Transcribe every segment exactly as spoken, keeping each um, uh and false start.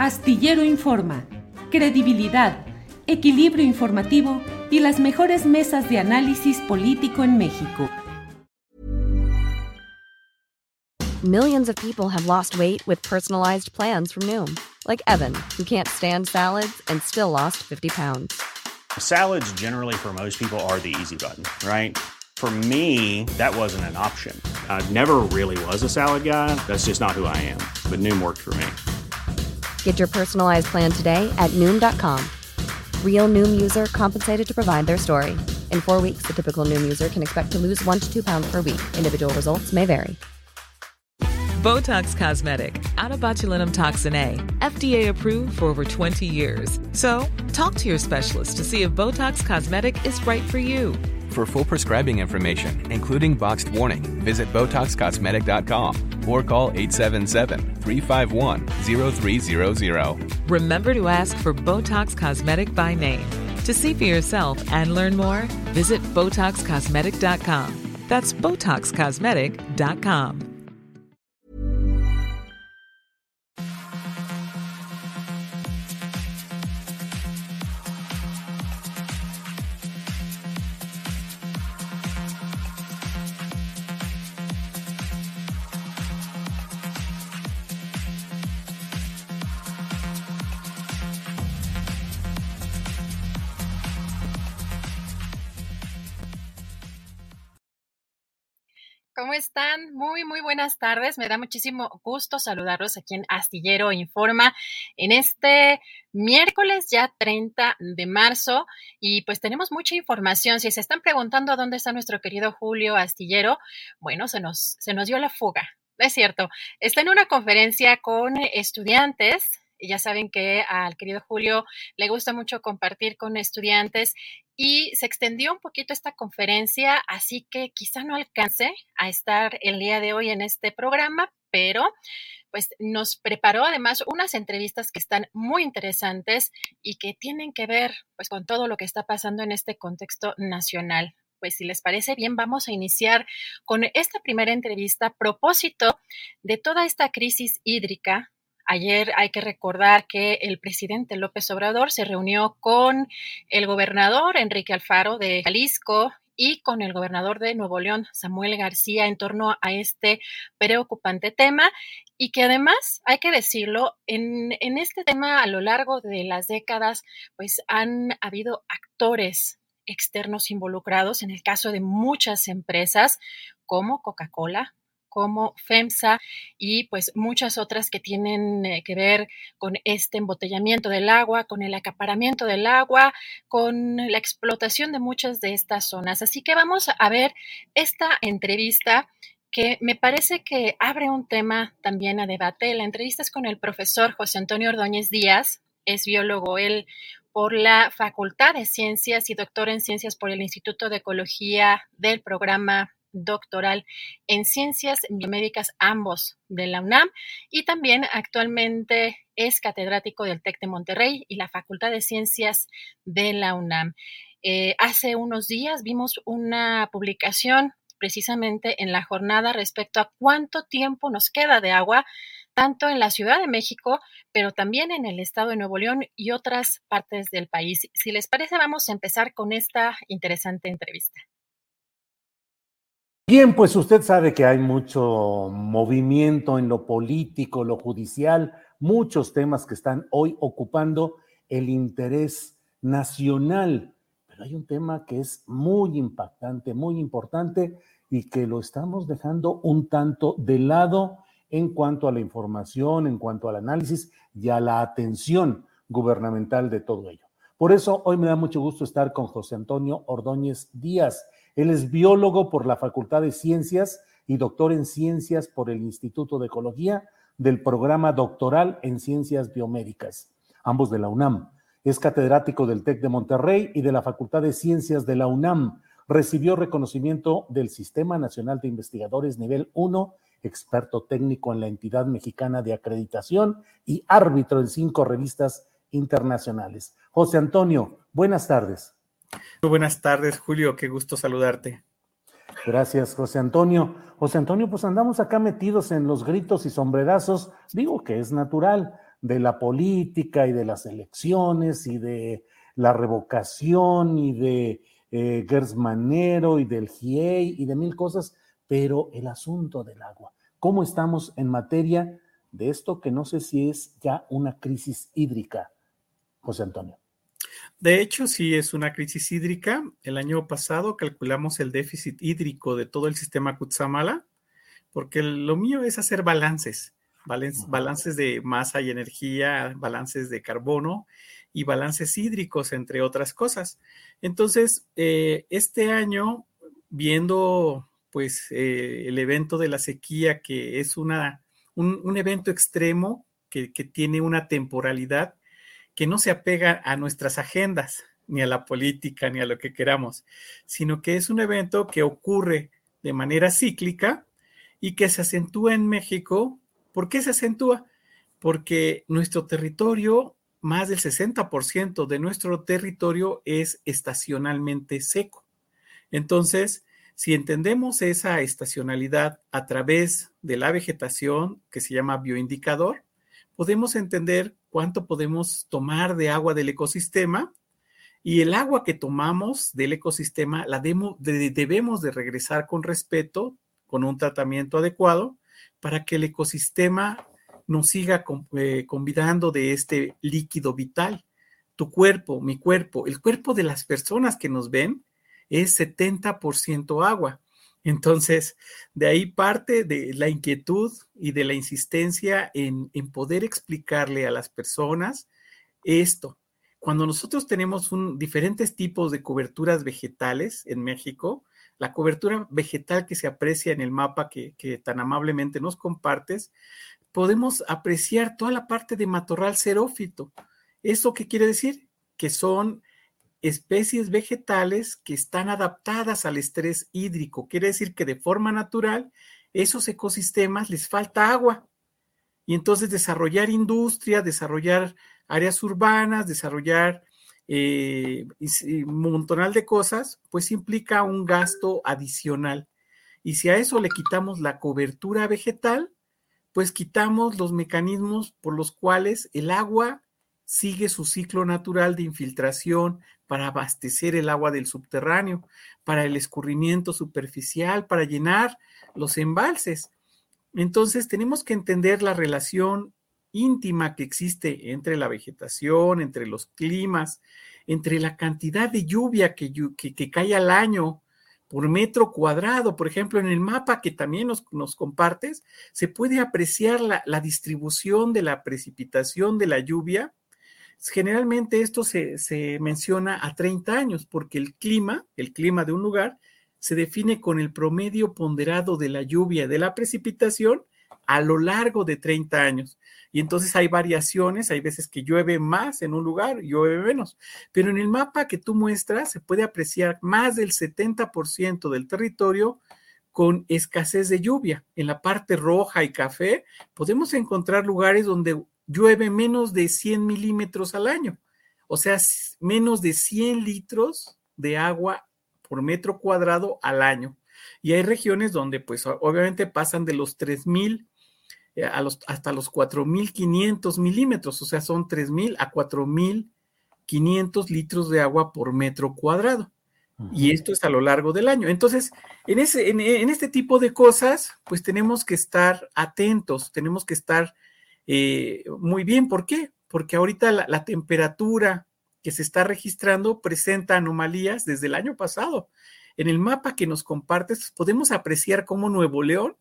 Astillero Informa, credibilidad, equilibrio informativo y las mejores mesas de análisis político en México. Millions of people have lost weight with personalized plans from Noom, like Evan, who can't stand salads and still lost fifty pounds. Salads generally for most people are the easy button, right? For me, that wasn't an option. I never really was a salad guy. That's just not who I am. But Noom worked for me. Get your personalized plan today at Noom dot com. Real Noom user compensated to provide their story. In four weeks, the typical Noom user can expect to lose one to two pounds per week. Individual results may vary. Botox Cosmetic, out of botulinum toxin A, F D A approved for over twenty years. So, talk to your specialist to see if Botox Cosmetic is right for you. For full prescribing information, including boxed warning, visit Botox Cosmetic dot com or call eight seven seven, three five one, zero three zero zero. Remember to ask for Botox Cosmetic by name. To see for yourself and learn more, visit Botox Cosmetic dot com. That's Botox Cosmetic dot com. ¿Cómo están? Muy, muy buenas tardes. Me da muchísimo gusto saludarlos aquí en Astillero Informa en este miércoles ya treinta de marzo y pues tenemos mucha información. Si se están preguntando dónde está nuestro querido Julio Astillero, bueno, se nos, se nos dio la fuga. Es cierto, está en una conferencia con estudiantes. Ya saben que al querido Julio le gusta mucho compartir con estudiantes y se extendió un poquito esta conferencia, así que quizá no alcance a estar el día de hoy en este programa, pero pues nos preparó además unas entrevistas que están muy interesantes y que tienen que ver pues con todo lo que está pasando en este contexto nacional. Pues si les parece bien, vamos a iniciar con esta primera entrevista a propósito de toda esta crisis hídrica. Ayer hay que recordar que el presidente López Obrador se reunió con el gobernador Enrique Alfaro de Jalisco y con el gobernador de Nuevo León, Samuel García, en torno a este preocupante tema y que además, hay que decirlo, en, en este tema a lo largo de las décadas, pues han habido actores externos involucrados, en el caso de muchas empresas como Coca-Cola, como FEMSA y pues muchas otras que tienen eh, que ver con este embotellamiento del agua, con el acaparamiento del agua, con la explotación de muchas de estas zonas. Así que vamos a ver esta entrevista que me parece que abre un tema también a debate. La entrevista es con el profesor José Antonio Ordóñez Díaz, es biólogo él por la Facultad de Ciencias y doctor en Ciencias por el Instituto de Ecología del Programa Doctoral en Ciencias Biomédicas, ambos de la UNAM, y también actualmente es catedrático del TEC de Monterrey y la Facultad de Ciencias de la UNAM. Eh, hace unos días vimos una publicación precisamente en la jornada respecto a cuánto tiempo nos queda de agua, tanto en la Ciudad de México, pero también en el estado de Nuevo León y otras partes del país. Si les parece, vamos a empezar con esta interesante entrevista. Bien, pues usted sabe que hay mucho movimiento en lo político, lo judicial, muchos temas que están hoy ocupando el interés nacional, pero hay un tema que es muy impactante, muy importante y que lo estamos dejando un tanto de lado en cuanto a la información, en cuanto al análisis y a la atención gubernamental de todo ello. Por eso hoy me da mucho gusto estar con José Antonio Ordóñez Díaz. Él es biólogo por la Facultad de Ciencias y doctor en Ciencias por el Instituto de Ecología del Programa Doctoral en Ciencias Biomédicas, ambos de la UNAM. Es catedrático del TEC de Monterrey y de la Facultad de Ciencias de la UNAM. Recibió reconocimiento del Sistema Nacional de Investigadores Nivel uno, experto técnico en la entidad mexicana de acreditación y árbitro en cinco revistas internacionales. José Antonio, buenas tardes. Muy buenas tardes, Julio, qué gusto saludarte. Gracias, José Antonio. José Antonio, pues andamos acá metidos en los gritos y sombrerazos, digo que es natural, de la política y de las elecciones y de la revocación y de eh, Gers Manero y del G I E I y de mil cosas, pero el asunto del agua. ¿Cómo estamos en materia de esto que no sé si es ya una crisis hídrica, José Antonio? De hecho, sí es una crisis hídrica. El año pasado calculamos el déficit hídrico de todo el sistema Cutzamala, porque lo mío es hacer balances, balances, balances de masa y energía, balances de carbono y balances hídricos, entre otras cosas. Entonces, eh, este año, viendo pues eh, el evento de la sequía, que es una, un, un evento extremo que, que tiene una temporalidad que no se apega a nuestras agendas, ni a la política, ni a lo que queramos, sino que es un evento que ocurre de manera cíclica y que se acentúa en México. ¿Por qué se acentúa? Porque nuestro territorio, más del sesenta por ciento de nuestro territorio es estacionalmente seco. Entonces, si entendemos esa estacionalidad a través de la vegetación, que se llama bioindicador, podemos entender cuánto podemos tomar de agua del ecosistema, y el agua que tomamos del ecosistema la demo, de, debemos de regresar con respeto, con un tratamiento adecuado, para que el ecosistema nos siga con, eh, convidando de este líquido vital. Tu cuerpo, mi cuerpo, el cuerpo de las personas que nos ven es setenta por ciento agua. Entonces, de ahí parte de la inquietud y de la insistencia en, en poder explicarle a las personas esto. Cuando nosotros tenemos un, diferentes tipos de coberturas vegetales en México, la cobertura vegetal que se aprecia en el mapa que, que tan amablemente nos compartes, podemos apreciar toda la parte de matorral xerófito. ¿Eso qué quiere decir? Que son especies vegetales que están adaptadas al estrés hídrico. Quiere decir que de forma natural esos ecosistemas les falta agua. Y entonces desarrollar industria, desarrollar áreas urbanas, desarrollar eh, un montonal de cosas, pues implica un gasto adicional. Y si a eso le quitamos la cobertura vegetal, pues quitamos los mecanismos por los cuales el agua sigue su ciclo natural de infiltración para abastecer el agua del subterráneo, para el escurrimiento superficial, para llenar los embalses. Entonces tenemos que entender la relación íntima que existe entre la vegetación, entre los climas, entre la cantidad de lluvia que, que, que cae al año por metro cuadrado. Por ejemplo, en el mapa que también nos, nos compartes, se puede apreciar la, la distribución de la precipitación de la lluvia. Generalmente esto se, se menciona a treinta años, porque el clima, el clima de un lugar, se define con el promedio ponderado de la lluvia, de la precipitación, a lo largo de treinta años. Y entonces hay variaciones, hay veces que llueve más en un lugar, llueve menos. Pero en el mapa que tú muestras se puede apreciar más del setenta por ciento del territorio con escasez de lluvia. En la parte roja y café podemos encontrar lugares donde llueve menos de cien milímetros al año, o sea, menos de cien litros de agua por metro cuadrado al año. Y hay regiones donde pues obviamente pasan de los tres mil a los, hasta los cuatro mil quinientos milímetros, o sea, son tres mil a cuatro mil quinientos litros de agua por metro cuadrado. Uh-huh. Y esto es a lo largo del año. Entonces, en, ese, en, en este tipo de cosas, pues tenemos que estar atentos, tenemos que estar eh, muy bien. ¿Por qué? Porque ahorita la, la temperatura que se está registrando presenta anomalías desde el año pasado. En el mapa que nos compartes, podemos apreciar cómo Nuevo León,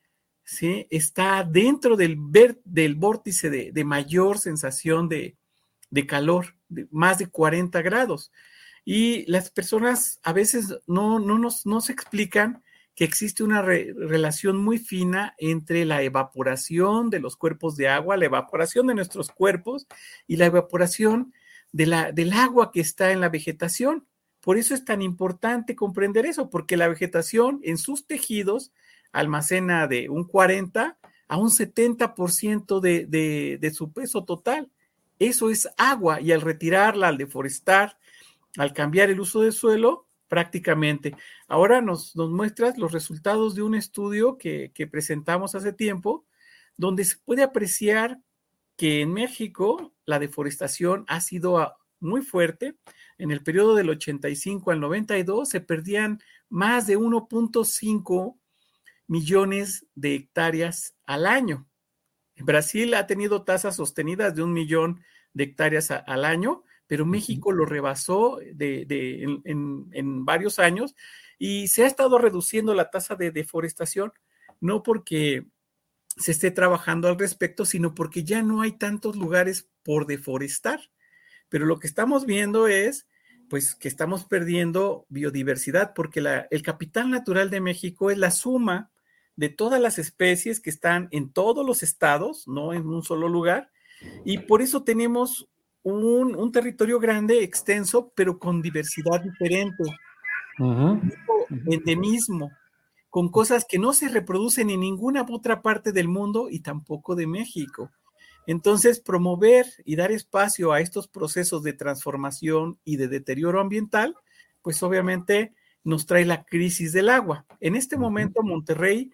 ¿sí?, está dentro del, ver, del vórtice de, de mayor sensación de, de calor, de más de cuarenta grados. Y las personas a veces no, no, nos, no se explican que existe una re, relación muy fina entre la evaporación de los cuerpos de agua, la evaporación de nuestros cuerpos y la evaporación de la, del agua que está en la vegetación. Por eso es tan importante comprender eso, porque la vegetación en sus tejidos almacena de un cuarenta a un setenta por ciento de, de, de su peso total. Eso es agua, y al retirarla, al deforestar, al cambiar el uso del suelo, prácticamente. Ahora nos, nos muestras los resultados de un estudio que, que presentamos hace tiempo, donde se puede apreciar que en México la deforestación ha sido muy fuerte. En el periodo del ochenta y cinco al noventa y dos se perdían más de uno punto cinco millones de hectáreas al año. Brasil ha tenido tasas sostenidas de un millón de hectáreas a, al año, pero México lo rebasó de, de, en, en, en varios años y se ha estado reduciendo la tasa de deforestación, no porque se esté trabajando al respecto, sino porque ya no hay tantos lugares por deforestar. Pero lo que estamos viendo es, pues, que estamos perdiendo biodiversidad, porque la, el capital natural de México es la suma de todas las especies que están en todos los estados, no en un solo lugar, y por eso tenemos un, un territorio grande, extenso, pero con diversidad diferente, Uh-huh. endemismo, con cosas que no se reproducen en ninguna otra parte del mundo y tampoco de México. Entonces, promover y dar espacio a estos procesos de transformación y de deterioro ambiental, pues obviamente nos trae la crisis del agua. En este momento, Monterrey,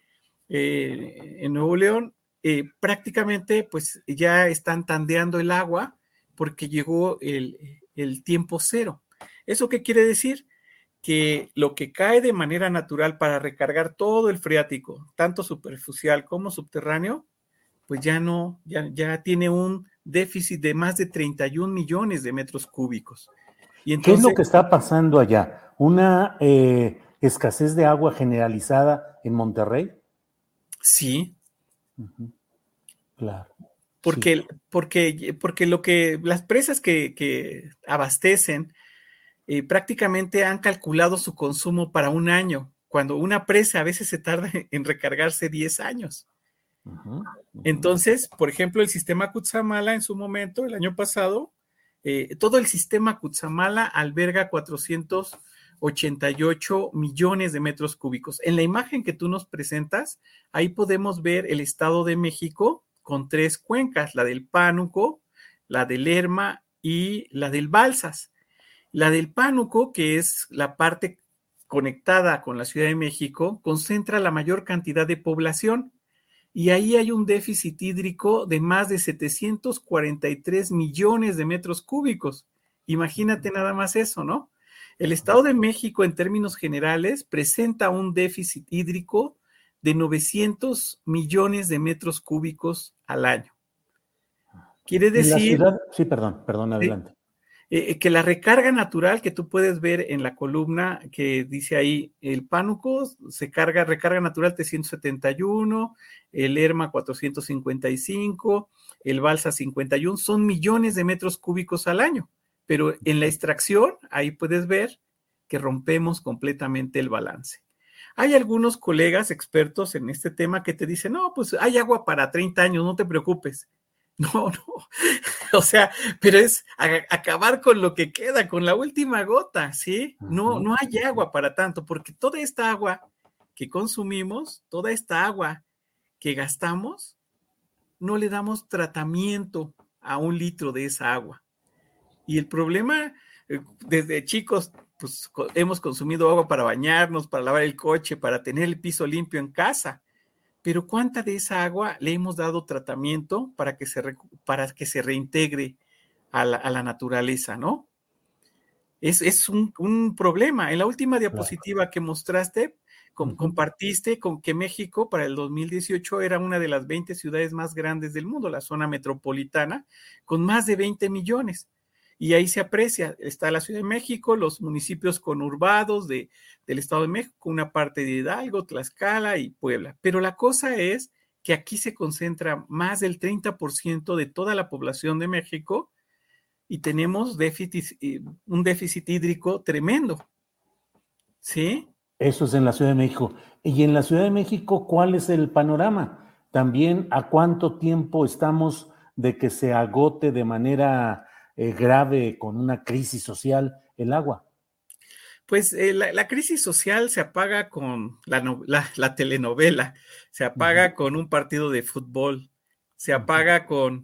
eh, en Nuevo León, eh, prácticamente pues ya están tandeando el agua porque llegó el, el tiempo cero. ¿Eso qué quiere decir? Que lo que cae de manera natural para recargar todo el freático, tanto superficial como subterráneo, pues ya no, ya, ya tiene un déficit de más de treinta y un millones de metros cúbicos. Y entonces, ¿qué es lo que está pasando allá? ¿Una eh, escasez de agua generalizada en Monterrey? Sí. Uh-huh. Claro. Porque, sí. porque, porque lo que las presas que, que abastecen eh, prácticamente han calculado su consumo para un año, cuando una presa a veces se tarda en recargarse diez años. Uh-huh, uh-huh. Entonces, por ejemplo, el sistema Cutzamala en su momento, el año pasado, eh, todo el sistema Cutzamala alberga cuatrocientos ochenta y ocho millones de metros cúbicos. En la imagen que tú nos presentas, ahí podemos ver el Estado de México con tres cuencas, la del Pánuco, la del Lerma y la del Balsas. La del Pánuco, que es la parte conectada con la Ciudad de México, concentra la mayor cantidad de población. Y ahí hay un déficit hídrico de más de setecientos cuarenta y tres millones de metros cúbicos. Imagínate nada más eso, ¿no? El Estado de México, en términos generales, presenta un déficit hídrico de novecientos millones de metros cúbicos al año. Quiere decir... La ciudad, sí, perdón, perdón, adelante. Eh, que la recarga natural que tú puedes ver en la columna que dice ahí, el Pánuco se carga, recarga natural trescientos setenta y uno, el Lerma cuatrocientos cincuenta y cinco, el Balsa cincuenta y uno, son millones de metros cúbicos al año, pero en la extracción ahí puedes ver que rompemos completamente el balance. Hay algunos colegas expertos en este tema que te dicen, no, pues hay agua para treinta años, no te preocupes. No, no, o sea, pero es a, acabar con lo que queda, con la última gota, ¿sí? No, no hay agua para tanto, porque toda esta agua que consumimos, toda esta agua que gastamos, no le damos tratamiento a un litro de esa agua. Y el problema, desde chicos, pues hemos consumido agua para bañarnos, para lavar el coche, para tener el piso limpio en casa. Pero ¿cuánta de esa agua le hemos dado tratamiento para que se, para que se reintegre a la, a la naturaleza, ¿no? Es, es un, un problema. En la última diapositiva que mostraste, com, uh-huh. compartiste con que México para el dos mil dieciocho era una de las veinte ciudades más grandes del mundo, la zona metropolitana, con más de veinte millones. Y ahí se aprecia, está la Ciudad de México, los municipios conurbados de, del Estado de México, una parte de Hidalgo, Tlaxcala y Puebla. Pero la cosa es que aquí se concentra más del treinta por ciento de toda la población de México y tenemos déficit, un déficit hídrico tremendo. ¿Sí? Eso es en la Ciudad de México. Y en la Ciudad de México, ¿cuál es el panorama? También, ¿a cuánto tiempo estamos de que se agote de manera... Eh, grave con una crisis social el agua? Pues eh, la, la crisis social se apaga con la, no, la, la telenovela, se apaga uh-huh. con un partido de fútbol, se apaga uh-huh. con,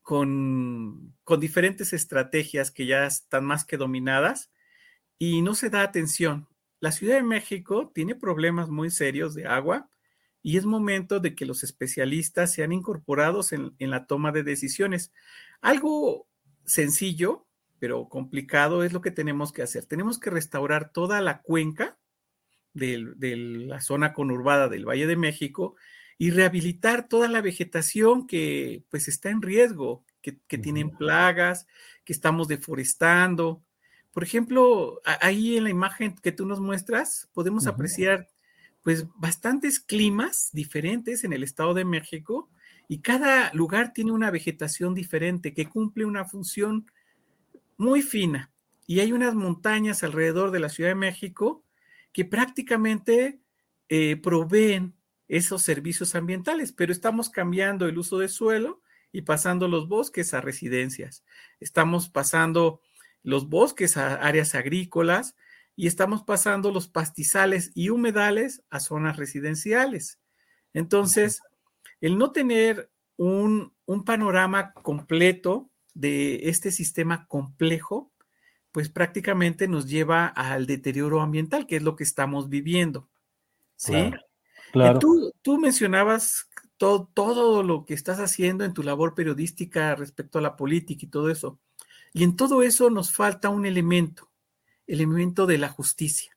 con, con diferentes estrategias que ya están más que dominadas y no se da atención. La Ciudad de México tiene problemas muy serios de agua y es momento de que los especialistas sean incorporados en, en la toma de decisiones. Algo sencillo, pero complicado es lo que tenemos que hacer. Tenemos que restaurar toda la cuenca de, de la zona conurbada del Valle de México y rehabilitar toda la vegetación que pues está en riesgo, que, que uh-huh. tienen plagas, que estamos deforestando. Por ejemplo, ahí en la imagen que tú nos muestras, podemos uh-huh. apreciar pues bastantes climas diferentes en el Estado de México y cada lugar tiene una vegetación diferente que cumple una función muy fina. Y hay unas montañas alrededor de la Ciudad de México que prácticamente eh, proveen esos servicios ambientales, pero estamos cambiando el uso de suelo y pasando los bosques a residencias. Estamos pasando los bosques a áreas agrícolas y estamos pasando los pastizales y humedales a zonas residenciales. Entonces, el no tener un, un panorama completo de este sistema complejo, pues prácticamente nos lleva al deterioro ambiental, que es lo que estamos viviendo. ¿Sí? Claro, claro. Tú, tú mencionabas todo, todo lo que estás haciendo en tu labor periodística respecto a la política y todo eso. Y en todo eso nos falta un elemento, el elemento de la justicia.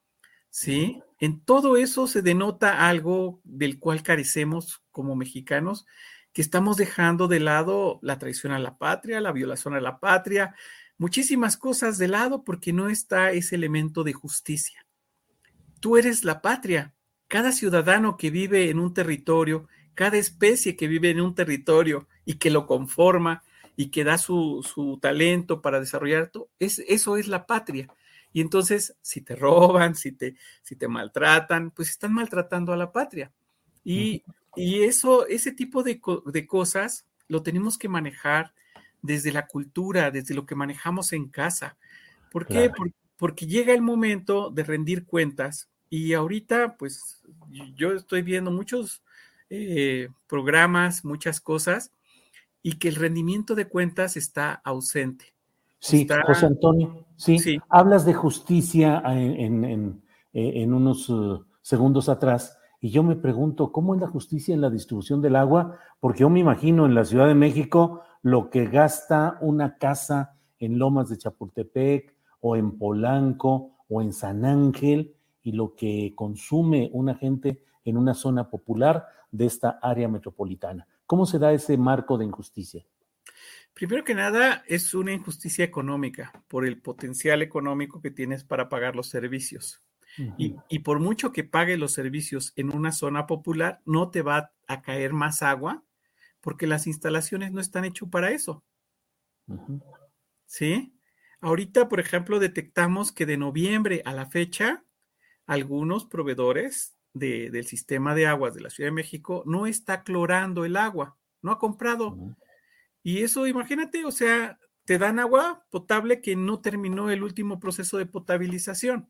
¿Sí? En todo eso se denota algo del cual carecemos como mexicanos, que estamos dejando de lado la traición a la patria, la violación a la patria, muchísimas cosas de lado porque no está ese elemento de justicia. Tú eres la patria. Cada ciudadano que vive en un territorio, cada especie que vive en un territorio y que lo conforma y que da su, su talento para desarrollar todo, es, eso es la patria. Y entonces, si te roban, si te, si te maltratan, pues están maltratando a la patria. Y, y eso, ese tipo de, de cosas lo tenemos que manejar desde la cultura, desde lo que manejamos en casa. ¿Por qué? Claro. Por, porque llega el momento de rendir cuentas y ahorita, pues, yo estoy viendo muchos eh, programas, muchas cosas, y que el rendimiento de cuentas está ausente. Sí, está, José Antonio, sí, sí. Hablas de justicia en, en, en, en unos uh, segundos atrás, y yo me pregunto, ¿cómo es la justicia en la distribución del agua? Porque yo me imagino en la Ciudad de México lo que gasta una casa en Lomas de Chapultepec, o en Polanco, o en San Ángel, y lo que consume una gente en una zona popular de esta área metropolitana. ¿Cómo se da ese marco de injusticia? Primero que nada, es una injusticia económica por el potencial económico que tienes para pagar los servicios. Uh-huh. Y, y por mucho que pague los servicios en una zona popular, no te va a caer más agua porque las instalaciones no están hechas para eso. Uh-huh. ¿Sí? Ahorita, por ejemplo, detectamos que de noviembre a la fecha, algunos proveedores de, del sistema de aguas de la Ciudad de México no está clorando el agua, no ha comprado. Uh-huh. Y eso, imagínate, o sea, te dan agua potable que no terminó el último proceso de potabilización.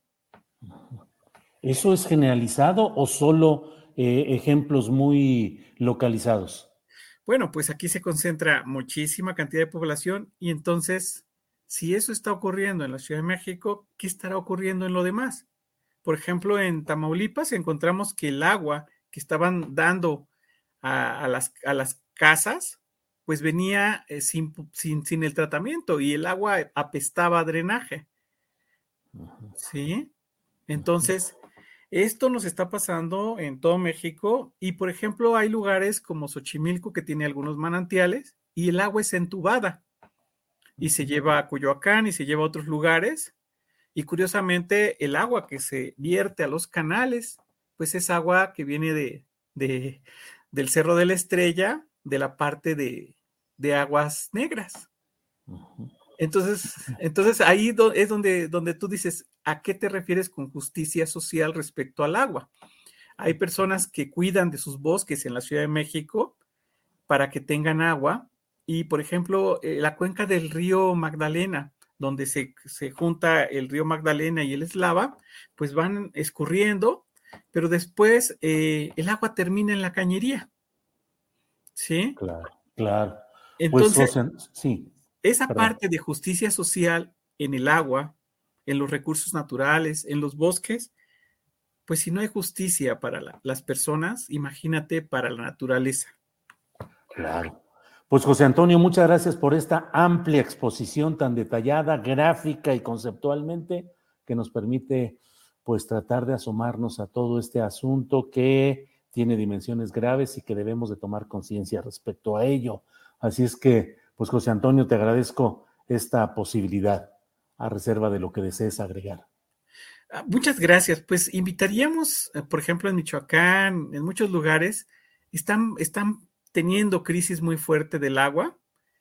¿Eso es generalizado o solo eh, ejemplos muy localizados? Bueno, pues aquí se concentra muchísima cantidad de población y entonces, si eso está ocurriendo en la Ciudad de México, ¿qué estará ocurriendo en lo demás? Por ejemplo, en Tamaulipas encontramos que el agua que estaban dando a, a, las, a las casas, pues venía eh, sin, sin, sin el tratamiento y el agua apestaba a drenaje. ¿Sí? Entonces, esto nos está pasando en todo México y, por ejemplo, hay lugares como Xochimilco que tiene algunos manantiales y el agua es entubada y se lleva a Coyoacán y se lleva a otros lugares y, curiosamente, el agua que se vierte a los canales, pues es agua que viene de, de, del Cerro de la Estrella, de la parte de, de aguas negras. Entonces, entonces ahí do, es donde, donde tú dices, ¿a qué te refieres con justicia social respecto al agua? Hay personas que cuidan de sus bosques en la Ciudad de México para que tengan agua y, por ejemplo, eh, la cuenca del río Magdalena, donde se, se junta el río Magdalena y el Eslava, pues van escurriendo, pero después eh, el agua termina en la cañería. ¿Sí? Claro, claro. Entonces, pues, José, sí. Esa Perdón. parte de justicia social en el agua, en los recursos naturales, en los bosques, pues si no hay justicia para la, las personas, imagínate para la naturaleza. Claro. Pues José Antonio, muchas gracias por esta amplia exposición tan detallada, gráfica y conceptualmente, que nos permite pues tratar de asomarnos a todo este asunto que tiene dimensiones graves y que debemos de tomar conciencia respecto a ello. Así es que, pues José Antonio, te agradezco esta posibilidad, a reserva de lo que desees agregar. Muchas gracias. Pues invitaríamos, por ejemplo, en Michoacán, en muchos lugares, están, están teniendo crisis muy fuerte del agua,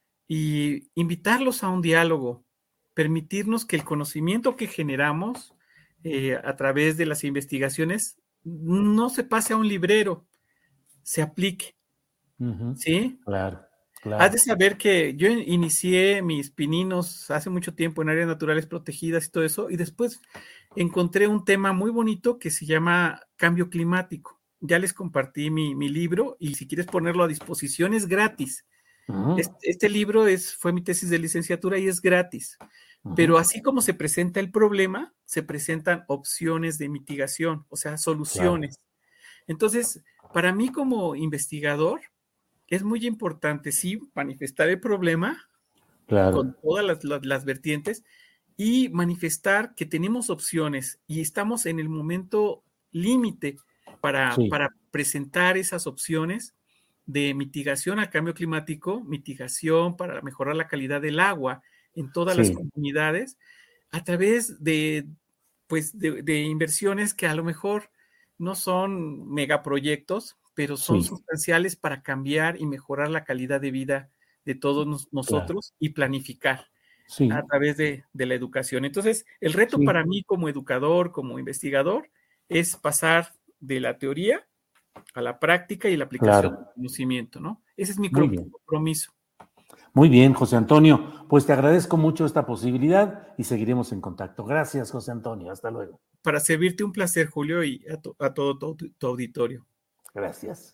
y invitarlos a un diálogo, permitirnos que el conocimiento que generamos eh, a través de las investigaciones no se pase a un librero, se aplique. Uh-huh. ¿Sí? Claro, claro. Has de saber que yo inicié mis pininos hace mucho tiempo en áreas naturales protegidas y todo eso, y después encontré un tema muy bonito que se llama cambio climático. Ya les compartí mi, mi libro, y si quieres ponerlo a disposición es gratis. Uh-huh. Este, este libro es, fue mi tesis de licenciatura y es gratis. Uh-huh. Pero así como se presenta el problema, se presentan opciones de mitigación, o sea, soluciones. Claro. Entonces, para mí como investigador, es muy importante, sí, manifestar el problema, claro, con todas las, las, las vertientes, y manifestar que tenemos opciones y estamos en el momento límite para, sí. para presentar esas opciones de mitigación al cambio climático, mitigación para mejorar la calidad del agua en todas sí. las comunidades, a través de, pues, de, de inversiones que a lo mejor no son megaproyectos, pero son sí. sustanciales para cambiar y mejorar la calidad de vida de todos nos, nosotros, claro. y planificar sí. a través de, de la educación. Entonces, el reto sí. para mí como educador, como investigador, es pasar de la teoría a la práctica y la aplicación claro. del conocimiento, ¿no? Ese es mi Muy compromiso. Bien. Muy bien, José Antonio. Pues te agradezco mucho esta posibilidad y seguiremos en contacto. Gracias, José Antonio. Hasta luego. Para servirte, un placer, Julio, y a, to, a todo tu, tu auditorio. Gracias.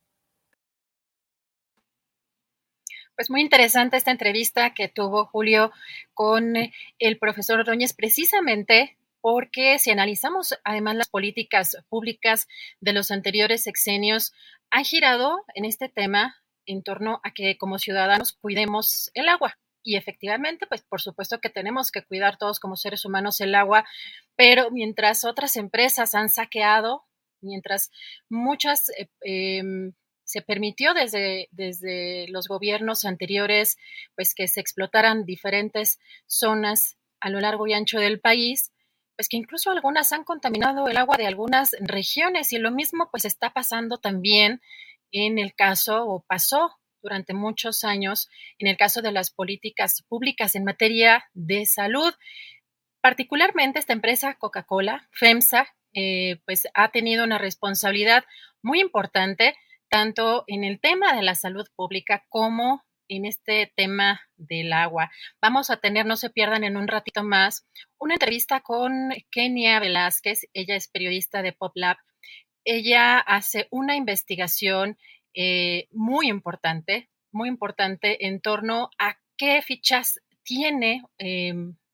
Pues muy interesante esta entrevista que tuvo Julio con el profesor Ordóñez, precisamente porque si analizamos además las políticas públicas de los anteriores sexenios, han girado en este tema en torno a que como ciudadanos cuidemos el agua. Y efectivamente, pues por supuesto que tenemos que cuidar todos como seres humanos el agua, pero mientras otras empresas han saqueado, mientras muchas eh, eh, se permitió desde, desde los gobiernos anteriores, pues que se explotaran diferentes zonas a lo largo y ancho del país, pues que incluso algunas han contaminado el agua de algunas regiones, y lo mismo pues está pasando también en el caso, o pasó durante muchos años, en el caso de las políticas públicas en materia de salud. Particularmente esta empresa Coca-Cola, FEMSA, eh, pues ha tenido una responsabilidad muy importante, tanto en el tema de la salud pública como en este tema del agua. Vamos a tener, no se pierdan en un ratito más, una entrevista con Kenia Velázquez. Ella es periodista de PopLab. Ella hace una investigación eh, muy importante, muy importante en torno a qué fichas tiene eh,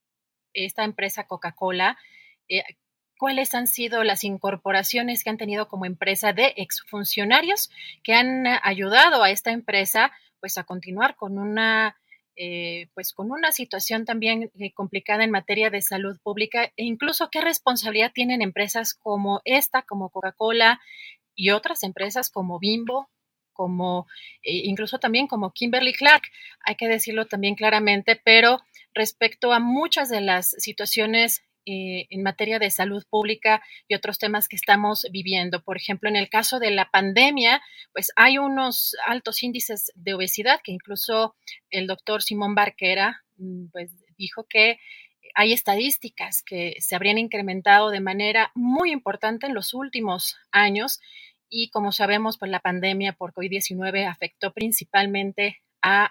esta empresa Coca-Cola, eh, cuáles han sido las incorporaciones que han tenido como empresa de exfuncionarios que han ayudado a esta empresa pues a continuar con una eh, pues con una situación también eh, complicada en materia de salud pública, e incluso qué responsabilidad tienen empresas como esta, como Coca-Cola, y otras empresas como Bimbo, como eh, incluso también como Kimberly-Clark, hay que decirlo también claramente, pero respecto a muchas de las situaciones Eh, en materia de salud pública y otros temas que estamos viviendo. Por ejemplo, en el caso de la pandemia, pues hay unos altos índices de obesidad que incluso el doctor Simón Barquera pues dijo que hay estadísticas que se habrían incrementado de manera muy importante en los últimos años, y como sabemos, pues la pandemia por COVID diecinueve afectó principalmente a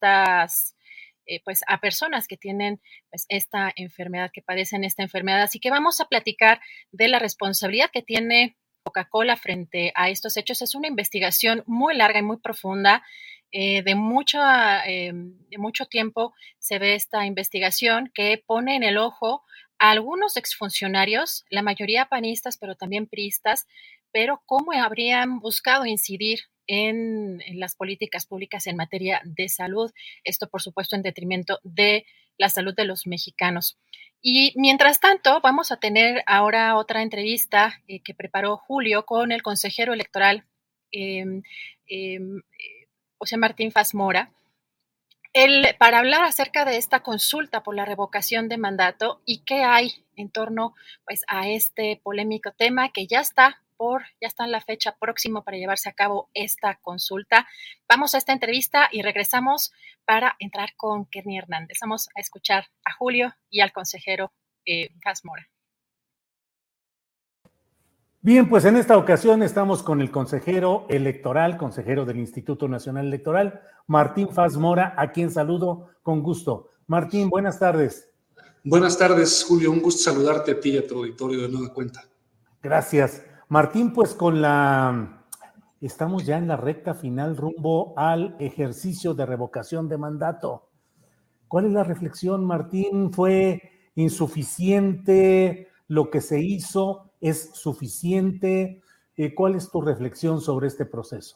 estas Eh, pues a personas que tienen pues esta enfermedad, que padecen esta enfermedad. Así que vamos a platicar de la responsabilidad que tiene Coca-Cola frente a estos hechos. Es una investigación muy larga y muy profunda, eh, de, mucha, eh, de mucho tiempo se ve esta investigación que pone en el ojo a algunos exfuncionarios, la mayoría panistas, pero también priistas, pero cómo habrían buscado incidir en, en las políticas públicas en materia de salud. Esto, por supuesto, en detrimento de la salud de los mexicanos. Y mientras tanto, vamos a tener ahora otra entrevista eh, que preparó Julio con el consejero electoral eh, eh, José Martín Faz Mora, él, para hablar acerca de esta consulta por la revocación de mandato y qué hay en torno pues, a este polémico tema que ya está por, ya está en la fecha próxima para llevarse a cabo esta consulta. Vamos a esta entrevista y regresamos para entrar con Kerny Hernández. Vamos a escuchar a Julio y al consejero eh, Faz Mora. Bien, pues en esta ocasión estamos con el consejero electoral, consejero del Instituto Nacional Electoral, Martín Faz Mora, a quien saludo con gusto. Martín, buenas tardes. Buenas tardes, Julio. Un gusto saludarte a ti y a tu auditorio de nueva cuenta. Gracias. Martín, pues con la... Estamos ya en la recta final rumbo al ejercicio de revocación de mandato. ¿Cuál es la reflexión, Martín? ¿Fue insuficiente lo que se hizo? ¿Es suficiente? ¿Cuál es tu reflexión sobre este proceso?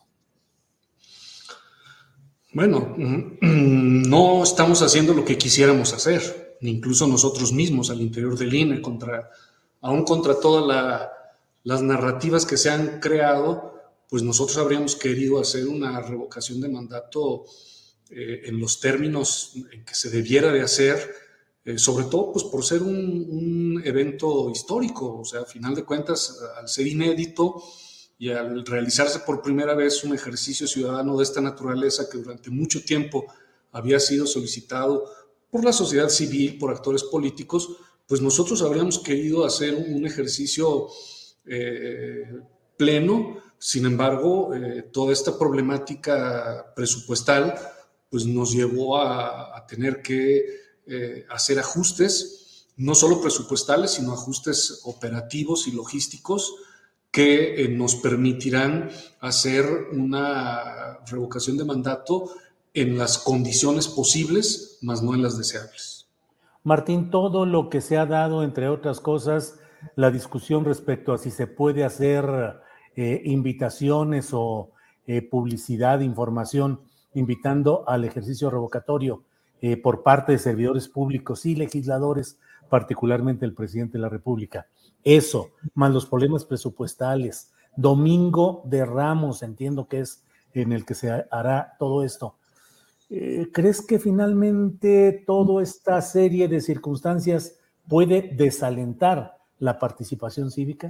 Bueno, no estamos haciendo lo que quisiéramos hacer, ni incluso nosotros mismos al interior del I N E, contra, aún contra todas la, las narrativas que se han creado, pues nosotros habríamos querido hacer una revocación de mandato eh, en los términos en que se debiera de hacer, Eh, sobre todo pues por ser un, un evento histórico, o sea, a final de cuentas, al ser inédito y al realizarse por primera vez un ejercicio ciudadano de esta naturaleza que durante mucho tiempo había sido solicitado por la sociedad civil, por actores políticos, pues nosotros habríamos querido hacer un, un ejercicio eh, pleno. Sin embargo, eh, toda esta problemática presupuestal pues nos llevó a, a tener que Eh, hacer ajustes, no solo presupuestales, sino ajustes operativos y logísticos que eh, nos permitirán hacer una revocación de mandato en las condiciones posibles, más no en las deseables. Martín, todo lo que se ha dado, entre otras cosas, la discusión respecto a si se puede hacer eh, invitaciones o eh, publicidad, información, invitando al ejercicio revocatorio, Eh, por parte de servidores públicos y legisladores, particularmente el presidente de la República. Eso, más los problemas presupuestales, Domingo de Ramos, entiendo que es en el que se hará todo esto. Eh, ¿Crees que finalmente toda esta serie de circunstancias puede desalentar la participación cívica?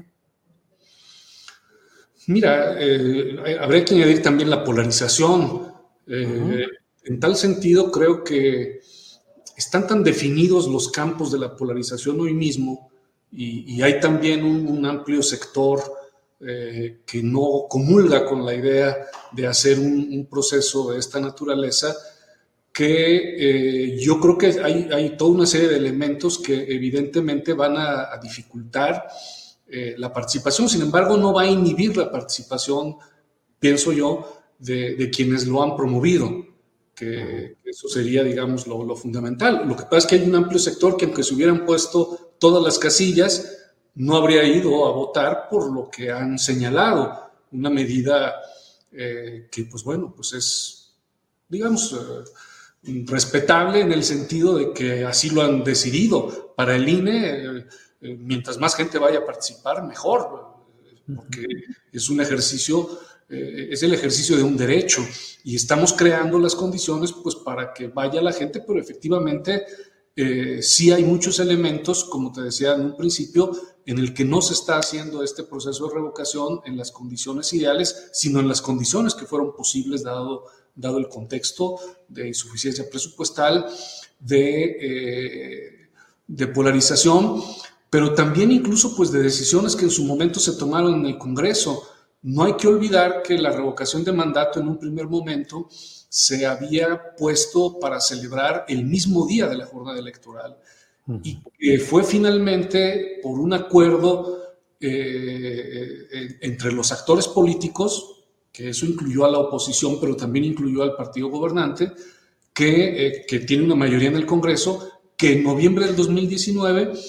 Mira, eh, habría que añadir también la polarización. Eh, uh-huh. En tal sentido, creo que están tan definidos los campos de la polarización hoy mismo y, y hay también un, un amplio sector eh, que no comulga con la idea de hacer un, un proceso de esta naturaleza, que eh, yo creo que hay, hay toda una serie de elementos que evidentemente van a, a dificultar eh, la participación. Sin embargo, no va a inhibir la participación, pienso yo, de, de quienes lo han promovido. Que eso sería, digamos, lo, lo fundamental. Lo que pasa es que hay un amplio sector que, aunque se hubieran puesto todas las casillas, no habría ido a votar por lo que han señalado. Una medida eh, que, pues bueno, pues es, digamos, eh, respetable en el sentido de que así lo han decidido. Para el I N E, eh, mientras más gente vaya a participar, mejor, porque es un ejercicio... Eh, es el ejercicio de un derecho y estamos creando las condiciones pues para que vaya la gente, pero efectivamente eh, sí hay muchos elementos, como te decía en un principio, en el que no se está haciendo este proceso de revocación en las condiciones ideales, sino en las condiciones que fueron posibles dado, dado el contexto de insuficiencia presupuestal, de, eh, de polarización, pero también incluso pues de decisiones que en su momento se tomaron en el Congreso. No hay que olvidar que la revocación de mandato en un primer momento se había puesto para celebrar el mismo día de la jornada electoral uh-huh. y que fue finalmente por un acuerdo eh, eh, entre los actores políticos, que eso incluyó a la oposición, pero también incluyó al partido gobernante, que, eh, que tiene una mayoría en el Congreso, que en noviembre del dos mil diecinueve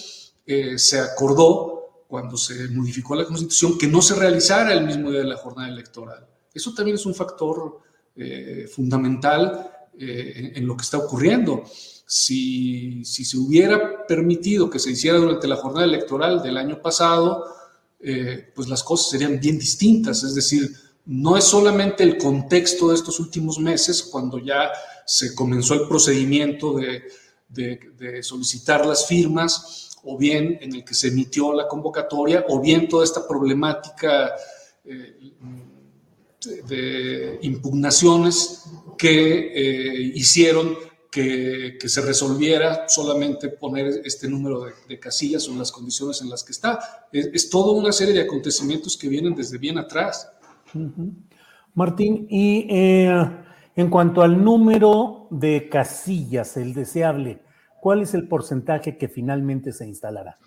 eh, se acordó, cuando se modificó la Constitución, que no se realizara el mismo día de la jornada electoral. Eso también es un factor eh, fundamental eh, en, en lo que está ocurriendo. Si, si se hubiera permitido que se hiciera durante la jornada electoral del año pasado, eh, pues las cosas serían bien distintas. Es decir, no es solamente el contexto de estos últimos meses, cuando ya se comenzó el procedimiento de, de, de solicitar las firmas, o bien en el que se emitió la convocatoria, o bien toda esta problemática eh, de, de impugnaciones que eh, hicieron Que, que se resolviera solamente poner este número de, de casillas o las condiciones en las que está. Es, es toda una serie de acontecimientos que vienen desde bien atrás. Uh-huh. Martín, y eh, en cuanto al número de casillas, el deseable, ¿cuál es el porcentaje que finalmente se instalará?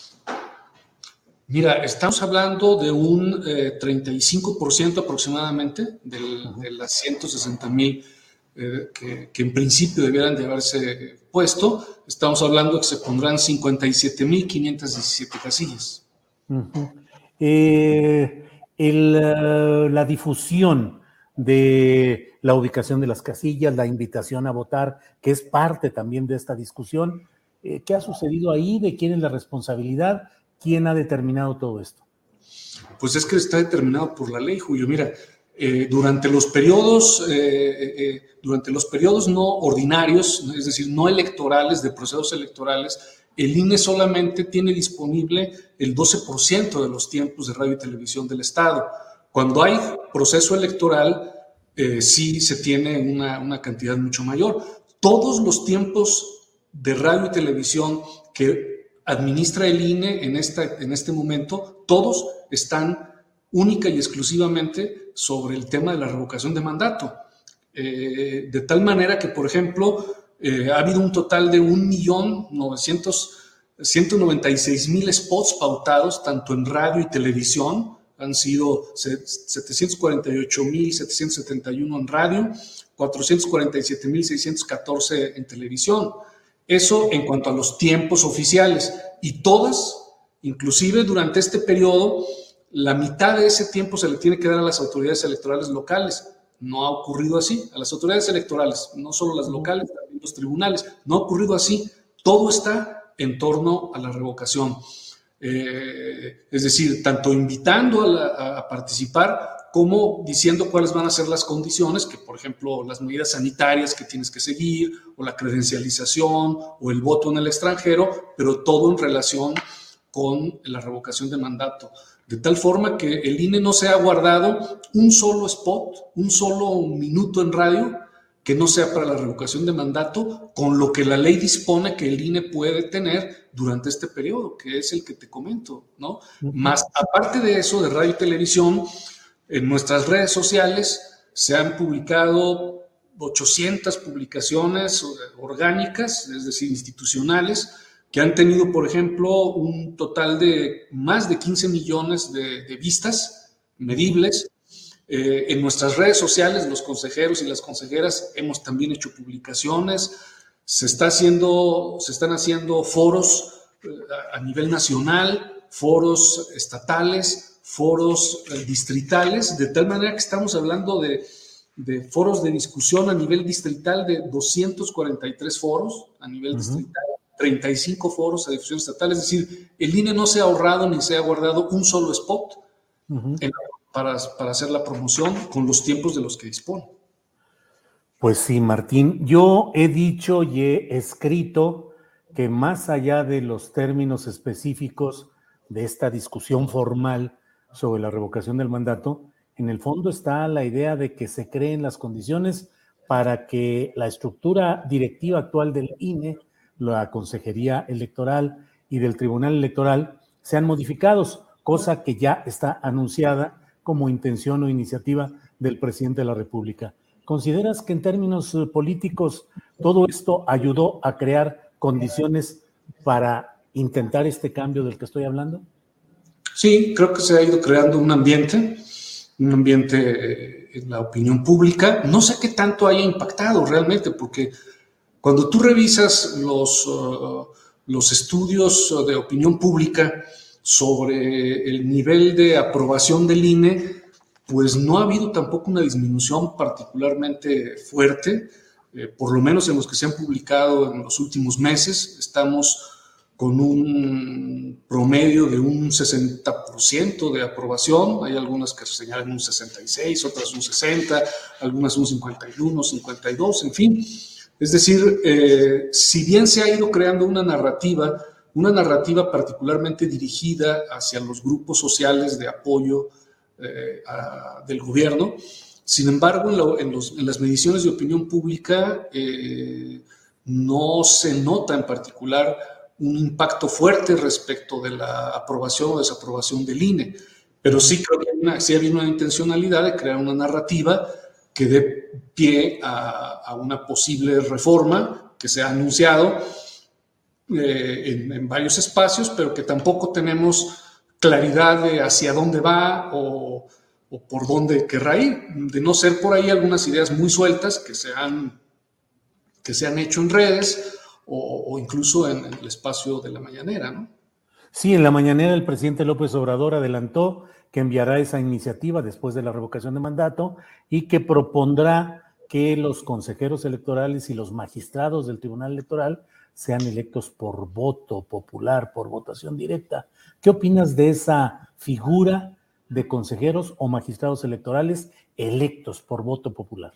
Mira, estamos hablando de un eh, treinta y cinco por ciento aproximadamente del, uh-huh. de las ciento sesenta mil Eh, que, que en principio debieran de haberse puesto. Estamos hablando de que se pondrán cincuenta y siete mil quinientas diecisiete casillas. Uh-huh. Eh, el, uh, la difusión de la ubicación de las casillas, la invitación a votar, que es parte también de esta discusión. Eh, ¿Qué ha sucedido ahí? ¿De quién es la responsabilidad? ¿Quién ha determinado todo esto? Pues es que está determinado por la ley, Julio. Mira, Eh, durante los periodos eh, eh, durante los periodos no ordinarios, es decir, no electorales, de procesos electorales, el I N E solamente tiene disponible el doce por ciento de los tiempos de radio y televisión del Estado. Cuando hay proceso electoral, eh, sí se tiene una, una cantidad mucho mayor. Todos los tiempos de radio y televisión que administra el I N E en, esta, en este momento, todos están única y exclusivamente sobre el tema de la revocación de mandato. Eh, de tal manera que, por ejemplo, eh, ha habido un total de un millón ciento noventa y seis mil spots pautados, tanto en radio y televisión. Han sido setecientos cuarenta y ocho mil setecientos setenta y uno en radio, cuatrocientos cuarenta y siete mil seiscientos catorce en televisión. Eso en cuanto a los tiempos oficiales. Y todas, inclusive durante este periodo, la mitad de ese tiempo se le tiene que dar a las autoridades electorales locales. No ha ocurrido así. A las autoridades electorales, no solo las locales, también los tribunales. No ha ocurrido así. Todo está en torno a la revocación. Eh, es decir, tanto invitando a, la, a participar como diciendo cuáles van a ser las condiciones, que por ejemplo las medidas sanitarias que tienes que seguir, o la credencialización, o el voto en el extranjero, pero todo en relación con la revocación de mandato. De tal forma que el I N E no se ha guardado un solo spot, un solo minuto en radio que no sea para la revocación de mandato, con lo que la ley dispone que el I N E puede tener durante este periodo, que es el que te comento, ¿no? Uh-huh. Más, aparte de eso, de radio y televisión, en nuestras redes sociales se han publicado ochocientas publicaciones orgánicas, es decir, institucionales, que han tenido, por ejemplo, un total de más de quince millones de, de vistas medibles. Eh, en nuestras redes sociales, los consejeros y las consejeras hemos también hecho publicaciones. Se, está haciendo, se están haciendo foros eh, a nivel nacional, foros estatales, foros eh, distritales, de tal manera que estamos hablando de, de foros de discusión a nivel distrital, de doscientos cuarenta y tres foros a nivel uh-huh. distrital, treinta y cinco foros a difusión estatal. Es decir, el I N E no se ha ahorrado ni se ha guardado un solo spot uh-huh. en, para, para hacer la promoción con los tiempos de los que dispone. Pues sí, Martín, yo he dicho y he escrito que más allá de los términos específicos de esta discusión formal sobre la revocación del mandato, en el fondo está la idea de que se creen las condiciones para que la estructura directiva actual del I N E, la Consejería Electoral y del Tribunal Electoral, sean modificados, cosa que ya está anunciada como intención o iniciativa del presidente de la República. ¿Consideras que en términos políticos todo esto ayudó a crear condiciones para intentar este cambio del que estoy hablando? Sí, creo que se ha ido creando un ambiente, un ambiente en la opinión pública. No sé qué tanto haya impactado realmente, porque cuando tú revisas los, uh, los estudios de opinión pública sobre el nivel de aprobación del I N E, pues no ha habido tampoco una disminución particularmente fuerte, eh, por lo menos en los que se han publicado en los últimos meses. Estamos con un promedio de un sesenta por ciento de aprobación. Hay algunas que señalan un sesenta y seis, otras un sesenta, algunas un cincuenta y uno, cincuenta y dos, en fin. Es decir, eh, si bien se ha ido creando una narrativa, una narrativa particularmente dirigida hacia los grupos sociales de apoyo eh, a, del gobierno, sin embargo, en, lo, en, los, en las mediciones de opinión pública eh, no se nota en particular un impacto fuerte respecto de la aprobación o desaprobación del I N E, pero sí creo que hay una, sí hay una intencionalidad de crear una narrativa que dé pie a, a una posible reforma que se ha anunciado eh, en, en varios espacios, pero que tampoco tenemos claridad de hacia dónde va o, o por dónde querrá ir, de no ser por ahí algunas ideas muy sueltas que se han, que se han hecho en redes, O, o incluso en, en el espacio de la mañanera, ¿no? Sí, en la mañanera el presidente López Obrador adelantó que enviará esa iniciativa después de la revocación de mandato y que propondrá que los consejeros electorales y los magistrados del Tribunal Electoral sean electos por voto popular, por votación directa. ¿Qué opinas de esa figura de consejeros o magistrados electorales electos por voto popular?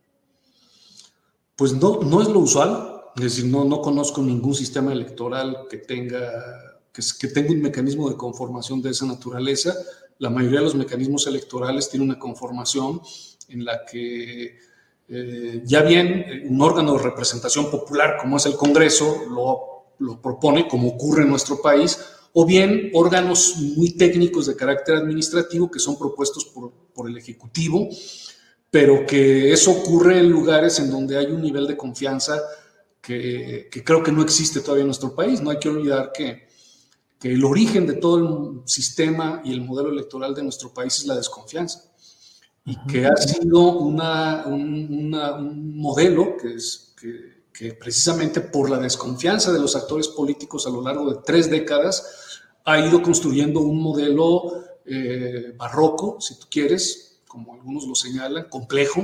Pues no, no es lo usual. Es decir, no, no conozco ningún sistema electoral que tenga, que, que tenga un mecanismo de conformación de esa naturaleza. La mayoría de los mecanismos electorales tienen una conformación en la que eh, ya bien un órgano de representación popular como es el Congreso lo, lo propone, como ocurre en nuestro país, o bien órganos muy técnicos de carácter administrativo que son propuestos por, por el Ejecutivo, pero que eso ocurre en lugares en donde hay un nivel de confianza Que, que creo que no existe todavía en nuestro país. No hay que olvidar que, que el origen de todo el sistema y el modelo electoral de nuestro país es la desconfianza, y uh-huh. que ha sido una, un, una, un modelo que, es, que, que precisamente por la desconfianza de los actores políticos a lo largo de tres décadas ha ido construyendo un modelo eh, barroco, si tú quieres, como algunos lo señalan, complejo,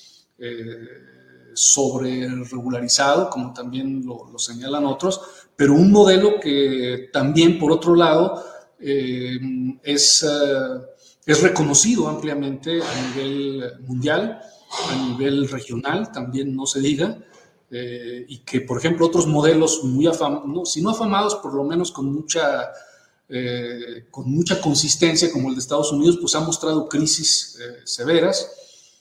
eh, sobre regularizado, como también lo, lo señalan otros, pero un modelo que también, por otro lado, eh, es, uh, es reconocido ampliamente a nivel mundial, a nivel regional, también no se diga, eh, y que, por ejemplo, otros modelos muy afamados, no, si no afamados, por lo menos con mucha, eh, con mucha consistencia, como el de Estados Unidos, pues han mostrado crisis eh, severas.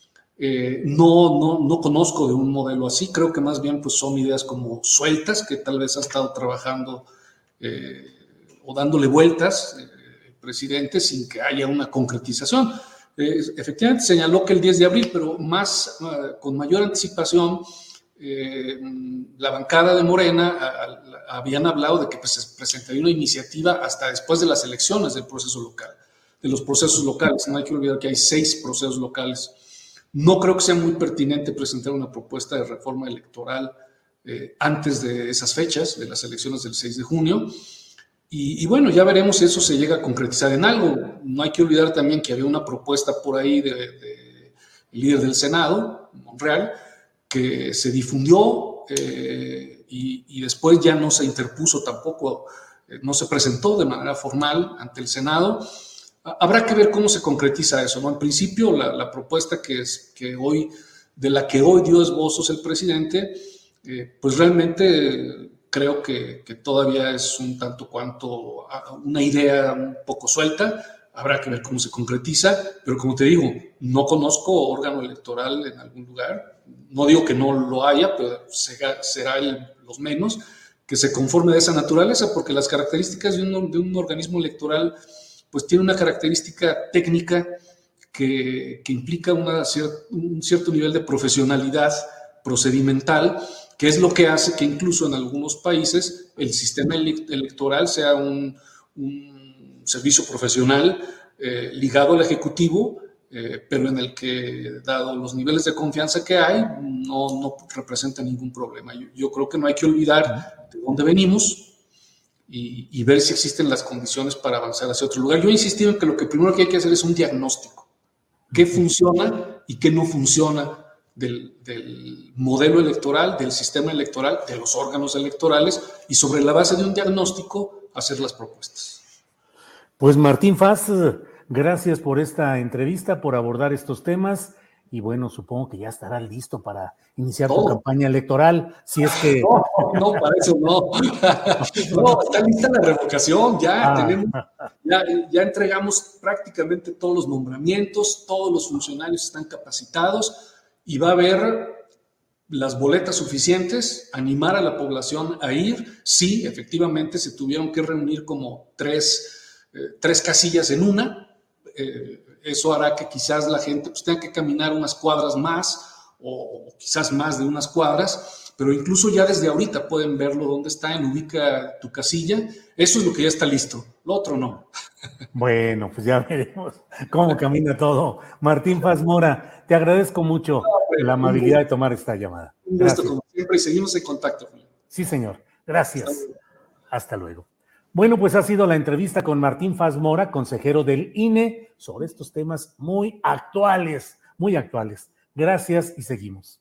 Eh, no, no, no conozco de un modelo así. Creo que más bien pues, son ideas como sueltas que tal vez ha estado trabajando eh, o dándole vueltas eh, el presidente sin que haya una concretización. Eh, efectivamente señaló que el diez de abril, pero más, uh, con mayor anticipación, eh, la bancada de Morena a, a, habían hablado de que pues, se presentaría una iniciativa hasta después de las elecciones del proceso local, de los procesos locales. No hay que olvidar que hay seis procesos locales. No creo que sea muy pertinente presentar una propuesta de reforma electoral eh, antes de esas fechas, de las elecciones del seis de junio. Y, y bueno, ya veremos si eso se llega a concretizar en algo. No hay que olvidar también que había una propuesta por ahí del de, de líder del Senado, Monreal, que se difundió eh, y, y después ya no se interpuso tampoco, eh, no se presentó de manera formal ante el Senado. Habrá que ver cómo se concretiza eso, ¿no? En principio, la, la propuesta que es, que hoy, de la que hoy dio esbozos el presidente, eh, pues realmente creo que, que todavía es un tanto cuanto una idea un poco suelta. Habrá que ver cómo se concretiza, pero como te digo, no conozco órgano electoral en algún lugar. No digo que no lo haya, pero será, será el, los menos que se conforme de esa naturaleza, porque las características de un, de un organismo electoral pues tiene una característica técnica que, que implica una cier- un cierto nivel de profesionalidad procedimental, que es lo que hace que incluso en algunos países el sistema ele- electoral sea un, un servicio profesional eh, ligado al Ejecutivo, eh, pero en el que, dado los niveles de confianza que hay, no, no representa ningún problema. Yo, yo creo que no hay que olvidar de dónde venimos, y, y ver si existen las condiciones para avanzar hacia otro lugar. Yo he insistido en que lo que primero que hay que hacer es un diagnóstico. ¿Qué funciona y qué no funciona del, del modelo electoral, del sistema electoral, de los órganos electorales, y sobre la base de un diagnóstico hacer las propuestas? Pues Martín Faz, gracias por esta entrevista, por abordar estos temas. Y bueno, supongo que ya estarás listo para iniciar no. tu campaña electoral, si es que... No, no, para eso no. No, está lista la revocación, ya, ah. tenemos, ya, ya entregamos prácticamente todos los nombramientos, todos los funcionarios están capacitados y va a haber las boletas suficientes, animar a la población a ir. Sí, efectivamente, se tuvieron que reunir como tres, eh, tres casillas en una. Eh, Eso hará que quizás la gente pues, tenga que caminar unas cuadras más o, o quizás más de unas cuadras, pero incluso ya desde ahorita pueden verlo dónde está, en ubica tu casilla. Eso es lo que ya está listo, lo otro no. Bueno, pues ya veremos cómo camina todo. Martín Faz Mora, te agradezco mucho no, la amabilidad de tomar esta llamada. Un gusto como siempre y seguimos en contacto. Sí, señor. Gracias. Hasta luego. Hasta luego. Bueno, pues ha sido la entrevista con Martín Faz Mora, consejero del I N E, sobre estos temas muy actuales, muy actuales. Gracias y seguimos.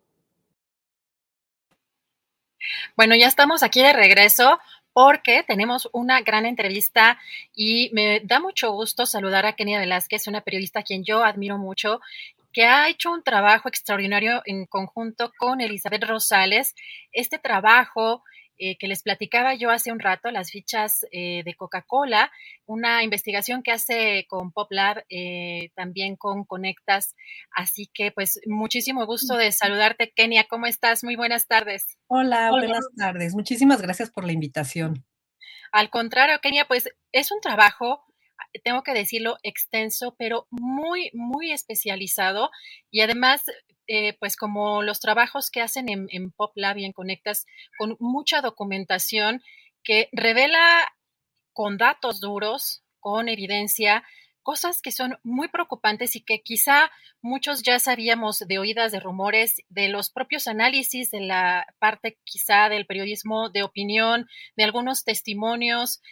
Bueno, ya estamos aquí de regreso porque tenemos una gran entrevista y me da mucho gusto saludar a Kenia Velázquez, una periodista a quien yo admiro mucho, que ha hecho un trabajo extraordinario en conjunto con Elizabeth Rosales. Este trabajo Eh, que les platicaba yo hace un rato, las fichas eh, de Coca-Cola, una investigación que hace con PopLab, eh, también con Conectas, así que pues muchísimo gusto de saludarte, Kenia, ¿cómo estás? Muy buenas tardes. Hola, Hola, buenas tardes, muchísimas gracias por la invitación. Al contrario, Kenia, pues es un trabajo, tengo que decirlo, extenso, pero muy, muy especializado y además, eh, pues como los trabajos que hacen en, en PopLab y en Conectas, con mucha documentación que revela con datos duros, con evidencia, cosas que son muy preocupantes y que quizá muchos ya sabíamos de oídas, de rumores, de los propios análisis, de la parte quizá del periodismo de opinión, de algunos testimonios,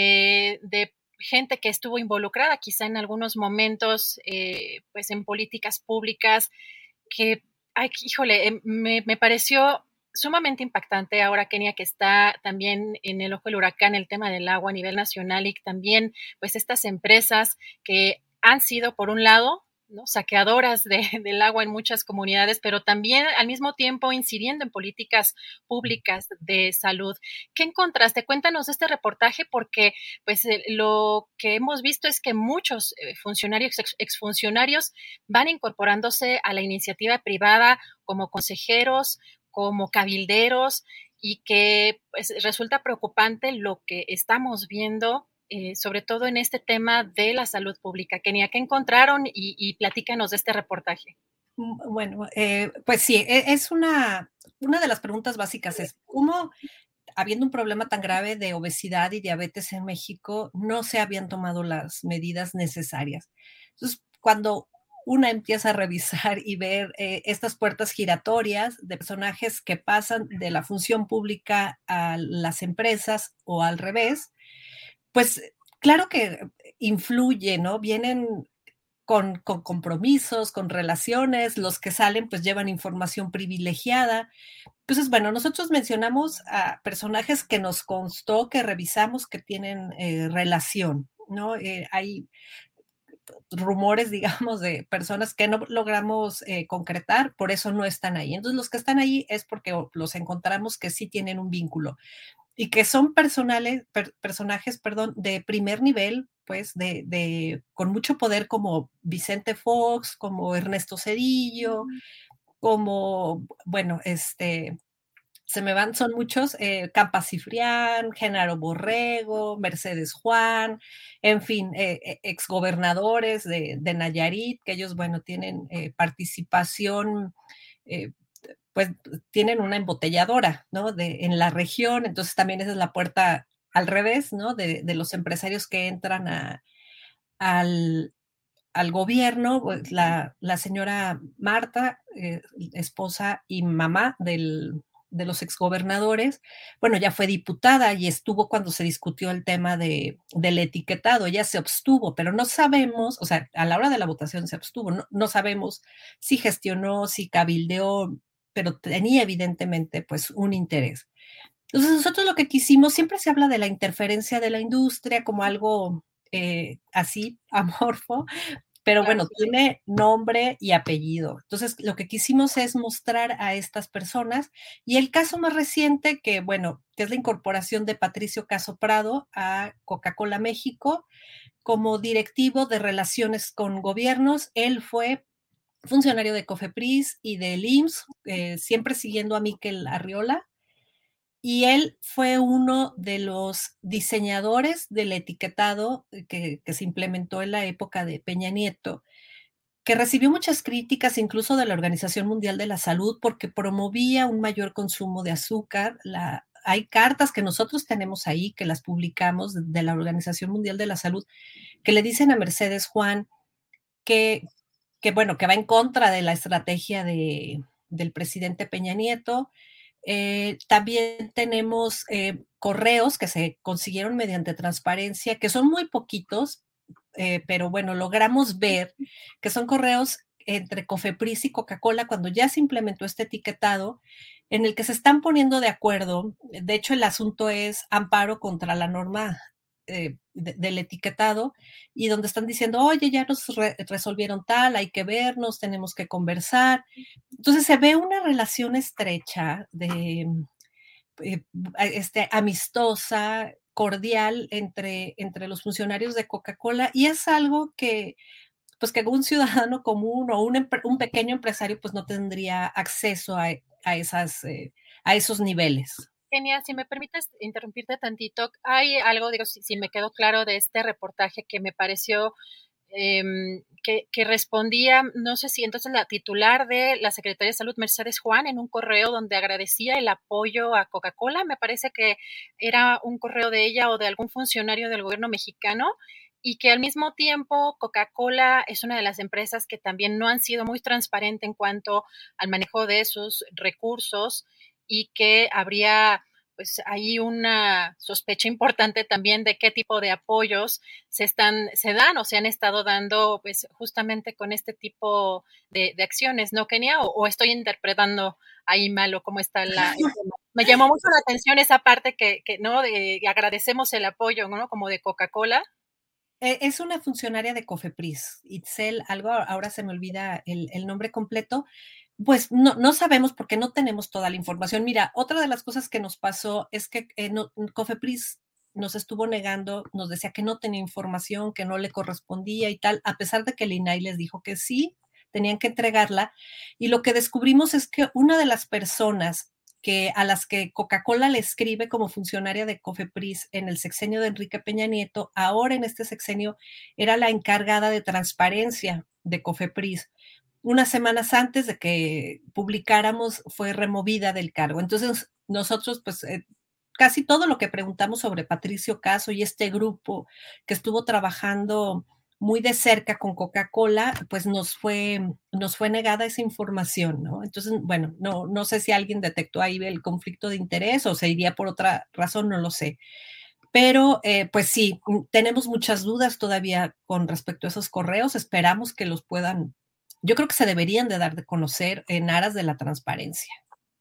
eh, de gente que estuvo involucrada quizá en algunos momentos, eh, pues en políticas públicas, que, ay, híjole, me, me pareció sumamente impactante ahora, Kenia, que está también en el ojo del huracán el tema del agua a nivel nacional y también pues estas empresas que han sido, por un lado, ¿no?, saqueadoras de, del agua en muchas comunidades, pero también al mismo tiempo incidiendo en políticas públicas de salud. ¿Qué encontraste? Cuéntanos este reportaje porque pues eh, lo que hemos visto es que muchos eh, funcionarios, ex, exfuncionarios van incorporándose a la iniciativa privada como consejeros, como cabilderos y que pues, resulta preocupante lo que estamos viendo, eh, sobre todo en este tema de la salud pública. Kenia, ¿qué encontraron? Y, y platícanos de este reportaje. Bueno, eh, pues sí, es una, una de las preguntas básicas es, ¿cómo, habiendo un problema tan grave de obesidad y diabetes en México, no se habían tomado las medidas necesarias? Entonces, cuando una empieza a revisar y ver eh, estas puertas giratorias de personajes que pasan de la función pública a las empresas o al revés, pues claro que influye, ¿no? Vienen con, con compromisos, con relaciones, los que salen pues llevan información privilegiada. Entonces, bueno, nosotros mencionamos a personajes que nos constó, que revisamos que tienen eh, relación, ¿no? Eh, hay rumores, digamos, de personas que no logramos eh, concretar, por eso no están ahí. Entonces, los que están ahí es porque los encontramos que sí tienen un vínculo y que son personales, per, personajes, perdón, de primer nivel, pues, de, de, con mucho poder como Vicente Fox, como Ernesto Zedillo, como, bueno, este... se me van, son muchos, eh, Campa Cifrián, Genaro Borrego, Mercedes Juan, en fin, eh, exgobernadores de, de Nayarit, que ellos, bueno, tienen eh, participación, eh, pues tienen una embotelladora, ¿no? De, en la región, entonces también esa es la puerta al revés, ¿no? De, de los empresarios que entran a, al, al gobierno, la, la señora Marta, eh, esposa y mamá del de los exgobernadores, bueno, ya fue diputada y estuvo cuando se discutió el tema de, del etiquetado, ella se abstuvo, pero no sabemos, o sea, a la hora de la votación se abstuvo, no, no sabemos si gestionó, si cabildeó, pero tenía evidentemente pues un interés. Entonces nosotros lo que quisimos, siempre se habla de la interferencia de la industria como algo eh, así amorfo, pero bueno, tiene nombre y apellido. Entonces, lo que quisimos es mostrar a estas personas y el caso más reciente, que bueno, que es la incorporación de Patricio Caso Prado a Coca-Cola México como directivo de relaciones con gobiernos. Él fue funcionario de COFEPRIS y del I M S S, eh, siempre siguiendo a Miquel Arriola. Y él fue uno de los diseñadores del etiquetado que, que se implementó en la época de Peña Nieto, que recibió muchas críticas incluso de la Organización Mundial de la Salud porque promovía un mayor consumo de azúcar. La, hay cartas que nosotros tenemos ahí, que las publicamos de la Organización Mundial de la Salud, que le dicen a Mercedes Juan que, que bueno, que va en contra de la estrategia de, del presidente Peña Nieto. Eh, también tenemos eh, correos que se consiguieron mediante transparencia, que son muy poquitos, eh, pero bueno, logramos ver que son correos entre COFEPRIS y Coca-Cola cuando ya se implementó este etiquetado, en el que se están poniendo de acuerdo. De hecho, el asunto es amparo contra la norma eh, de, del etiquetado, y donde están diciendo, oye, ya nos re resolvieron tal, hay que vernos, tenemos que conversar. Entonces se ve una relación estrecha, de, eh, este, amistosa, cordial entre, entre los funcionarios de Coca-Cola, y es algo que, pues, que un ciudadano común o un, un pequeño empresario pues no tendría acceso a, a, esas, eh, a esos niveles. Kenia, si me permites interrumpirte tantito, hay algo, digo, si, si me quedó claro de este reportaje que me pareció eh, que, que respondía, no sé si entonces la titular de la Secretaría de Salud, Mercedes Juan, en un correo donde agradecía el apoyo a Coca-Cola, me parece que era un correo de ella o de algún funcionario del gobierno mexicano, y que al mismo tiempo Coca-Cola es una de las empresas que también no han sido muy transparente en cuanto al manejo de sus recursos, y que habría pues ahí una sospecha importante también de qué tipo de apoyos se están, se dan o se han estado dando pues justamente con este tipo de, de acciones, ¿no, Kenia? O, o estoy interpretando ahí mal o cómo está la... Me llamó mucho la atención esa parte que, que ¿no? De, agradecemos el apoyo, ¿no? Como de Coca-Cola. Es una funcionaria de COFEPRIS, Itzel, algo, ahora se me olvida el, el nombre completo. Pues no, no sabemos porque no tenemos toda la información. Mira, otra de las cosas que nos pasó es que eh, no, COFEPRIS nos estuvo negando, nos decía que no tenía información, que no le correspondía y tal, a pesar de que el I N A I les dijo que sí, tenían que entregarla. Y lo que descubrimos es que una de las personas que a las que Coca-Cola le escribe como funcionaria de COFEPRIS en el sexenio de Enrique Peña Nieto, ahora en este sexenio era la encargada de transparencia de COFEPRIS. Unas semanas antes de que publicáramos fue removida del cargo. Entonces nosotros pues eh, casi todo lo que preguntamos sobre Patricio Caso y este grupo que estuvo trabajando muy de cerca con Coca-Cola, pues nos fue, nos fue negada esa información, ¿no? Entonces, bueno, no, no sé si alguien detectó ahí el conflicto de interés o se iría por otra razón, no lo sé. Pero, eh, pues sí, tenemos muchas dudas todavía con respecto a esos correos. Esperamos que los puedan, yo creo que se deberían de dar de conocer en aras de la transparencia.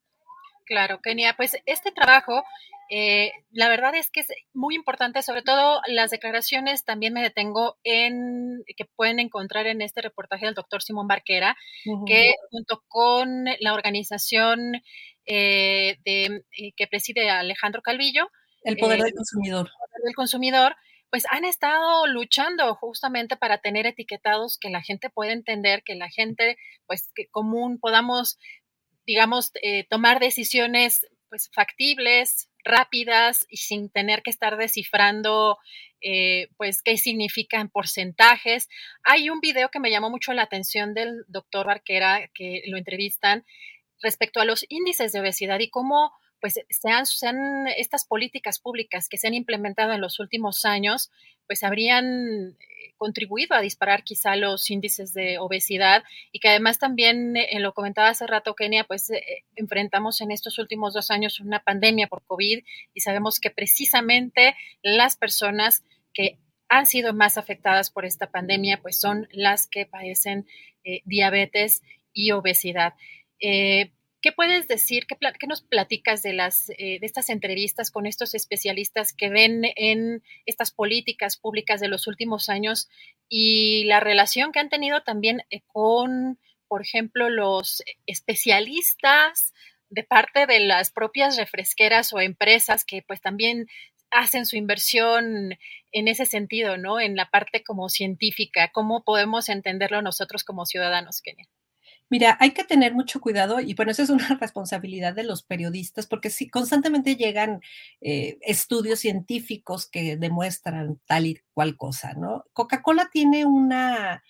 Claro, Kenia, pues este trabajo, eh, la verdad es que es muy importante, sobre todo las declaraciones, también me detengo en, que pueden encontrar en este reportaje del doctor Simón Barquera, uh-huh. que junto con la organización eh, de, eh, que preside Alejandro Calvillo, El Poder eh, del Consumidor. El Poder del Consumidor, pues han estado luchando justamente para tener etiquetados que la gente pueda entender, que la gente, pues, que común podamos digamos, eh, tomar decisiones pues factibles, rápidas y sin tener que estar descifrando eh, pues qué significan porcentajes. Hay un video que me llamó mucho la atención del doctor Barquera, que lo entrevistan respecto a los índices de obesidad y cómo pues sean, sean estas políticas públicas que se han implementado en los últimos años, pues habrían contribuido a disparar quizá los índices de obesidad y que además también, eh, lo comentaba hace rato Kenia, pues eh, enfrentamos en estos últimos dos años una pandemia por COVID y sabemos que precisamente las personas que han sido más afectadas por esta pandemia pues son las que padecen eh, diabetes y obesidad. Eh, ¿Qué puedes decir? ¿Qué, ¿Qué nos platicas de las eh, de estas entrevistas con estos especialistas que ven en estas políticas públicas de los últimos años y la relación que han tenido también eh, con, por ejemplo, los especialistas de parte de las propias refresqueras o empresas que pues también hacen su inversión en ese sentido, ¿no? En la parte como científica. ¿Cómo podemos entenderlo nosotros como ciudadanos, Kenia? Mira, hay que tener mucho cuidado y bueno, esa es una responsabilidad de los periodistas porque sí, constantemente llegan eh, estudios científicos que demuestran tal y cual cosa, ¿no? Coca-Cola tiene una,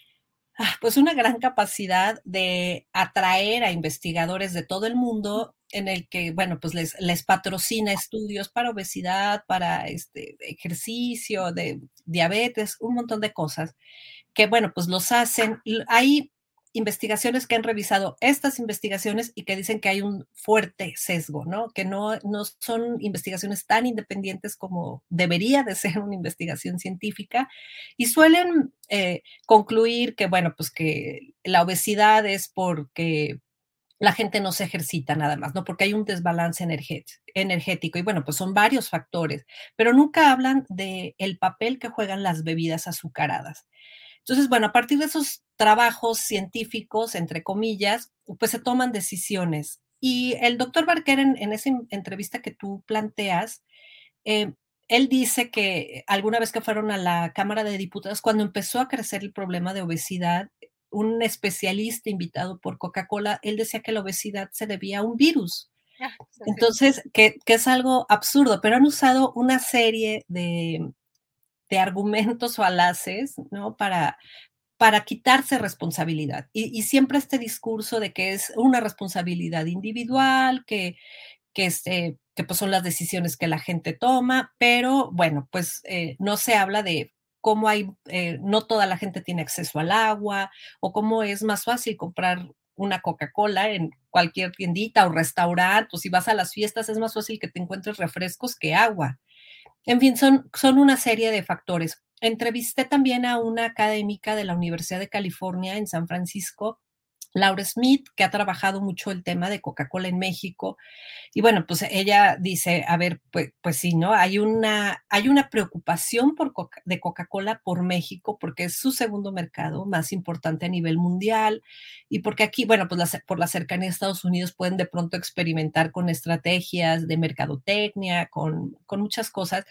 pues una gran capacidad de atraer a investigadores de todo el mundo en el que, bueno, pues les, les patrocina estudios para obesidad, para este ejercicio, de diabetes, un montón de cosas que, bueno, pues los hacen. Hay investigaciones que han revisado estas investigaciones y que dicen que hay un fuerte sesgo, ¿no? Que no, no son investigaciones tan independientes como debería de ser una investigación científica y suelen eh, concluir que, bueno, pues que la obesidad es porque la gente no se ejercita nada más, ¿no? Porque hay un desbalance energético y bueno, pues son varios factores, pero nunca hablan del papel que juegan las bebidas azucaradas. Entonces, bueno, a partir de esos trabajos científicos, entre comillas, pues se toman decisiones. Y el doctor Barquer, en, en esa entrevista que tú planteas, eh, él dice que alguna vez que fueron a la Cámara de Diputados, cuando empezó a crecer el problema de obesidad, un especialista invitado por Coca-Cola, él decía que la obesidad se debía a un virus. Entonces, que, que es algo absurdo, pero han usado una serie de de argumentos falaces, ¿no? Para, para quitarse responsabilidad. Y, y siempre este discurso de que es una responsabilidad individual, que, que, este, que pues son las decisiones que la gente toma, pero bueno, pues eh, no se habla de cómo hay, eh, no toda la gente tiene acceso al agua, o cómo es más fácil comprar una Coca-Cola en cualquier tiendita o restaurante, o si vas a las fiestas es más fácil que te encuentres refrescos que agua. En fin, son, son una serie de factores. Entrevisté también a una académica de la Universidad de California en San Francisco, Laura Smith, que ha trabajado mucho el tema de Coca-Cola en México. Y bueno, pues ella dice, a ver, pues, pues sí, ¿no? Hay una, hay una preocupación por Coca, de Coca-Cola por México, porque es su segundo mercado más importante a nivel mundial y porque aquí, bueno, pues la, por la cercanía a Estados Unidos pueden de pronto experimentar con estrategias de mercadotecnia, con, con muchas cosas.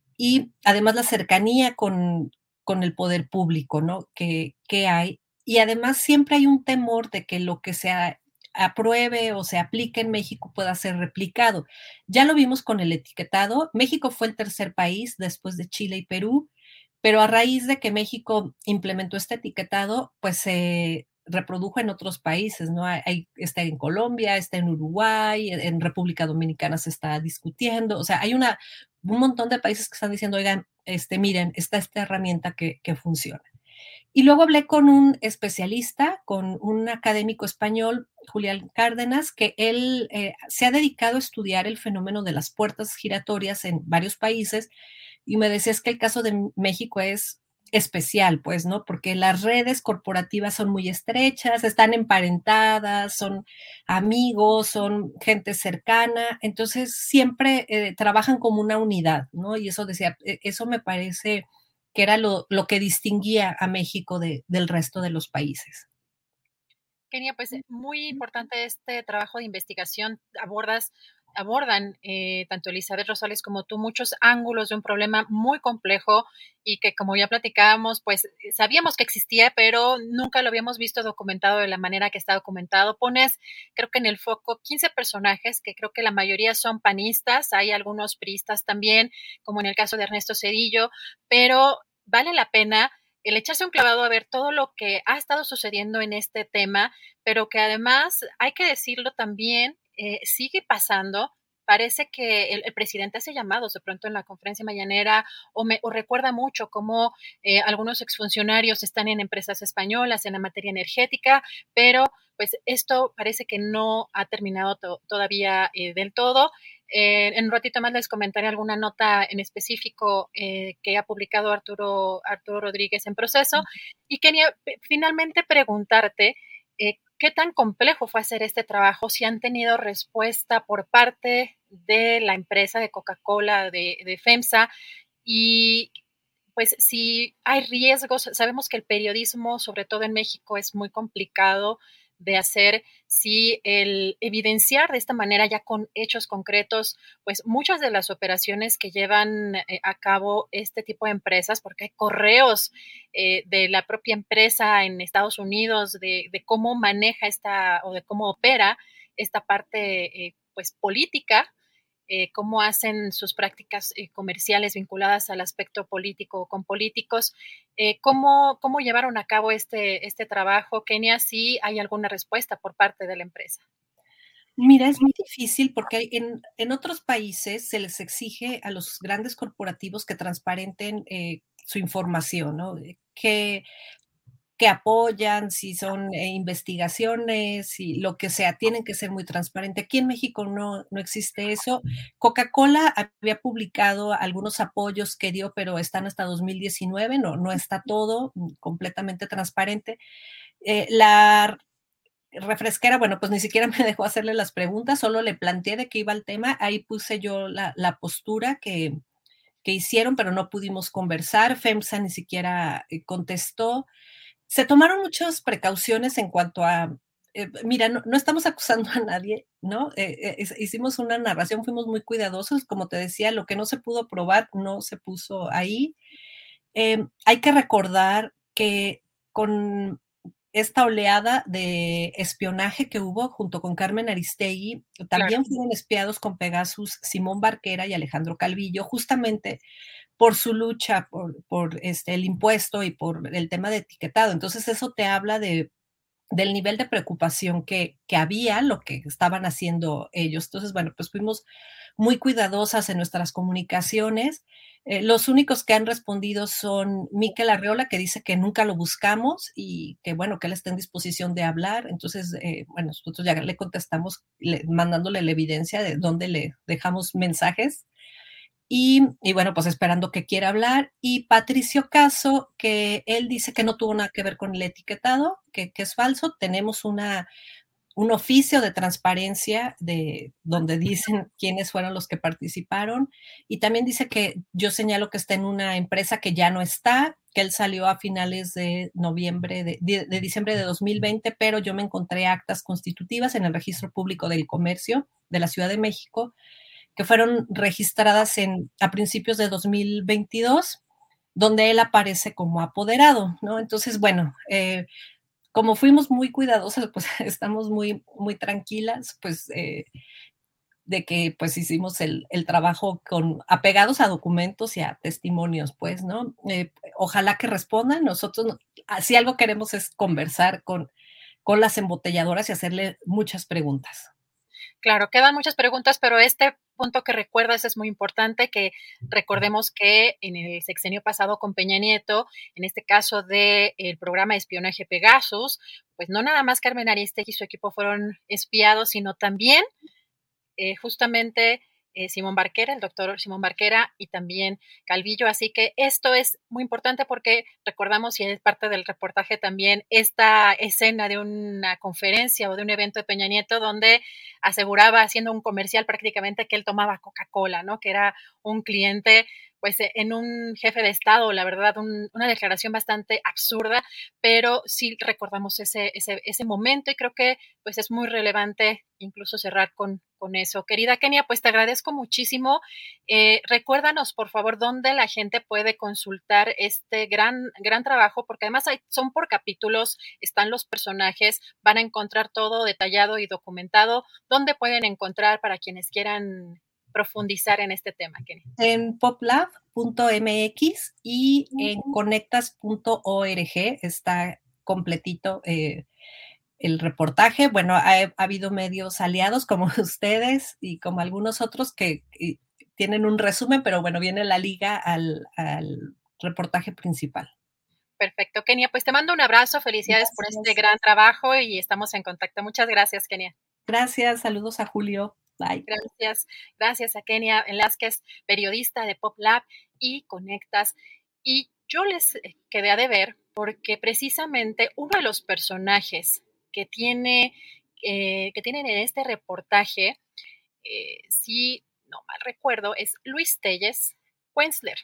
Y además la cercanía con, con el poder público, ¿no? Que, que hay. Y además siempre hay un temor de que lo que se apruebe o se aplique en México pueda ser replicado. Ya lo vimos con el etiquetado. México fue el tercer país después de Chile y Perú, pero a raíz de que México implementó este etiquetado, pues se reprodujo en otros países, ¿no? Hay, está en Colombia, está en Uruguay, en República Dominicana se está discutiendo. O sea, hay una, un montón de países que están diciendo, oigan, este, miren, está esta herramienta que, que funciona. Y luego hablé con un especialista, con un académico español, Julián Cárdenas, que él eh, se ha dedicado a estudiar el fenómeno de las puertas giratorias en varios países y me decía es que el caso de México es especial, pues, ¿no? Porque las redes corporativas son muy estrechas, están emparentadas, son amigos, son gente cercana, entonces siempre eh, trabajan como una unidad, ¿no? Y eso decía, eso me parece que era lo, lo que distinguía a México de, del resto de los países. Kenia, pues muy importante este trabajo de investigación. Abordas, abordan eh, tanto Elizabeth Rosales como tú muchos ángulos de un problema muy complejo y que, como ya platicábamos, pues sabíamos que existía, pero nunca lo habíamos visto documentado de la manera que está documentado. Pones, creo que en el foco, quince personajes, que creo que la mayoría son panistas, hay algunos priistas también, como en el caso de Ernesto Zedillo, pero vale la pena el echarse un clavado a ver todo lo que ha estado sucediendo en este tema, pero que además, hay que decirlo también, eh, sigue pasando parece que el, el presidente hace llamados de pronto en la conferencia mañanera o, me, o recuerda mucho cómo eh, algunos exfuncionarios están en empresas españolas en la materia energética, pero pues esto parece que no ha terminado to- todavía eh, del todo. Eh, en un ratito más les comentaré alguna nota en específico eh, que ha publicado Arturo, Arturo Rodríguez en Proceso. Y quería finalmente preguntarte, eh, ¿qué tan complejo fue hacer este trabajo? Si han tenido respuesta por parte de la empresa de Coca-Cola, de, de FEMSA, y pues si hay riesgos, sabemos que el periodismo, sobre todo en México, es muy complicado de hacer, si el evidenciar de esta manera ya con hechos concretos, pues muchas de las operaciones que llevan eh, a cabo este tipo de empresas, porque hay correos eh, de la propia empresa en Estados Unidos de, de cómo maneja esta o de cómo opera esta parte eh, pues política, eh, cómo hacen sus prácticas eh, comerciales vinculadas al aspecto político con políticos. Eh, ¿cómo, ¿Cómo llevaron a cabo este, este trabajo, Kenia? ¿Sí hay alguna respuesta por parte de la empresa? Mira, es muy difícil porque en, en otros países se les exige a los grandes corporativos que transparenten eh, su información, ¿no? Que, que apoyan, si son eh, investigaciones, si lo que sea, tienen que ser muy transparentes. Aquí en México no, no existe eso. Coca-Cola había publicado algunos apoyos que dio, pero están hasta dos mil diecinueve, no, no está todo completamente transparente. Eh, la refresquera, bueno, pues ni siquiera me dejó hacerle las preguntas, solo le planteé de qué iba el tema, ahí puse yo la, la postura que, que hicieron, pero no pudimos conversar, FEMSA ni siquiera eh, contestó. Se tomaron muchas precauciones en cuanto a, eh, mira, no, no estamos acusando a nadie, ¿no? Eh, eh, hicimos una narración, fuimos muy cuidadosos, como te decía, lo que no se pudo probar no se puso ahí. Eh, hay que recordar que con esta oleada de espionaje que hubo junto con Carmen Aristegui, también claro. Fueron espiados con Pegasus Simón Barquera y Alejandro Calvillo, justamente por su lucha por, por este, el impuesto y por el tema de etiquetado. Entonces eso te habla de, del nivel de preocupación que, que había, lo que estaban haciendo ellos. Entonces, bueno, pues fuimos muy cuidadosas en nuestras comunicaciones. Eh, los únicos que han respondido son Miquel Arreola, que dice que nunca lo buscamos y que, bueno, que él está en disposición de hablar. Entonces, eh, bueno, nosotros ya le contestamos le, mandándole la evidencia de dónde le dejamos mensajes. Y, y bueno, pues esperando que quiera hablar. Y Patricio Caso, que él dice que no tuvo nada que ver con el etiquetado, que, que es falso. Tenemos una... un oficio de transparencia de donde dicen quiénes fueron los que participaron y también dice que yo señalo que está en una empresa que ya no está, que él salió a finales de noviembre, de, de, de diciembre de dos mil veinte, pero yo me encontré actas constitutivas en el Registro Público del Comercio de la Ciudad de México que fueron registradas en, a principios de dos mil veintidós, donde él aparece como apoderado, ¿no? Entonces, bueno, eh, como fuimos muy cuidadosas, pues estamos muy, muy tranquilas, pues eh, de que pues hicimos el, el trabajo con apegados a documentos y a testimonios, pues, ¿no? Eh, ojalá que respondan. Nosotros, si algo queremos es conversar con, con las embotelladoras y hacerle muchas preguntas. Claro, quedan muchas preguntas, pero este punto que recuerdas es muy importante, que recordemos que en el sexenio pasado con Peña Nieto, en este caso del programa de espionaje Pegasus, pues no nada más Carmen Aristegui y su equipo fueron espiados, sino también eh, justamente eh, Simón Barquera, el doctor Simón Barquera y también Calvillo. Así que esto es muy importante porque recordamos, y es parte del reportaje también, esta escena de una conferencia o de un evento de Peña Nieto donde aseguraba, haciendo un comercial prácticamente, que él tomaba Coca-Cola, ¿no? Que era un cliente, pues en un jefe de Estado, la verdad, un, una declaración bastante absurda, pero sí recordamos ese, ese, ese momento y creo que pues es muy relevante incluso cerrar con, con eso. Querida Kenia, pues te agradezco muchísimo. Eh, recuérdanos, por favor, dónde la gente puede consultar este gran, gran trabajo, porque además hay, son por capítulos, están los personajes, van a encontrar todo detallado y documentado. ¿Dónde pueden encontrar para quienes quieran profundizar en este tema, Kenia? En poplab punto m x y en conectas punto org está completito eh, el reportaje. Bueno, ha, ha habido medios aliados como ustedes y como algunos otros que y, tienen un resumen, pero bueno, viene la liga al, al reportaje principal. Perfecto, Kenia. Pues te mando un abrazo, felicidades gracias. Por este gran trabajo y estamos en contacto. Muchas gracias, Kenia. Gracias, saludos a Julio. Bye. Gracias, gracias a Kenia Velázquez, periodista de PopLab y Conectas. Y yo les quedé a deber porque precisamente uno de los personajes que tiene, eh, que tienen en este reportaje, eh, si no mal recuerdo, es Luis Telles Quenzler,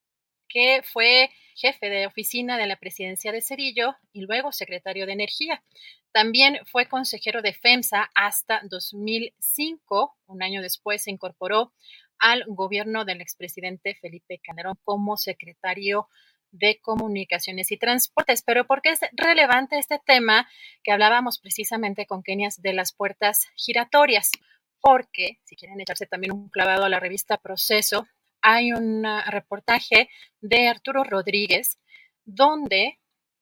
que fue jefe de oficina de la presidencia de Cedillo y luego secretario de Energía. También fue consejero de FEMSA hasta dos mil cinco. Un año después se incorporó al gobierno del expresidente Felipe Calderón como secretario de Comunicaciones y Transportes. Pero ¿por qué es relevante este tema que hablábamos precisamente con Kenia de las puertas giratorias? Porque, si quieren echarse también un clavado a la revista Proceso, hay un reportaje de Arturo Rodríguez donde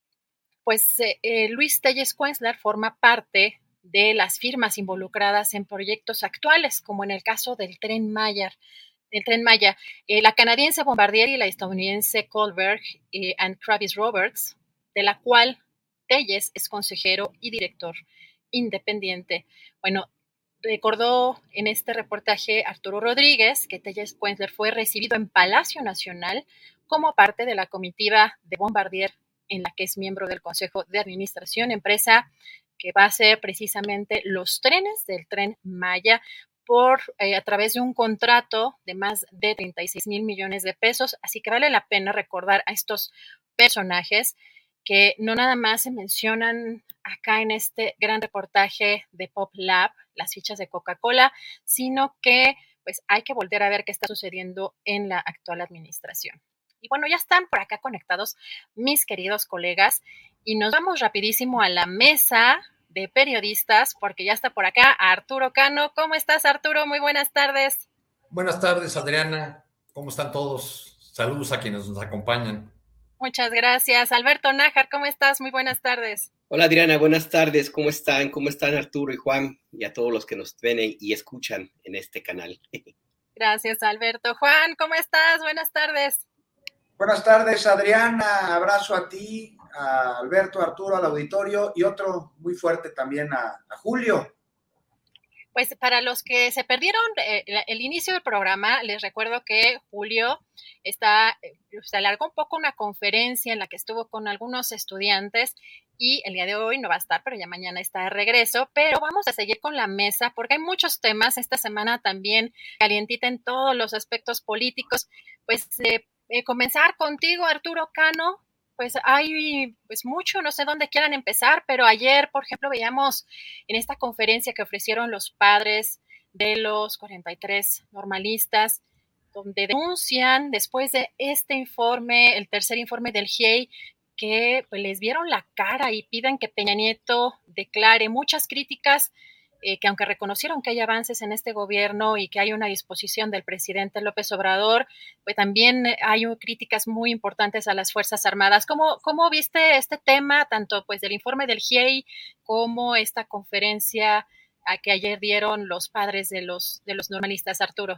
pues eh, Luis Telles Quenzler forma parte de las firmas involucradas en proyectos actuales, como en el caso del Tren Maya. El Tren Maya, eh, la canadiense Bombardier y la estadounidense Kohlberg eh, and Kravis Roberts, de la cual Telles es consejero y director independiente. Bueno, recordó en este reportaje Arturo Rodríguez que Telles Quenzler fue recibido en Palacio Nacional como parte de la comitiva de Bombardier, en la que es miembro del Consejo de Administración, empresa que va a hacer precisamente los trenes del Tren Maya por eh, a través de un contrato de más de treinta y seis mil millones de pesos. Así que vale la pena recordar a estos personajes que no nada más se mencionan acá en este gran reportaje de PopLab, las fichas de Coca-Cola, sino que pues hay que volver a ver qué está sucediendo en la actual administración. Y bueno, ya están por acá conectados mis queridos colegas y nos vamos rapidísimo a la mesa de periodistas porque ya está por acá Arturo Cano. ¿Cómo estás, Arturo? Muy buenas tardes. Buenas tardes, Adriana. ¿Cómo están todos? Saludos a quienes nos acompañan. Muchas gracias. Alberto Nájar, ¿cómo estás? Muy buenas tardes. Hola, Adriana. Buenas tardes. ¿Cómo están? ¿Cómo están Arturo y Juan? Y a todos los que nos ven y escuchan en este canal. Gracias, Alberto. Juan, ¿cómo estás? Buenas tardes. Buenas tardes, Adriana. Abrazo a ti, a Alberto, a Arturo, al auditorio y otro muy fuerte también a, a Julio. Pues para los que se perdieron eh, el inicio del programa, les recuerdo que Julio está, se alargó un poco una conferencia en la que estuvo con algunos estudiantes y el día de hoy no va a estar, pero ya mañana está de regreso. Pero vamos a seguir con la mesa porque hay muchos temas esta semana también calientita en todos los aspectos políticos. Pues eh, Eh, comenzar contigo, Arturo Cano, pues hay pues mucho, no sé dónde quieran empezar, pero ayer, por ejemplo, veíamos en esta conferencia que ofrecieron los padres de los cuarenta y tres normalistas, donde denuncian después de este informe, el tercer informe del G I E I, que pues, les vieron la cara y piden que Peña Nieto declare. Muchas críticas, Eh, que aunque reconocieron que hay avances en este gobierno y que hay una disposición del presidente López Obrador, pues también hay críticas muy importantes a las Fuerzas Armadas. ¿Cómo, cómo viste este tema, tanto pues del informe del G I E I como esta conferencia a que ayer dieron los padres de los, de los normalistas, Arturo?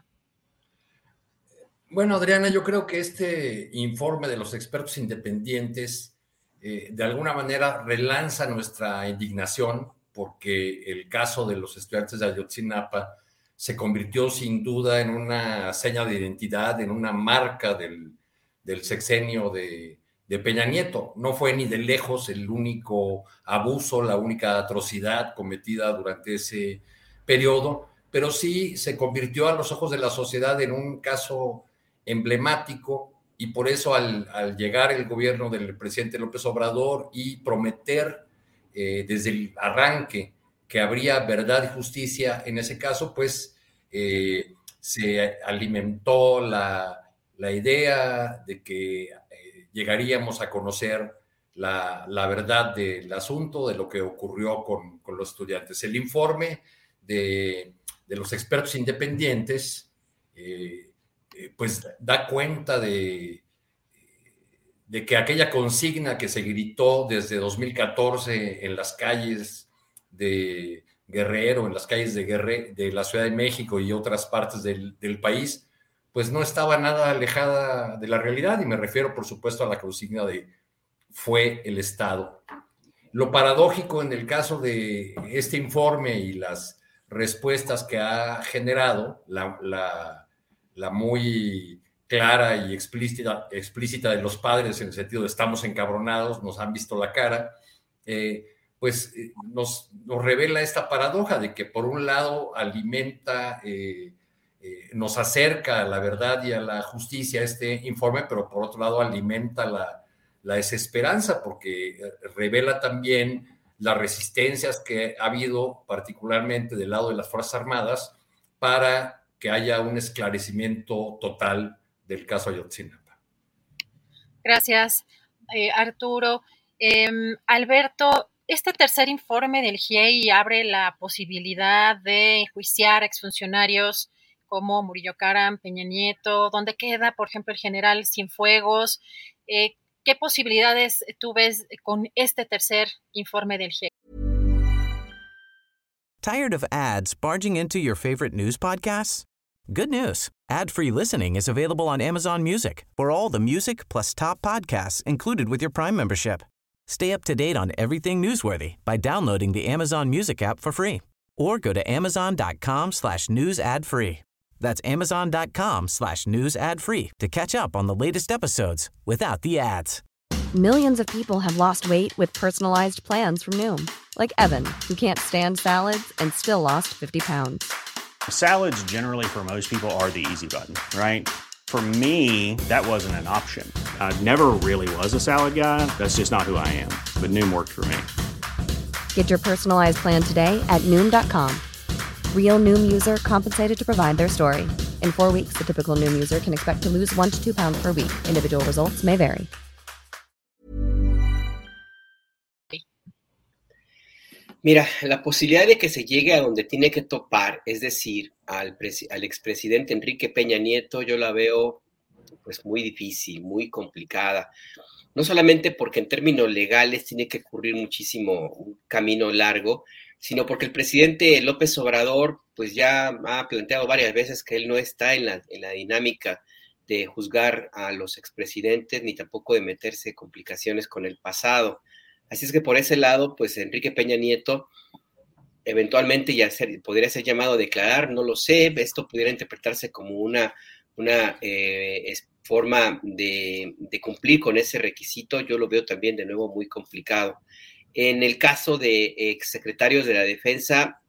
Bueno, Adriana, yo creo que este informe de los expertos independientes eh, de alguna manera relanza nuestra indignación, porque el caso de los estudiantes de Ayotzinapa se convirtió sin duda en una seña de identidad, en una marca del, del sexenio de, de Peña Nieto. No fue ni de lejos el único abuso, la única atrocidad cometida durante ese periodo, pero sí se convirtió a los ojos de la sociedad en un caso emblemático y por eso al, al llegar el gobierno del presidente López Obrador y prometer Eh, desde el arranque que habría verdad y justicia en ese caso, pues eh, se alimentó la, la idea de que eh, llegaríamos a conocer la, la verdad del asunto, de lo que ocurrió con, con los estudiantes. El informe de, de los expertos independientes eh, eh, pues da cuenta de de que aquella consigna que se gritó desde dos mil catorce en las calles de Guerrero, en las calles de, Guerre, de la Ciudad de México y otras partes del, del país, pues no estaba nada alejada de la realidad, y me refiero, por supuesto, a la consigna de fue el Estado. Lo paradójico en el caso de este informe y las respuestas que ha generado, la, la, la muy clara y explícita, explícita de los padres, en el sentido de estamos encabronados, nos han visto la cara, eh, pues eh, nos, nos revela esta paradoja de que por un lado alimenta, eh, eh, nos acerca a la verdad y a la justicia este informe, pero por otro lado alimenta la, la desesperanza, porque revela también las resistencias que ha habido, particularmente del lado de las Fuerzas Armadas, para que haya un esclarecimiento total del caso Ayotzinapa. Gracias, eh, Arturo. Eh, Alberto, este tercer informe del G I E I abre la posibilidad de enjuiciar a exfuncionarios como Murillo Karam, Peña Nieto, donde queda, por ejemplo, el general Cienfuegos. Eh, ¿Qué posibilidades tú ves con este tercer informe del G I E I? Tired of ads barging into your favorite news podcasts? Good news. Ad-free listening is available on Amazon Music for all the music plus top podcasts included with your Prime membership. Stay up to date on everything newsworthy by downloading the Amazon Music app for free or go to amazon.com slash news ad free. That's amazon.com slash news ad free to catch up on the latest episodes without the ads. Millions of people have lost weight with personalized plans from Noom, like Evan, who can't stand salads and still lost fifty pounds. Salads generally for most people are the easy button, right? For me, that wasn't an option. I never really was a salad guy. That's just not who I am. But Noom worked for me. Get your personalized plan today at Noom dot com. Real Noom user compensated to provide their story. In four weeks, the typical Noom user can expect to lose one to two pounds per week. Individual results may vary. Mira, la posibilidad de que se llegue a donde tiene que topar, es decir, al, presi- al expresidente Enrique Peña Nieto, yo la veo pues muy difícil, muy complicada. No solamente porque en términos legales tiene que ocurrir muchísimo, un camino largo, sino porque el presidente López Obrador pues ya ha planteado varias veces que él no está en la, en la dinámica de juzgar a los expresidentes, ni tampoco de meterse en complicaciones con el pasado. Así es que por ese lado, pues Enrique Peña Nieto eventualmente ya ser, podría ser llamado a declarar, no lo sé, esto pudiera interpretarse como una, una eh, forma de, de cumplir con ese requisito, yo lo veo también de nuevo muy complicado. En el caso de exsecretarios de la Defensa,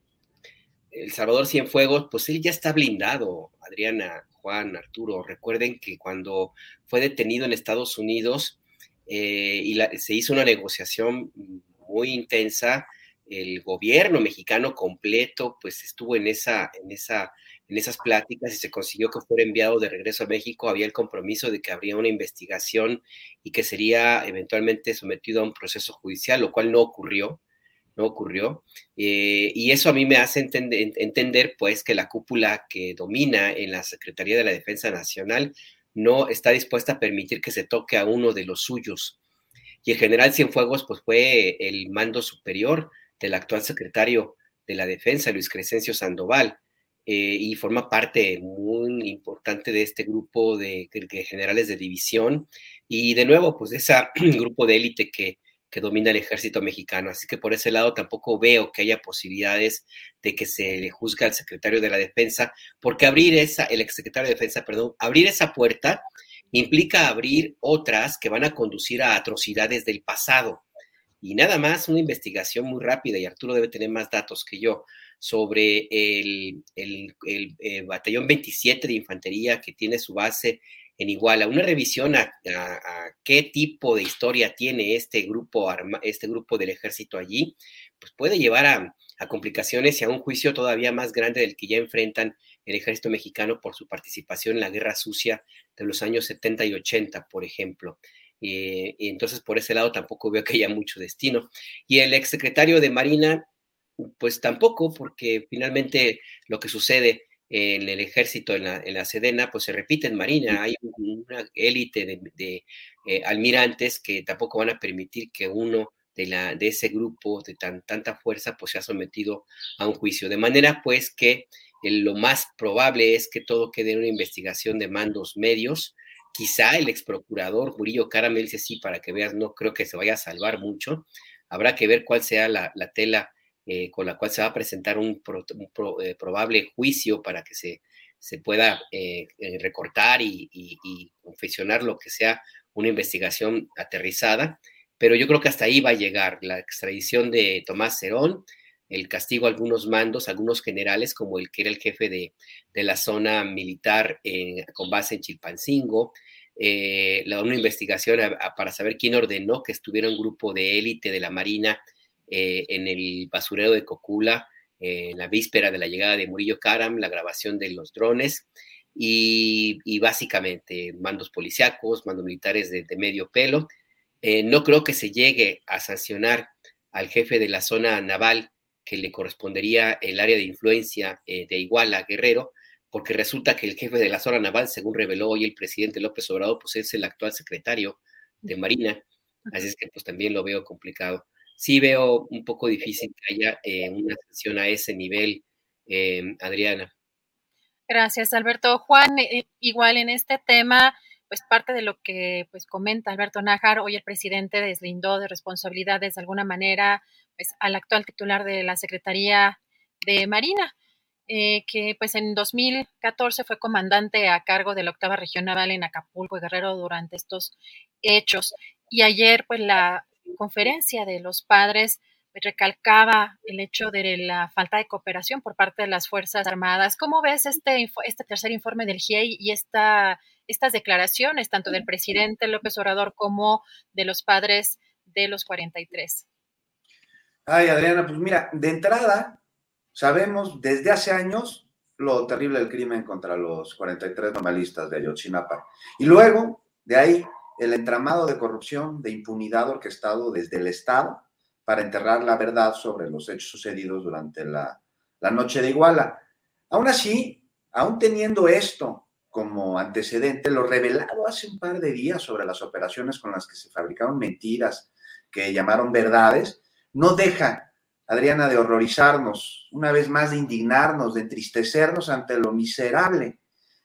el Salvador Cienfuegos, pues él ya está blindado, Adriana, Juan, Arturo. Recuerden que cuando fue detenido en Estados Unidos, Eh, y la, se hizo una negociación muy intensa, el gobierno mexicano completo pues estuvo en, esa, en, esa, en esas pláticas y se consiguió que fuera enviado de regreso a México. Había el compromiso de que habría una investigación y que sería eventualmente sometido a un proceso judicial, lo cual no ocurrió, no ocurrió, eh, y eso a mí me hace entender, entender pues que la cúpula que domina en la Secretaría de la Defensa Nacional no está dispuesta a permitir que se toque a uno de los suyos. Y el general Cienfuegos pues fue el mando superior del actual secretario de la Defensa, Luis Crescencio Sandoval, eh, y forma parte muy importante de este grupo de, de generales de división y de nuevo pues de ese grupo de élite que, que domina el ejército mexicano. Así que por ese lado tampoco veo que haya posibilidades de que se le juzgue al secretario de la Defensa, porque abrir esa, el exsecretario de Defensa, perdón, abrir esa puerta implica abrir otras que van a conducir a atrocidades del pasado. Y nada más una investigación muy rápida, y Arturo debe tener más datos que yo, sobre el, el, el, el batallón veintisiete de infantería que tiene su base en Iguala, una revisión a, a, a qué tipo de historia tiene este grupo, arma, este grupo del ejército allí, pues puede llevar a, a complicaciones y a un juicio todavía más grande del que ya enfrentan el ejército mexicano por su participación en la guerra sucia de los años setenta y ochenta, por ejemplo. Eh, y entonces por ese lado tampoco veo que haya mucho destino. Y el exsecretario de Marina, pues tampoco, porque finalmente lo que sucede en el ejército, en la, en la Sedena, pues se repite en Marina. Hay una élite de, de eh, almirantes que tampoco van a permitir que uno de, la, de ese grupo de tan, tanta fuerza, pues se ha sometido a un juicio. De manera, pues, que eh, lo más probable es que todo quede en una investigación de mandos medios. Quizá el exprocurador Murillo Karam dice sí, para que veas, no creo que se vaya a salvar mucho. Habrá que ver cuál sea la, la tela eh, con la cual se va a presentar un, pro, un pro, eh, probable juicio para que se, se pueda eh, eh, recortar y, y, y confeccionar lo que sea una investigación aterrizada. Pero yo creo que hasta ahí va a llegar la extradición de Tomás Cerón, el castigo a algunos mandos, algunos generales, como el que era el jefe de, de la zona militar eh, con base en Chilpancingo, eh, la, una investigación a, a, para saber quién ordenó que estuviera un grupo de élite de la Marina eh, en el basurero de Cocula, eh, en la víspera de la llegada de Murillo Karam, la grabación de los drones, y, y básicamente mandos policíacos, mandos militares de, de medio pelo. Eh, no creo que se llegue a sancionar al jefe de la zona naval que le correspondería el área de influencia eh, de Iguala, Guerrero, porque resulta que el jefe de la zona naval, según reveló hoy el presidente López Obrador, pues es el actual secretario de Marina, así es que pues también lo veo complicado. Sí veo un poco difícil que haya eh, una sanción a ese nivel, eh, Adriana. Gracias, Alberto. Juan, eh, igual en este tema, pues parte de lo que pues comenta Alberto Nájar, hoy el presidente deslindó de responsabilidades de alguna manera pues al actual titular de la Secretaría de Marina, eh, que pues en dos mil catorce fue comandante a cargo de la octava región naval en Acapulco, Guerrero, durante estos hechos. Y ayer pues la conferencia de los padres pues, recalcaba el hecho de la falta de cooperación por parte de las Fuerzas Armadas. ¿Cómo ves este, este tercer informe del G I E I y esta estas declaraciones, tanto del presidente López Obrador como de los padres de los cuarenta y tres? Ay, Adriana, pues mira, de entrada sabemos desde hace años lo terrible del crimen contra los cuarenta y tres normalistas de Ayotzinapa. Y luego, de ahí, el entramado de corrupción, de impunidad orquestado desde el Estado para enterrar la verdad sobre los hechos sucedidos durante la, la noche de Iguala. Aún así, aún teniendo esto como antecedente, lo revelado hace un par de días sobre las operaciones con las que se fabricaron mentiras que llamaron verdades, no deja, Adriana, de horrorizarnos, una vez más de indignarnos, de entristecernos ante lo miserable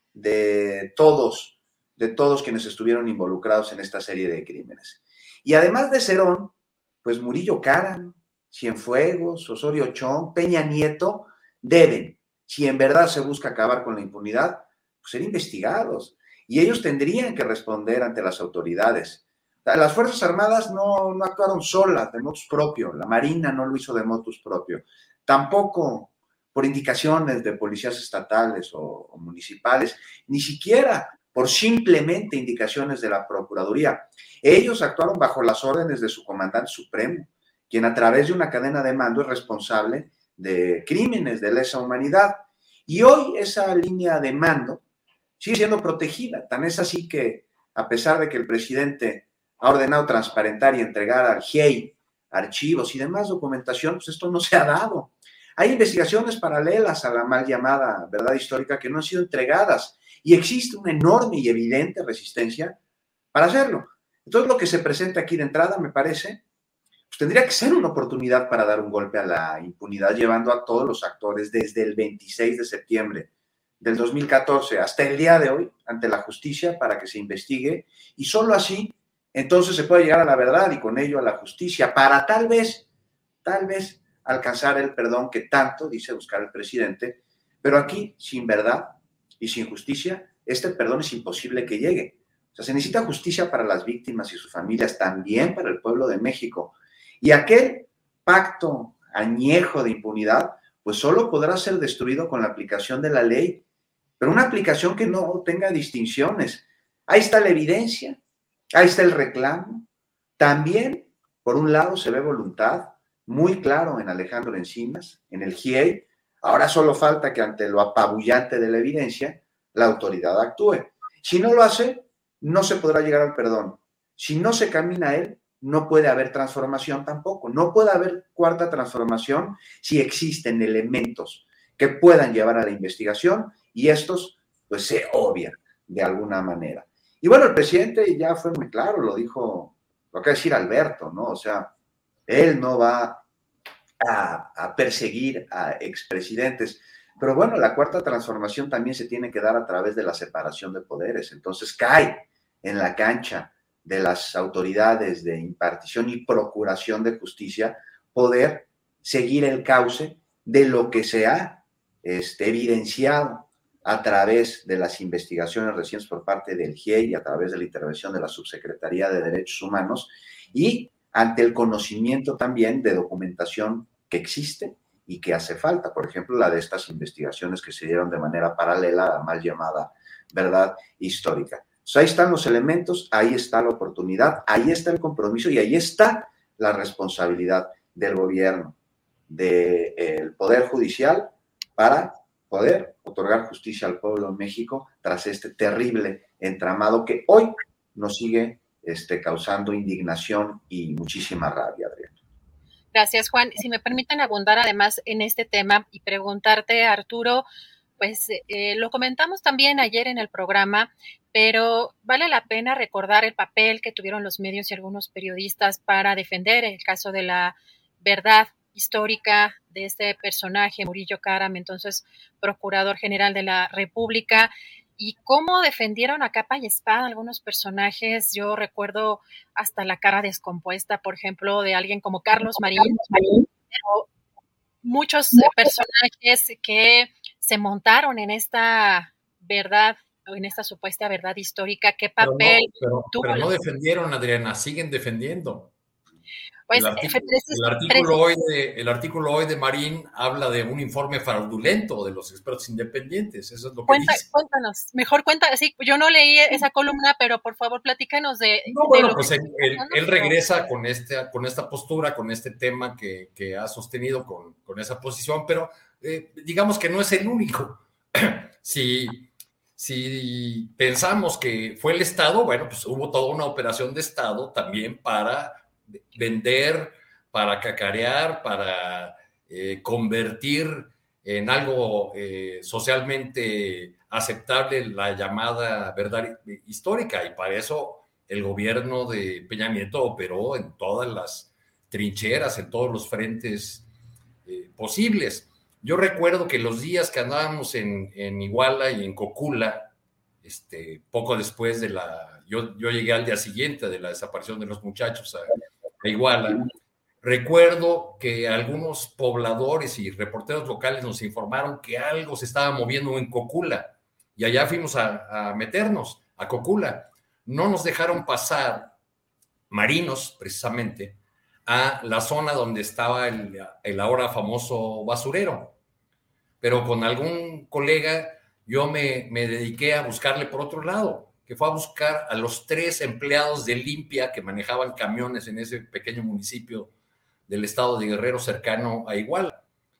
de todos, de todos quienes estuvieron involucrados en esta serie de crímenes. Y además de Cerón, pues Murillo Karam, Cienfuegos, Osorio Chong, Peña Nieto, deben, si en verdad se busca acabar con la impunidad, pues ser investigados. Y ellos tendrían que responder ante las autoridades. Las Fuerzas Armadas no, no actuaron solas, de motus propio. La Marina no lo hizo de motus propio. Tampoco por indicaciones de policías estatales o, o municipales, ni siquiera por simplemente indicaciones de la Procuraduría. Ellos actuaron bajo las órdenes de su comandante supremo, quien a través de una cadena de mando es responsable de crímenes de lesa humanidad. Y hoy esa línea de mando sigue siendo protegida. Tan es así que, a pesar de que el presidente ha ordenado transparentar y entregar al G I E I archivos y demás documentación, pues esto no se ha dado. Hay investigaciones paralelas a la mal llamada verdad histórica que no han sido entregadas y existe una enorme y evidente resistencia para hacerlo. Entonces, lo que se presenta aquí de entrada, me parece, pues tendría que ser una oportunidad para dar un golpe a la impunidad, llevando a todos los actores desde el veintiséis de septiembre del dos mil catorce hasta el día de hoy ante la justicia para que se investigue, y solo así entonces se puede llegar a la verdad y con ello a la justicia para tal vez, tal vez alcanzar el perdón que tanto dice buscar el presidente. Pero aquí, sin verdad y sin justicia, este perdón es imposible que llegue. O sea, se necesita justicia para las víctimas y sus familias, también para el pueblo de México. Y aquel pacto añejo de impunidad, pues solo podrá ser destruido con la aplicación de la ley, pero una aplicación que no tenga distinciones. Ahí está la evidencia, ahí está el reclamo. También, por un lado, se ve voluntad, muy claro en Alejandro Encinas, en el G I E I. Ahora solo falta que ante lo apabullante de la evidencia, la autoridad actúe. Si no lo hace, no se podrá llegar al perdón. Si no se camina a él, no puede haber transformación tampoco. No puede haber cuarta transformación si existen elementos que puedan llevar a la investigación y estos, pues, se obvian de alguna manera. Y bueno, el presidente ya fue muy claro, lo dijo, lo acaba de decir Alberto, ¿no? O sea, Él no va a, a perseguir a expresidentes. Pero bueno, la cuarta transformación también se tiene que dar a través de la separación de poderes. Entonces cae en la cancha de las autoridades de impartición y procuración de justicia poder seguir el cauce de lo que se ha este, evidenciado a través de las investigaciones recientes por parte del G I E I y a través de la intervención de la Subsecretaría de Derechos Humanos y ante el conocimiento también de documentación que existe y que hace falta, por ejemplo, la de estas investigaciones que se dieron de manera paralela a la mal llamada verdad histórica. Pues ahí están los elementos, ahí está la oportunidad, ahí está el compromiso y ahí está la responsabilidad del gobierno, del Poder Judicial para poder otorgar justicia al pueblo de México tras este terrible entramado que hoy nos sigue este, causando indignación y muchísima rabia, Adriana. Gracias, Juan. Si me permiten abundar además en este tema y preguntarte, Arturo, pues eh, lo comentamos también ayer en el programa, pero vale la pena recordar el papel que tuvieron los medios y algunos periodistas para defender el caso de la verdad histórica de este personaje, Murillo Karam, entonces Procurador General de la República, y cómo defendieron a capa y espada algunos personajes. Yo recuerdo hasta la cara descompuesta, por ejemplo, de alguien como Carlos Marín, pero muchos personajes que se montaron en esta verdad, o en esta supuesta verdad histórica. ¿Qué papel pero no, pero, tuvo? Pero no defendieron, Adriana, siguen defendiendo. Pues, el, artículo, el, artículo hoy de, el artículo hoy de Marín habla de un informe fraudulento de los expertos independientes. Eso es lo que Cuenta, dice. Cuéntanos, mejor cuenta. Sí, yo no leí esa columna, pero por favor platícanos de. No, de bueno, lo pues que él, él, él regresa con, este, con esta postura, con este tema que, que ha sostenido con, con esa posición, pero eh, digamos que no es el único. si, si pensamos que fue el Estado, bueno, pues hubo toda una operación de Estado también para vender, para cacarear, para eh, convertir en algo eh, socialmente aceptable la llamada verdad histórica, y para eso el gobierno de Peña Nieto operó en todas las trincheras, en todos los frentes eh, posibles. Yo recuerdo que los días que andábamos en, en Iguala y en Cocula, este, poco después de la... Yo, yo llegué al día siguiente de la desaparición de los muchachos a, a Iguala. Recuerdo que algunos pobladores y reporteros locales nos informaron que algo se estaba moviendo en Cocula, y allá fuimos a, a meternos a Cocula. No nos dejaron pasar, marinos precisamente, a la zona donde estaba el, el ahora famoso basurero. Pero con algún colega yo me, me dediqué a buscarle por otro lado, que fue a buscar a los tres empleados de Limpia que manejaban camiones en ese pequeño municipio del estado de Guerrero cercano a Iguala.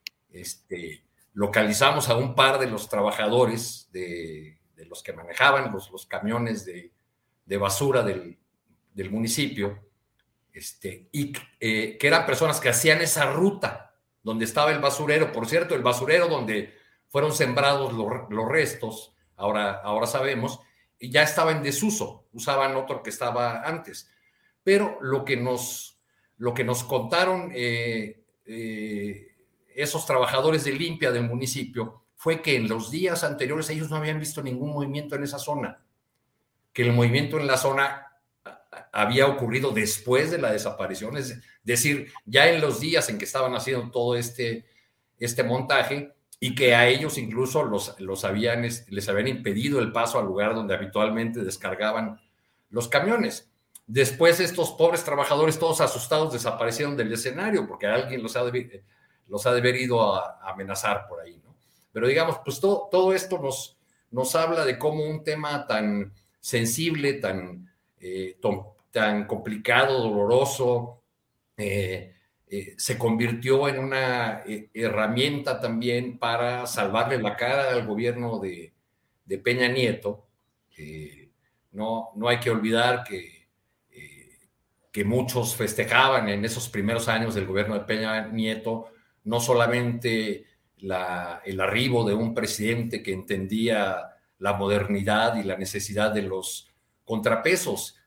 Este, localizamos a un par de los trabajadores de, de los que manejaban los, los camiones de, de basura del, del municipio, este, y eh, que eran personas que hacían esa ruta donde estaba el basurero. Por cierto, el basurero donde fueron sembrados los, los restos, ahora, ahora sabemos, y ya estaba en desuso, usaban otro que estaba antes. Pero lo que nos, lo que nos contaron eh, eh, esos trabajadores de Limpia del municipio fue que en los días anteriores ellos no habían visto ningún movimiento en esa zona, que el movimiento en la zona había ocurrido después de la desaparición, es decir, ya en los días en que estaban haciendo todo este, este montaje, y que a ellos incluso los, los habían, les habían impedido el paso al lugar donde habitualmente descargaban los camiones. Después estos pobres trabajadores, todos asustados, desaparecieron del escenario porque alguien los ha de, los ha de haber ido a, a amenazar por ahí, ¿no? Pero digamos, pues todo, todo esto nos, nos habla de cómo un tema tan sensible, tan, eh, tan complicado, doloroso, eh, Eh, se convirtió en una eh, herramienta también para salvarle la cara al gobierno de, de Peña Nieto. Eh, no, no hay que olvidar que, eh, que muchos festejaban en esos primeros años del gobierno de Peña Nieto no solamente la, el arribo de un presidente que entendía la modernidad y la necesidad de los contrapesos,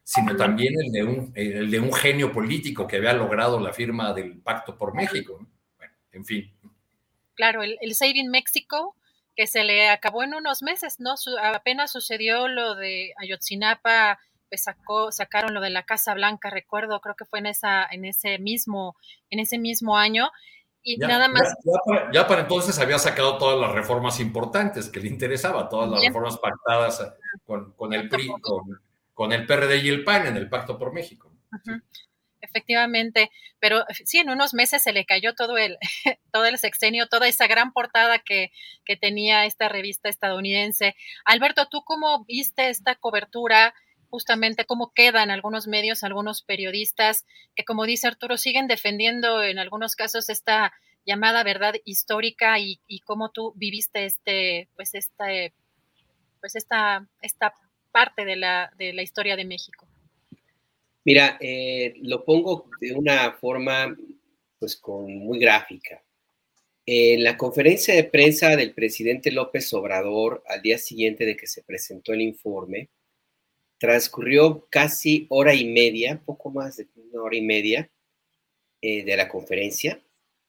sino también el de un, el de un genio político que había logrado la firma del Pacto por México, ¿no? Bueno, en fin. Claro, el, el Saving México, que se le acabó en unos meses, ¿no? Su, apenas sucedió lo de Ayotzinapa, pues sacó, sacaron lo de la Casa Blanca, recuerdo, creo que fue en esa, en ese mismo, en ese mismo año. Y ya, nada más. Ya, ya, para, ya para entonces había sacado todas las reformas importantes que le interesaba, todas las Bien. reformas pactadas con, con el P R I, con, con el P R D y el P A N en el Pacto por México. Uh-huh. Sí. Efectivamente, pero sí, en unos meses se le cayó todo el, todo el sexenio, toda esa gran portada que, que tenía esta revista estadounidense. Alberto, ¿tú cómo viste esta cobertura? Justamente cómo quedan algunos medios, algunos periodistas que, como dice Arturo, siguen defendiendo en algunos casos esta llamada verdad histórica y, y cómo tú viviste este, pues este, pues esta, esta parte de la, de la historia de México. Mira, eh, lo pongo de una forma, pues, con muy gráfica. En la conferencia de prensa del presidente López Obrador, al día siguiente de que se presentó el informe, transcurrió casi hora y media, poco más de una hora y media eh, de la conferencia,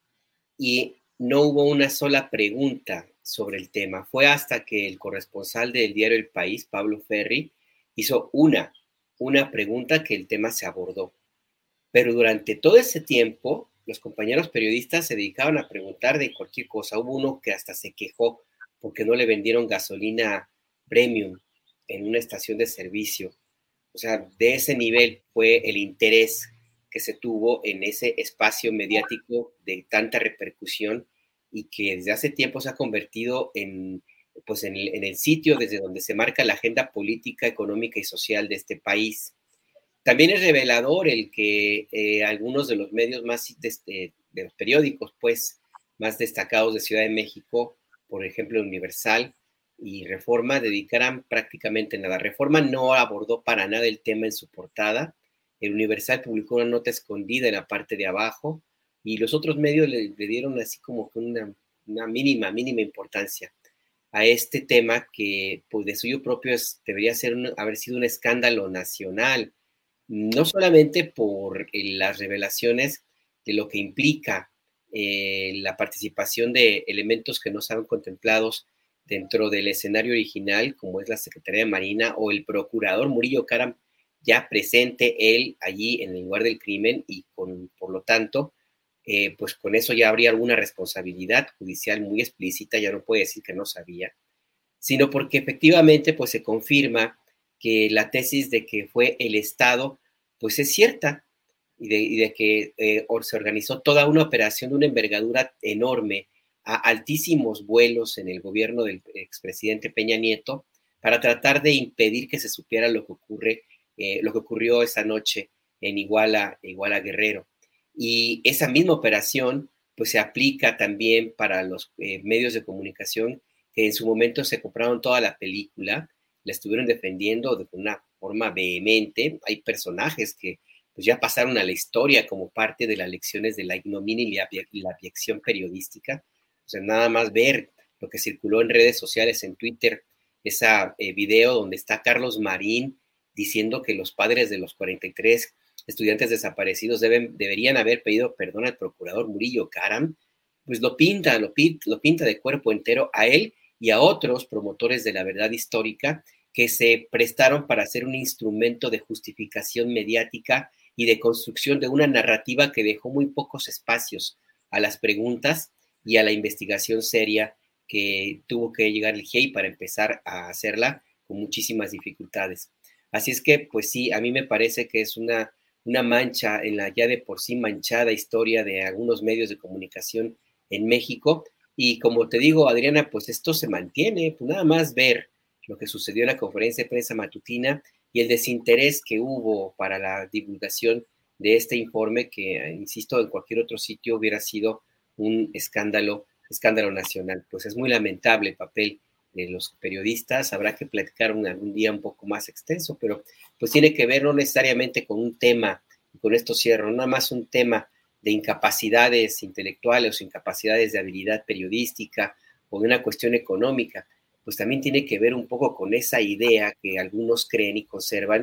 y no hubo una sola pregunta sobre el tema. Fue hasta que el corresponsal del diario El País, Pablo Ferri, hizo una una pregunta que el tema se abordó. Pero durante todo ese tiempo, los compañeros periodistas se dedicaban a preguntar de cualquier cosa. Hubo uno que hasta se quejó porque no le vendieron gasolina premium en una estación de servicio. O sea, de ese nivel fue el interés que se tuvo en ese espacio mediático de tanta repercusión y que desde hace tiempo se ha convertido en pues en el, en el sitio desde donde se marca la agenda política, económica y social de este país. También es revelador el que eh, algunos de los medios más, de, de los periódicos, pues, más destacados de Ciudad de México, por ejemplo, Universal y Reforma, dedicaran prácticamente nada. Reforma no abordó para nada el tema en su portada. El Universal publicó una nota escondida en la parte de abajo y los otros medios le, le dieron así como que una, una mínima, mínima importancia a este tema que pues de suyo propio es, debería ser un, haber sido un escándalo nacional, no solamente por eh, las revelaciones de lo que implica eh, la participación de elementos que no estaban contemplados dentro del escenario original, como es la Secretaría de Marina o el procurador Murillo Caram, ya presente él allí en el lugar del crimen y con, por lo tanto, Eh, pues con eso ya habría alguna responsabilidad judicial muy explícita, ya no puede decir que no sabía, sino porque efectivamente pues se confirma que la tesis de que fue el Estado pues es cierta y de, y de que eh, se organizó toda una operación de una envergadura enorme a altísimos vuelos en el gobierno del expresidente Peña Nieto para tratar de impedir que se supiera lo que ocurre, eh, lo que ocurrió esa noche en Iguala, Iguala Guerrero. Y esa misma operación pues se aplica también para los eh, medios de comunicación que en su momento se compraron toda la película, la estuvieron defendiendo de una forma vehemente. Hay personajes que pues ya pasaron a la historia como parte de las lecciones de la ignominia y la, y la abyección periodística. O sea, nada más ver lo que circuló en redes sociales, en Twitter, ese eh, video donde está Carlos Marín diciendo que los padres de los cuarenta y tres estudiantes desaparecidos deben, deberían haber pedido perdón al procurador Murillo Caram, pues lo pinta, lo, lo pinta de cuerpo entero a él y a otros promotores de la verdad histórica que se prestaron para hacer un instrumento de justificación mediática y de construcción de una narrativa que dejó muy pocos espacios a las preguntas y a la investigación seria que tuvo que llegar el G I E I para empezar a hacerla con muchísimas dificultades. Así es que, pues sí, a mí me parece que es una una mancha en la ya de por sí manchada historia de algunos medios de comunicación en México. Y como te digo, Adriana, pues esto se mantiene, pues nada más ver lo que sucedió en la conferencia de prensa matutina y el desinterés que hubo para la divulgación de este informe que, insisto, en cualquier otro sitio hubiera sido un escándalo, escándalo nacional. Pues es muy lamentable el papel de los periodistas, habrá que platicar un, algún día un poco más extenso, pero pues tiene que ver no necesariamente con un tema, y con esto cierro, no nada más un tema de incapacidades intelectuales o incapacidades de habilidad periodística o de una cuestión económica, pues también tiene que ver un poco con esa idea que algunos creen y conservan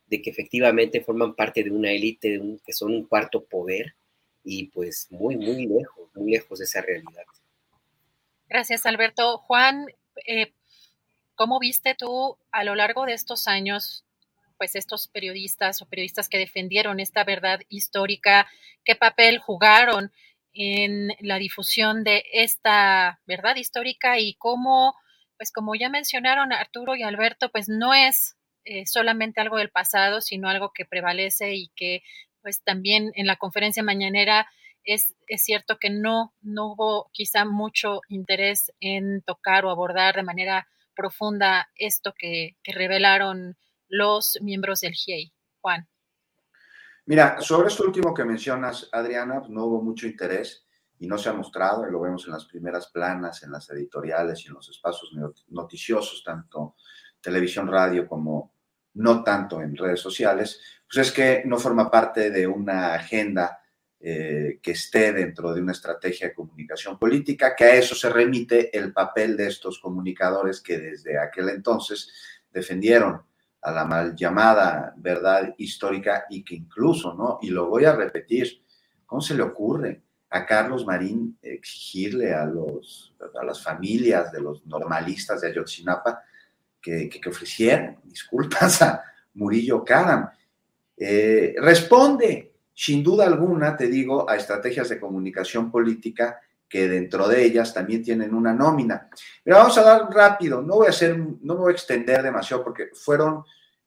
de que efectivamente forman parte de una élite, de un, que son un cuarto poder, y pues muy, muy lejos, muy lejos de esa realidad. Gracias, Alberto. Juan, eh, ¿cómo viste tú a lo largo de estos años, pues estos periodistas o periodistas que defendieron esta verdad histórica, qué papel jugaron en la difusión de esta verdad histórica y cómo, pues como ya mencionaron Arturo y Alberto, pues no es eh, solamente algo del pasado, sino algo que prevalece y que pues también en la conferencia mañanera es, es cierto que no, no hubo quizá mucho interés en tocar o abordar de manera profunda esto que, que revelaron los miembros del G I E I. Juan. Mira, sobre esto último que mencionas, Adriana, no hubo mucho interés y no se ha mostrado, y lo vemos en las primeras planas, en las editoriales y en los espacios noticiosos, tanto televisión, radio, como no tanto en redes sociales, pues es que no forma parte de una agenda eh, que esté dentro de una estrategia de comunicación política, que a eso se remite el papel de estos comunicadores que desde aquel entonces defendieron a la mal llamada verdad histórica y que incluso, ¿no? Y lo voy a repetir, ¿cómo se le ocurre a Carlos Marín exigirle a, los, a las familias de los normalistas de Ayotzinapa que, que, que ofrecieran disculpas a Murillo Karam? Eh, responde, sin duda alguna, te digo, a estrategias de comunicación política que dentro de ellas también tienen una nómina. Pero vamos a dar rápido, no voy a hacer, no me voy a extender demasiado porque fueron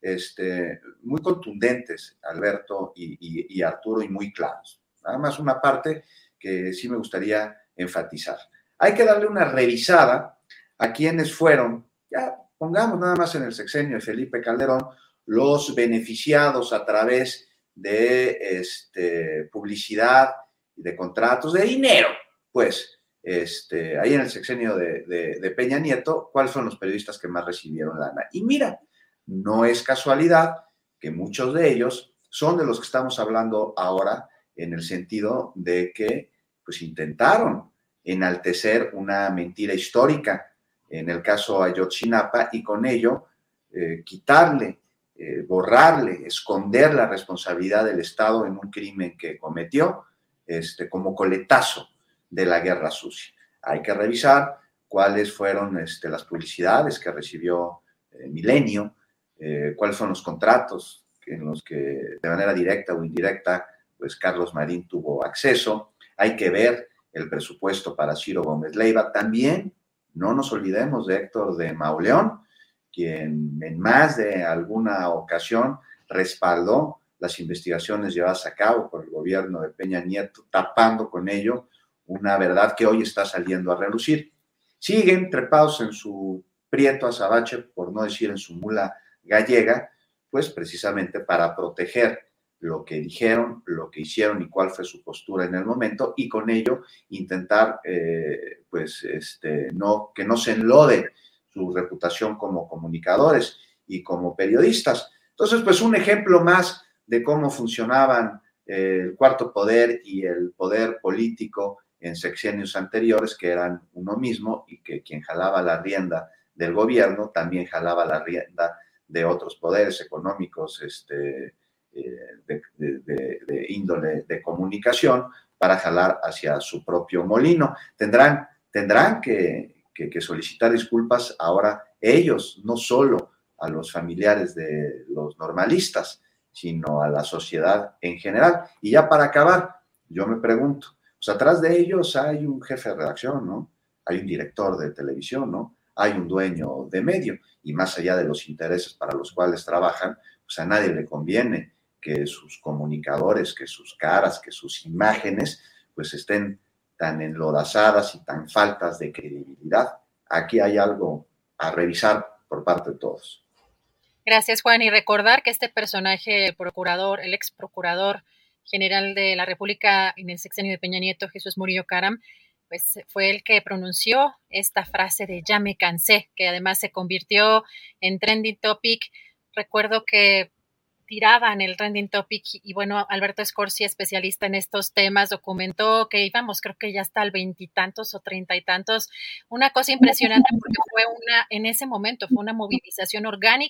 este, muy contundentes Alberto y, y, y Arturo y muy claros. Nada más una parte que sí me gustaría enfatizar. Hay que darle una revisada a quienes fueron, ya pongamos nada más en el sexenio de Felipe Calderón, los beneficiados a través de este, publicidad y de contratos de dinero. Pues este, ahí en el sexenio de, de, de Peña Nieto, ¿cuáles fueron los periodistas que más recibieron lana? Y mira, no es casualidad que muchos de ellos son de los que estamos hablando ahora en el sentido de que pues intentaron enaltecer una mentira histórica, en el caso Ayotzinapa, y con ello eh, quitarle, eh, borrarle, esconder la responsabilidad del Estado en un crimen que cometió este, como coletazo de la guerra sucia. Hay que revisar cuáles fueron este, las publicidades que recibió eh, Milenio, eh, cuáles fueron los contratos en los que de manera directa o indirecta pues Carlos Marín tuvo acceso. Hay que ver el presupuesto para Ciro Gómez Leiva. También no nos olvidemos de Héctor de Mauleón, quien en más de alguna ocasión respaldó las investigaciones llevadas a cabo por el gobierno de Peña Nieto, tapando con ello una verdad que hoy está saliendo a relucir. Siguen trepados en su prieto azabache, por no decir en su mula gallega, pues precisamente para proteger lo que dijeron, lo que hicieron y cuál fue su postura en el momento, y con ello intentar eh, pues este, no, que no se enlode su reputación como comunicadores y como periodistas. Entonces, pues un ejemplo más de cómo funcionaban eh, el cuarto poder y el poder político en sexenios anteriores, que eran uno mismo, y que quien jalaba la rienda del gobierno también jalaba la rienda de otros poderes económicos este, eh, de, de, de, de índole de comunicación para jalar hacia su propio molino. Tendrán, tendrán que, que, que solicitar disculpas ahora ellos, no solo a los familiares de los normalistas, sino a la sociedad en general. Y ya para acabar, yo me pregunto, pues atrás de ellos hay un jefe de redacción, ¿no? Hay un director de televisión, ¿no? Hay un dueño de medio, y más allá de los intereses para los cuales trabajan, pues a nadie le conviene que sus comunicadores, que sus caras, que sus imágenes, pues estén tan enlodazadas y tan faltas de credibilidad. Aquí hay algo a revisar por parte de todos. Gracias, Juan. Y recordar que este personaje, el procurador, el ex procurador general de la República en el sexenio de Peña Nieto, Jesús Murillo Karam, pues fue el que pronunció esta frase de "ya me cansé", que además se convirtió en trending topic. Recuerdo que tiraban el trending topic y bueno, Alberto Scorsi, especialista en estos temas, documentó que íbamos, creo que ya hasta al veintitantos o treinta y tantos. Una cosa impresionante porque fue una, en ese momento, fue una movilización orgánica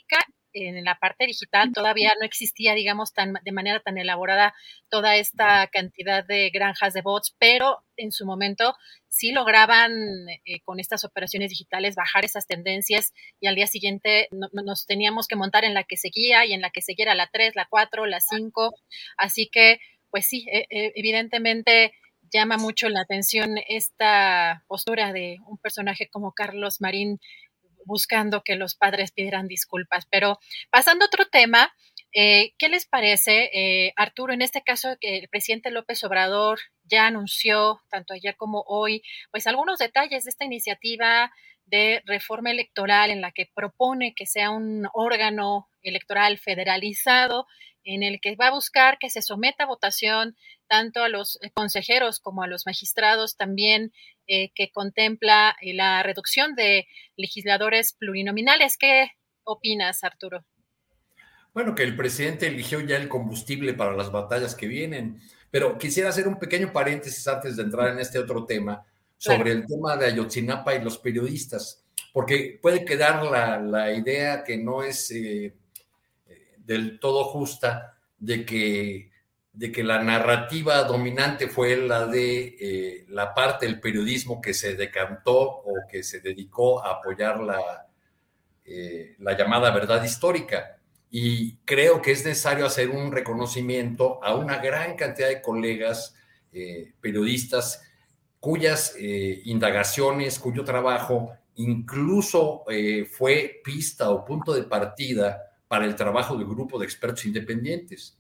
en la parte digital todavía no existía, digamos, tan, de manera tan elaborada toda esta cantidad de granjas de bots, pero en su momento sí lograban eh, con estas operaciones digitales bajar esas tendencias y al día siguiente no, nos teníamos que montar en la que seguía y en la que seguía era la tres, la cuatro, la cinco, así que pues sí, eh, eh, evidentemente llama mucho la atención esta postura de un personaje como Carlos Marín buscando que los padres pidieran disculpas. Pero pasando a otro tema, eh, ¿qué les parece, eh, Arturo, en este caso que el presidente López Obrador ya anunció, tanto ayer como hoy, pues algunos detalles de esta iniciativa de reforma electoral en la que propone que sea un órgano electoral federalizado en el que va a buscar que se someta a votación tanto a los consejeros como a los magistrados, también eh, que contempla eh, la reducción de legisladores plurinominales? ¿Qué opinas, Arturo? Bueno, que el presidente eligió ya el combustible para las batallas que vienen, pero quisiera hacer un pequeño paréntesis antes de entrar en este otro tema, sobre claro. el tema de Ayotzinapa y los periodistas, porque puede quedar la, la idea que no es eh, del todo justa de que, de que la narrativa dominante fue la de eh, la parte del periodismo que se decantó o que se dedicó a apoyar la, eh, la llamada verdad histórica. Y creo que es necesario hacer un reconocimiento a una gran cantidad de colegas eh, periodistas cuyas eh, indagaciones, cuyo trabajo incluso eh, fue pista o punto de partida para el trabajo del grupo de expertos independientes.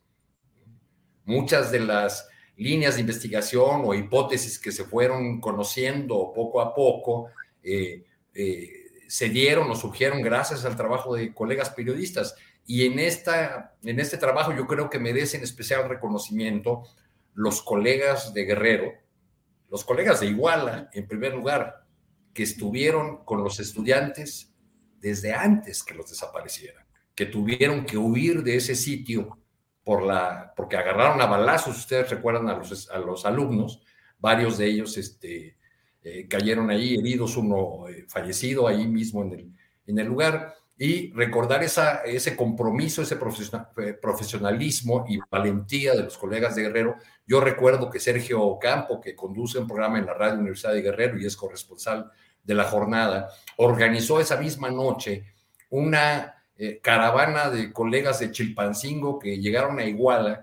Muchas de las líneas de investigación o hipótesis que se fueron conociendo poco a poco eh, eh, se dieron o surgieron gracias al trabajo de colegas periodistas. Y en, esta, en este trabajo yo creo que merecen especial reconocimiento los colegas de Guerrero, los colegas de Iguala, en primer lugar, que estuvieron con los estudiantes desde antes que los desaparecieran, que tuvieron que huir de ese sitio por la, porque agarraron a balazos. Ustedes recuerdan a los, a los alumnos, varios de ellos este, eh, cayeron ahí heridos, uno eh, fallecido ahí mismo en el, en el lugar. Y recordar esa, ese compromiso, ese profesionalismo y valentía de los colegas de Guerrero. Yo recuerdo que Sergio Ocampo, que conduce un programa en la Radio Universidad de Guerrero y es corresponsal de la jornada, organizó esa misma noche una eh, caravana de colegas de Chilpancingo que llegaron a Iguala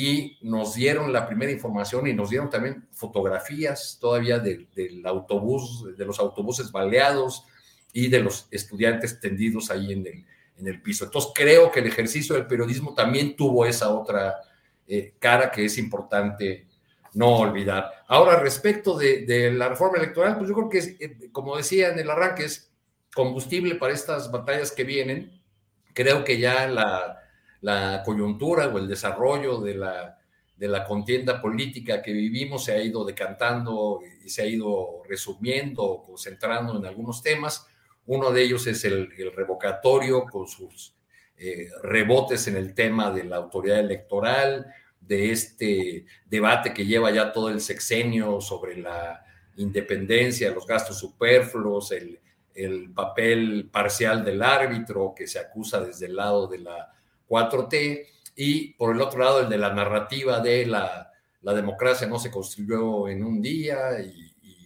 y nos dieron la primera información y nos dieron también fotografías todavía de, del autobús, de los autobuses baleados, y de los estudiantes tendidos ahí en el, en el piso. Entonces creo que el ejercicio del periodismo también tuvo esa otra eh, cara que es importante no olvidar. Ahora, respecto de, de la reforma electoral, pues yo creo que, es, eh, como decía en el arranque, es combustible para estas batallas que vienen. Creo que ya la, la coyuntura o el desarrollo de la, de la contienda política que vivimos se ha ido decantando y se ha ido resumiendo, concentrando en algunos temas. Uno de ellos es el, el revocatorio con sus eh, rebotes en el tema de la autoridad electoral, de este debate que lleva ya todo el sexenio sobre la independencia, los gastos superfluos, el, el papel parcial del árbitro que se acusa desde el lado de la cuatro T, y por el otro lado el de la narrativa de la, la democracia no se construyó en un día y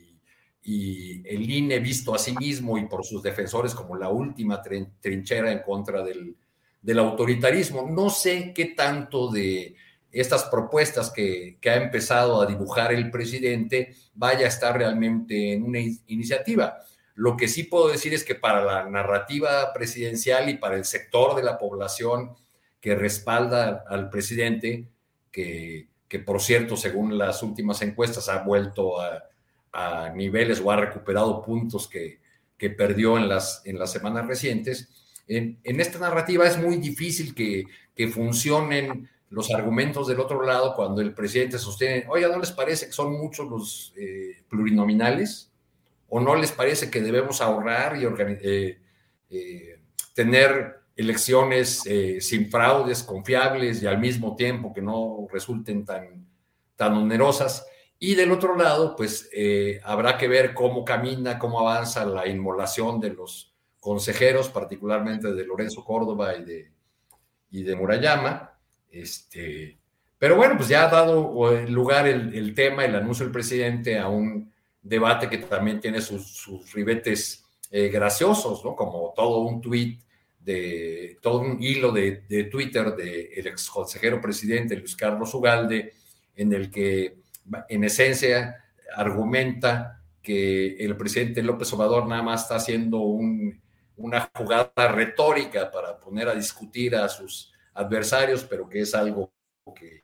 y el I N E visto a sí mismo y por sus defensores como la última trinchera en contra del, del autoritarismo. No sé qué tanto de estas propuestas que, que ha empezado a dibujar el presidente vaya a estar realmente en una iniciativa. Lo que sí puedo decir es que para la narrativa presidencial y para el sector de la población que respalda al presidente, que, que por cierto, según las últimas encuestas, ha vuelto a a niveles o ha recuperado puntos que, que perdió en las, en las semanas recientes. En, en esta narrativa es muy difícil que, que funcionen los argumentos del otro lado cuando el presidente sostiene, oiga, ¿no les parece que son muchos los eh, plurinominales? ¿O no les parece que debemos ahorrar y eh, eh, tener elecciones eh, sin fraudes, confiables y al mismo tiempo que no resulten tan, tan onerosas? Y del otro lado, pues eh, habrá que ver cómo camina, cómo avanza la inmolación de los consejeros, particularmente de Lorenzo Córdoba y de, y de Murayama. Este, pero bueno, pues ya ha dado lugar el, el tema, el anuncio del presidente a un debate que también tiene sus, sus ribetes eh, graciosos, ¿no? Como todo un tuit, de todo un hilo de, de Twitter del ex consejero presidente Luis Carlos Ugalde, en el que en esencia argumenta que el presidente López Obrador nada más está haciendo un, una jugada retórica para poner a discutir a sus adversarios, pero que es algo que,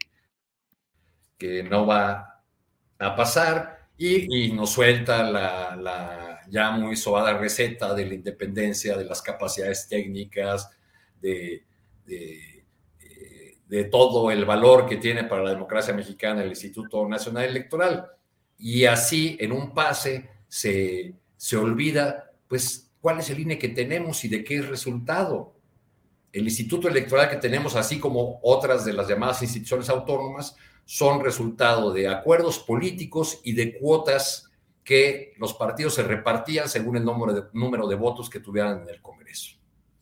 que no va a pasar, y, y nos suelta la, la ya muy sobada receta de la independencia, de las capacidades técnicas, de, de, de, de todo el valor que tiene para la democracia mexicana el Instituto Nacional Electoral. Y así, en un pase, se, se olvida, pues, cuál es el I N E que tenemos y de qué es resultado. El Instituto Electoral que tenemos, así como otras de las llamadas instituciones autónomas, son resultado de acuerdos políticos y de cuotas que los partidos se repartían según el número de, número de votos que tuvieran en el Congreso.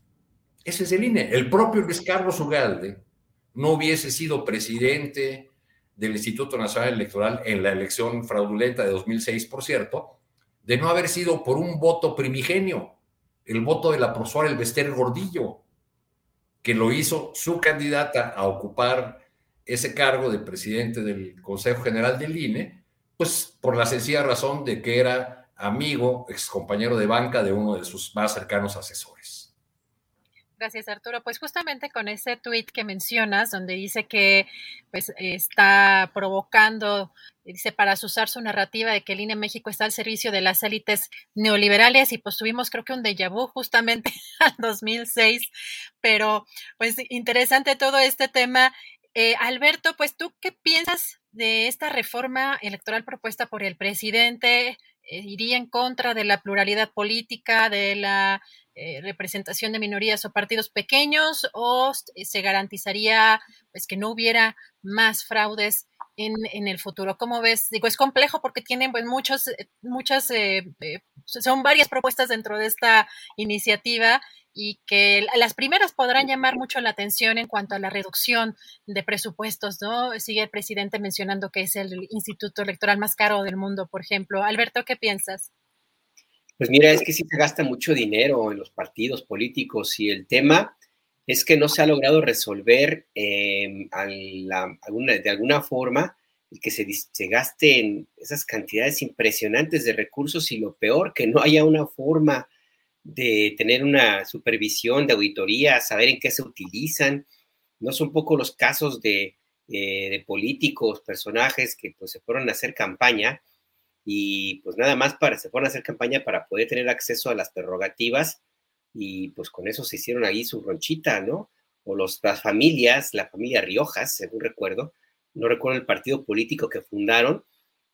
Ese es el I N E. El propio Luis Carlos Ugalde no hubiese sido presidente del Instituto Nacional Electoral en la elección fraudulenta de dos mil seis, por cierto, de no haber sido por un voto primigenio, el voto de la profesora Elbester Gordillo, que lo hizo su candidata a ocupar ese cargo de presidente del Consejo General del I N E, pues por la sencilla razón de que era amigo, excompañero de banca de uno de sus más cercanos asesores. Gracias, Arturo. Pues justamente con ese tuit que mencionas, donde dice que pues está provocando, dice, para usar su narrativa de que el I N E México está al servicio de las élites neoliberales, y pues tuvimos creo que un déjà vu justamente al dos mil seis, pero pues interesante todo este tema. Eh, Alberto, pues tú, ¿qué piensas de esta reforma electoral propuesta por el presidente? Eh, ¿iría en contra de la pluralidad política, de la eh, representación de minorías o partidos pequeños, o se garantizaría pues que no hubiera más fraudes en, en el futuro? ¿Cómo ves? Digo, es complejo porque tienen pues muchos, muchas, eh, eh, son varias propuestas dentro de esta iniciativa, y que las primeras podrán llamar mucho la atención en cuanto a la reducción de presupuestos, ¿no? Sigue el presidente mencionando que es el instituto electoral más caro del mundo, por ejemplo. Alberto, ¿qué piensas? Pues mira, es que sí se gasta mucho dinero en los partidos políticos, y el tema es que no se ha logrado resolver eh, a la, alguna, de alguna forma el que se, se gasten esas cantidades impresionantes de recursos, y lo peor, que no haya una forma de tener una supervisión, de auditoría, saber en qué se utilizan. No son pocos los casos de, eh, de políticos, personajes que pues se fueron a hacer campaña, y pues nada más para, se fueron a hacer campaña para poder tener acceso a las prerrogativas, y pues con eso se hicieron ahí su ronchita, ¿no? O los, las familias, la familia Riojas, según recuerdo, no recuerdo el partido político que fundaron,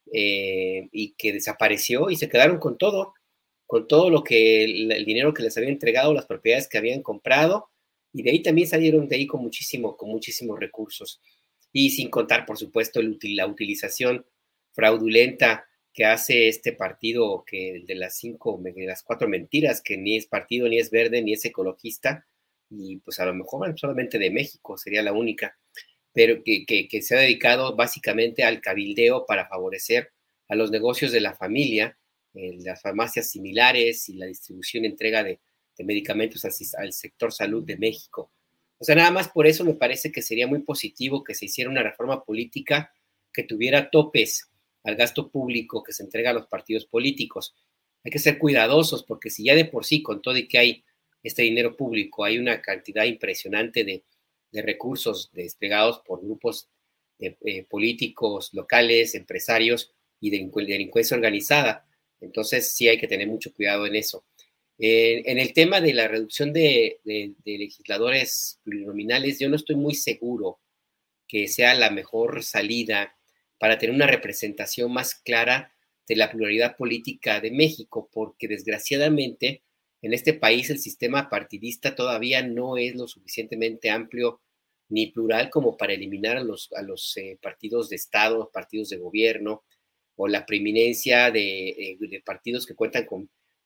eh, y que desapareció, y se quedaron con todo, con todo lo que, el, el dinero que les habían entregado, las propiedades que habían comprado, y de ahí también salieron de ahí con muchísimo, con muchísimos recursos, y sin contar, por supuesto, el, la utilización fraudulenta que hace este partido, que de las cinco, de las cuatro mentiras, que ni es partido, ni es verde, ni es ecologista, y pues a lo mejor bueno, solamente de México sería la única, pero que, que, que se ha dedicado básicamente al cabildeo para favorecer a los negocios de la familia, las farmacias similares y la distribución y entrega de, de medicamentos al, al sector salud de México. O sea, nada más por eso me parece que sería muy positivo que se hiciera una reforma política que tuviera topes al gasto público que se entrega a los partidos políticos. Hay que ser cuidadosos, porque si ya de por sí, con todo y que hay este dinero público, hay una cantidad impresionante de, de recursos desplegados por grupos de, eh, políticos locales, empresarios y de delincuencia organizada. Entonces sí hay que tener mucho cuidado en eso. Eh, en el tema de la reducción de, de, de legisladores plurinominales, yo no estoy muy seguro que sea la mejor salida para tener una representación más clara de la pluralidad política de México, porque desgraciadamente en este país el sistema partidista todavía no es lo suficientemente amplio ni plural como para eliminar a los, a los eh, partidos de Estado, partidos de gobierno, o la preeminencia de, de partidos que cuentan con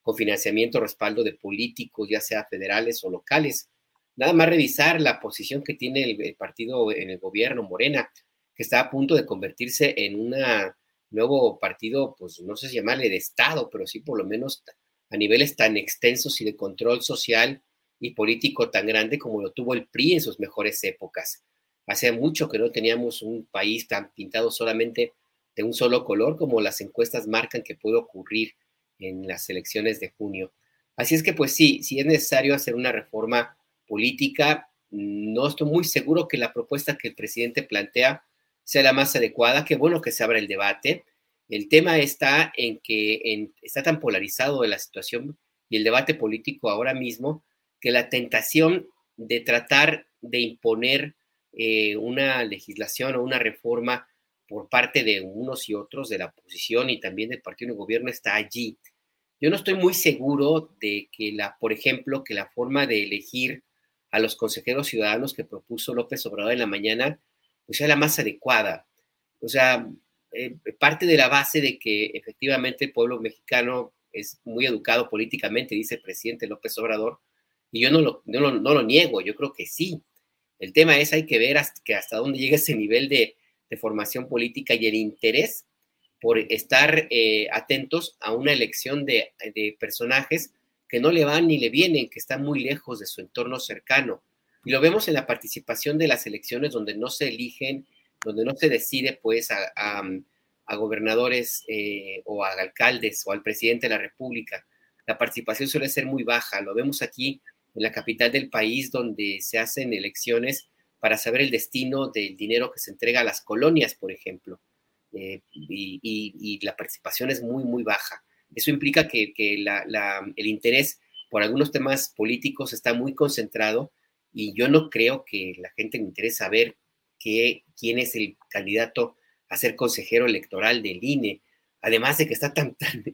con financiamiento, respaldo de políticos, ya sea federales o locales. Nada más revisar la posición que tiene el, el partido en el gobierno, Morena, que está a punto de convertirse en un nuevo partido, pues no sé si llamarle de Estado, pero sí por lo menos a niveles tan extensos y de control social y político tan grande como lo tuvo el P R I en sus mejores épocas. Hace mucho que no teníamos un país tan pintado solamente de un solo color como las encuestas marcan que puede ocurrir en las elecciones de junio. Así es que pues sí, sí es necesario hacer una reforma política. No estoy muy seguro que la propuesta que el presidente plantea sea la más adecuada. Qué bueno que se abra el debate. El tema está en que en, está tan polarizado de la situación y el debate político ahora mismo que la tentación de tratar de imponer eh, una legislación o una reforma por parte de unos y otros de la oposición y también del partido de gobierno está allí. Yo no estoy muy seguro de que, la, por ejemplo, que la forma de elegir a los consejeros ciudadanos que propuso López Obrador en la mañana pues sea la más adecuada. O sea, eh, parte de la base de que efectivamente el pueblo mexicano es muy educado políticamente, dice el presidente López Obrador, y yo no lo, no lo, no lo niego, yo creo que sí. El tema es, hay que ver hasta, que hasta dónde llega ese nivel de, de formación política y el interés por estar eh, atentos a una elección de, de personajes que no le van ni le vienen, que están muy lejos de su entorno cercano. Y lo vemos en la participación de las elecciones donde no se eligen, donde no se decide pues a, a, a gobernadores eh, o a alcaldes o al presidente de la República. La participación suele ser muy baja. Lo vemos aquí en la capital del país donde se hacen elecciones para saber el destino del dinero que se entrega a las colonias, por ejemplo. Eh, y, y, y la participación es muy, muy baja. Eso implica que, que la, la, el interés por algunos temas políticos está muy concentrado y yo no creo que la gente le interese saber que, quién es el candidato a ser consejero electoral del I N E. Además de que está tan, tan,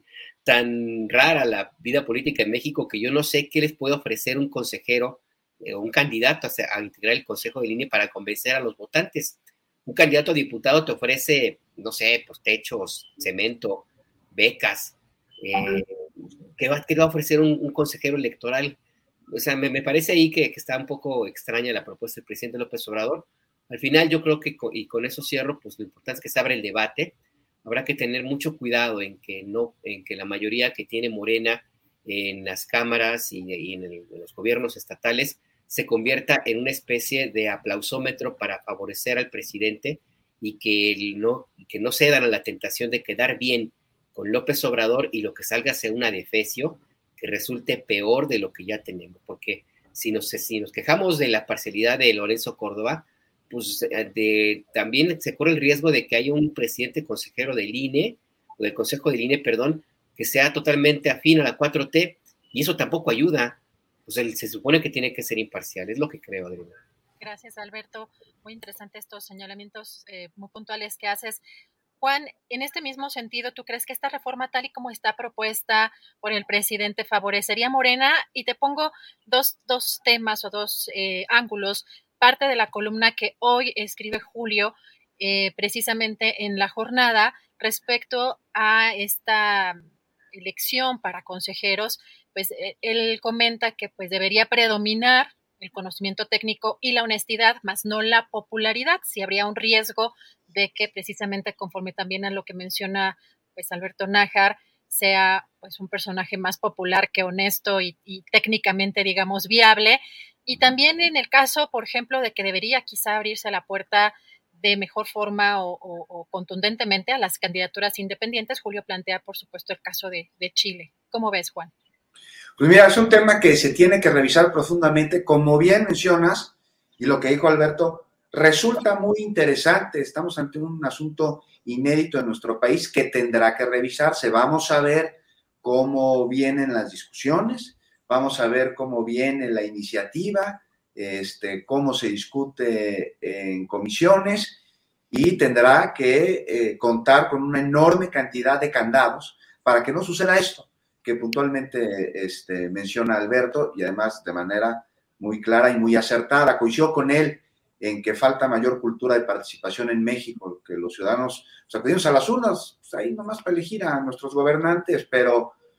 tan rara la vida política en México que yo no sé qué les puede ofrecer un consejero o eh, un candidato a, a integrar el consejo del I N E para convencer a los votantes. Un candidato a diputado te ofrece, no sé, pues techos, cemento, becas. Eh, ¿qué, va, ¿Qué va a ofrecer un, un consejero electoral? O sea, me, me parece ahí que, que está un poco extraña la propuesta del presidente López Obrador. Al final yo creo que, y con eso cierro, pues lo importante es que se abra el debate. Habrá que tener mucho cuidado en que, no, en que la mayoría que tiene Morena en las cámaras y, y en, el, en los gobiernos estatales se convierta en una especie de aplausómetro para favorecer al presidente y que no, que no cedan a la tentación de quedar bien con López Obrador y lo que salga sea un adefesio que resulte peor de lo que ya tenemos. Porque si nos, si nos quejamos de la parcialidad de Lorenzo Córdoba, pues de, también se corre el riesgo de que haya un presidente consejero del I N E, o del Consejo del I N E, perdón, que sea totalmente afín a la cuatro T, y eso tampoco ayuda. Pues él, se supone que tiene que ser imparcial, es lo que creo, Adriana. Gracias, Alberto. Muy interesante estos señalamientos eh, muy puntuales que haces. Juan, en este mismo sentido, ¿tú crees que esta reforma tal y como está propuesta por el presidente favorecería a Morena? Y te pongo dos, dos temas o dos eh, ángulos. Parte de la columna que hoy escribe Julio, eh, precisamente en la jornada, respecto a esta elección para consejeros, pues eh, él comenta que pues debería predominar el conocimiento técnico y la honestidad, más no la popularidad. Si habría un riesgo de que precisamente conforme también a lo que menciona pues Alberto Nájar, sea pues un personaje más popular que honesto y, y técnicamente, digamos, viable. Y también en el caso, por ejemplo, de que debería quizá abrirse la puerta de mejor forma o, o, o contundentemente a las candidaturas independientes. Julio plantea, por supuesto, el caso de, de Chile. ¿Cómo ves, Juan? Pues mira, es un tema que se tiene que revisar profundamente, como bien mencionas, y lo que dijo Alberto, resulta muy interesante. Estamos ante un asunto inédito en nuestro país que tendrá que revisarse. Vamos a ver cómo vienen las discusiones, vamos a ver cómo viene la iniciativa, este, cómo se discute en comisiones, y tendrá que eh, contar con una enorme cantidad de candados para que no suceda esto que puntualmente este, menciona Alberto, y además de manera muy clara y muy acertada. Coincido con él en que falta mayor cultura de participación en México, que los ciudadanos, o sea, acudimos a las urnas, pues ahí nomás para elegir a nuestros gobernantes, pero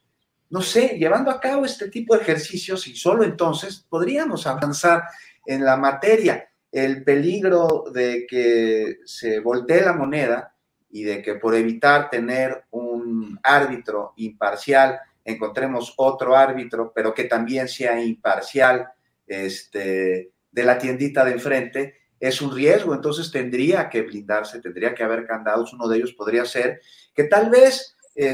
no sé, llevando a cabo este tipo de ejercicios y solo entonces podríamos avanzar en la materia. El peligro de que se voltee la moneda y de que por evitar tener un árbitro imparcial encontremos otro árbitro, pero que también sea imparcial, este, de la tiendita de enfrente, es un riesgo. Entonces tendría que blindarse, tendría que haber candados. Uno de ellos podría ser que tal vez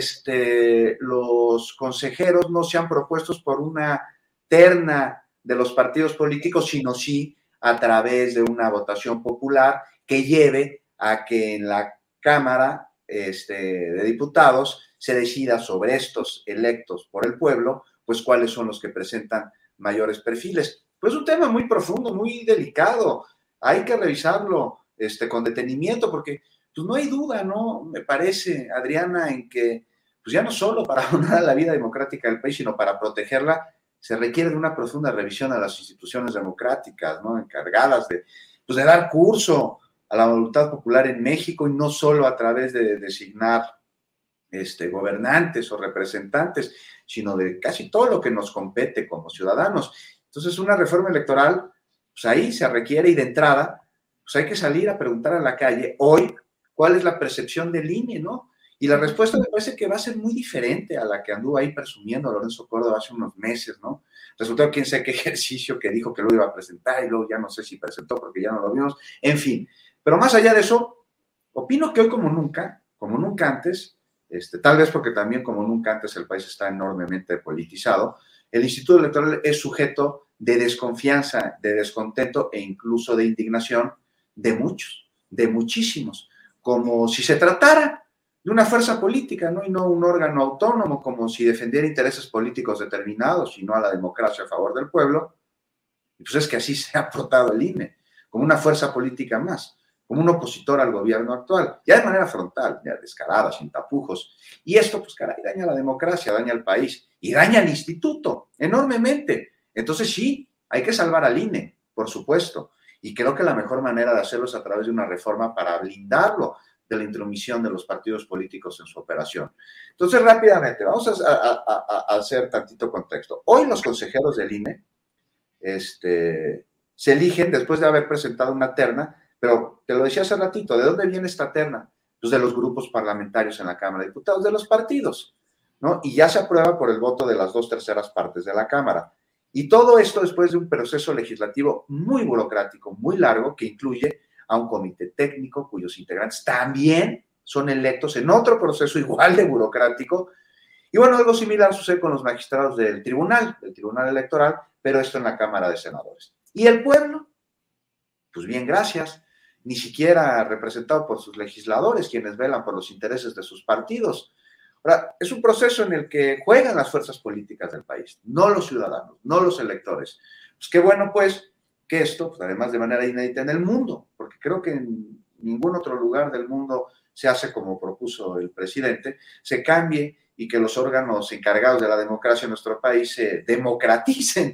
este, los consejeros no sean propuestos por una terna de los partidos políticos, sino sí a través de una votación popular que lleve a que en la Cámara este, de Diputados se decida sobre estos electos por el pueblo, pues cuáles son los que presentan mayores perfiles. Pues es un tema muy profundo, muy delicado. Hay que revisarlo este, con detenimiento, porque pues no hay duda, ¿no? Me parece, Adriana, en que pues ya no solo para abonar la vida democrática del país, sino para protegerla, se requiere de una profunda revisión a las instituciones democráticas, ¿no? Encargadas de, pues, de dar curso a la voluntad popular en México, y no solo a través de designar este, gobernantes o representantes, sino de casi todo lo que nos compete como ciudadanos. Entonces, una reforma electoral, pues ahí se requiere, y de entrada, pues hay que salir a preguntar a la calle hoy cuál es la percepción del I N E, ¿no? Y la respuesta me parece que va a ser muy diferente a la que anduvo ahí presumiendo Lorenzo Córdoba hace unos meses, ¿no? Resultó quién sabe qué ejercicio que dijo que lo iba a presentar y luego ya no sé si presentó porque ya no lo vimos, en fin. Pero más allá de eso, opino que hoy como nunca, como nunca antes, este, tal vez porque también como nunca antes el país está enormemente politizado, el Instituto Electoral es sujeto de desconfianza, de descontento e incluso de indignación de muchos, de muchísimos, como si se tratara de una fuerza política, ¿no? Y no un órgano autónomo, como si defendiera intereses políticos determinados y no a la democracia a favor del pueblo. Y pues es que así se ha portado el I N E, como una fuerza política más, como un opositor al gobierno actual, ya de manera frontal, ya descarada, sin tapujos. Y esto, pues caray, daña a la democracia, daña al país y daña al instituto enormemente. Entonces sí, hay que salvar al I N E, por supuesto, y creo que la mejor manera de hacerlo es a través de una reforma para blindarlo de la intromisión de los partidos políticos en su operación. Entonces, rápidamente, vamos a, a, a, a hacer tantito contexto. Hoy los consejeros del I N E este, se eligen después de haber presentado una terna, pero te lo decía hace ratito, ¿de dónde viene esta terna? Pues de los grupos parlamentarios en la Cámara de Diputados, de los partidos, ¿no? Y ya se aprueba por el voto de las dos terceras partes de la Cámara. Y todo esto después de un proceso legislativo muy burocrático, muy largo, que incluye a un comité técnico cuyos integrantes también son electos en otro proceso igual de burocrático. Y bueno, algo similar sucede con los magistrados del tribunal, del tribunal electoral, pero esto en la Cámara de Senadores. ¿Y el pueblo? Pues bien, gracias. Ni siquiera representado por sus legisladores, quienes velan por los intereses de sus partidos. Ahora, es un proceso en el que juegan las fuerzas políticas del país, no los ciudadanos, no los electores. Pues qué bueno, pues, que esto, pues, además de manera inédita en el mundo, porque creo que en ningún otro lugar del mundo se hace como propuso el presidente, se cambie y que los órganos encargados de la democracia en nuestro país se democraticen.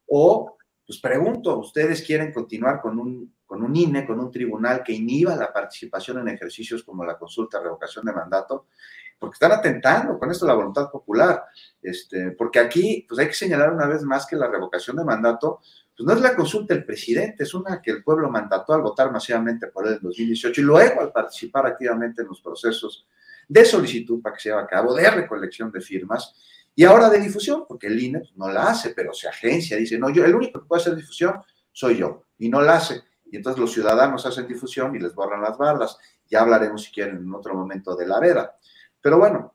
O, pues pregunto, ¿ustedes quieren continuar con un, con un I N E, con un tribunal que inhiba la participación en ejercicios como la consulta, revocación de mandato? Porque están atentando con esto la voluntad popular. Este, porque aquí, pues hay que señalar una vez más que la revocación de mandato pues no es la consulta del presidente, es una que el pueblo mandató al votar masivamente por él en dos mil dieciocho y luego al participar activamente en los procesos de solicitud para que se lleve a cabo, de recolección de firmas y ahora de difusión, porque el I N E pues, no la hace, pero se agencia, dice, no, yo, el único que puede hacer difusión soy yo, y no la hace. Y entonces los ciudadanos hacen difusión y les borran las bardas. Ya hablaremos, si quieren, en otro momento de la veda. Pero bueno,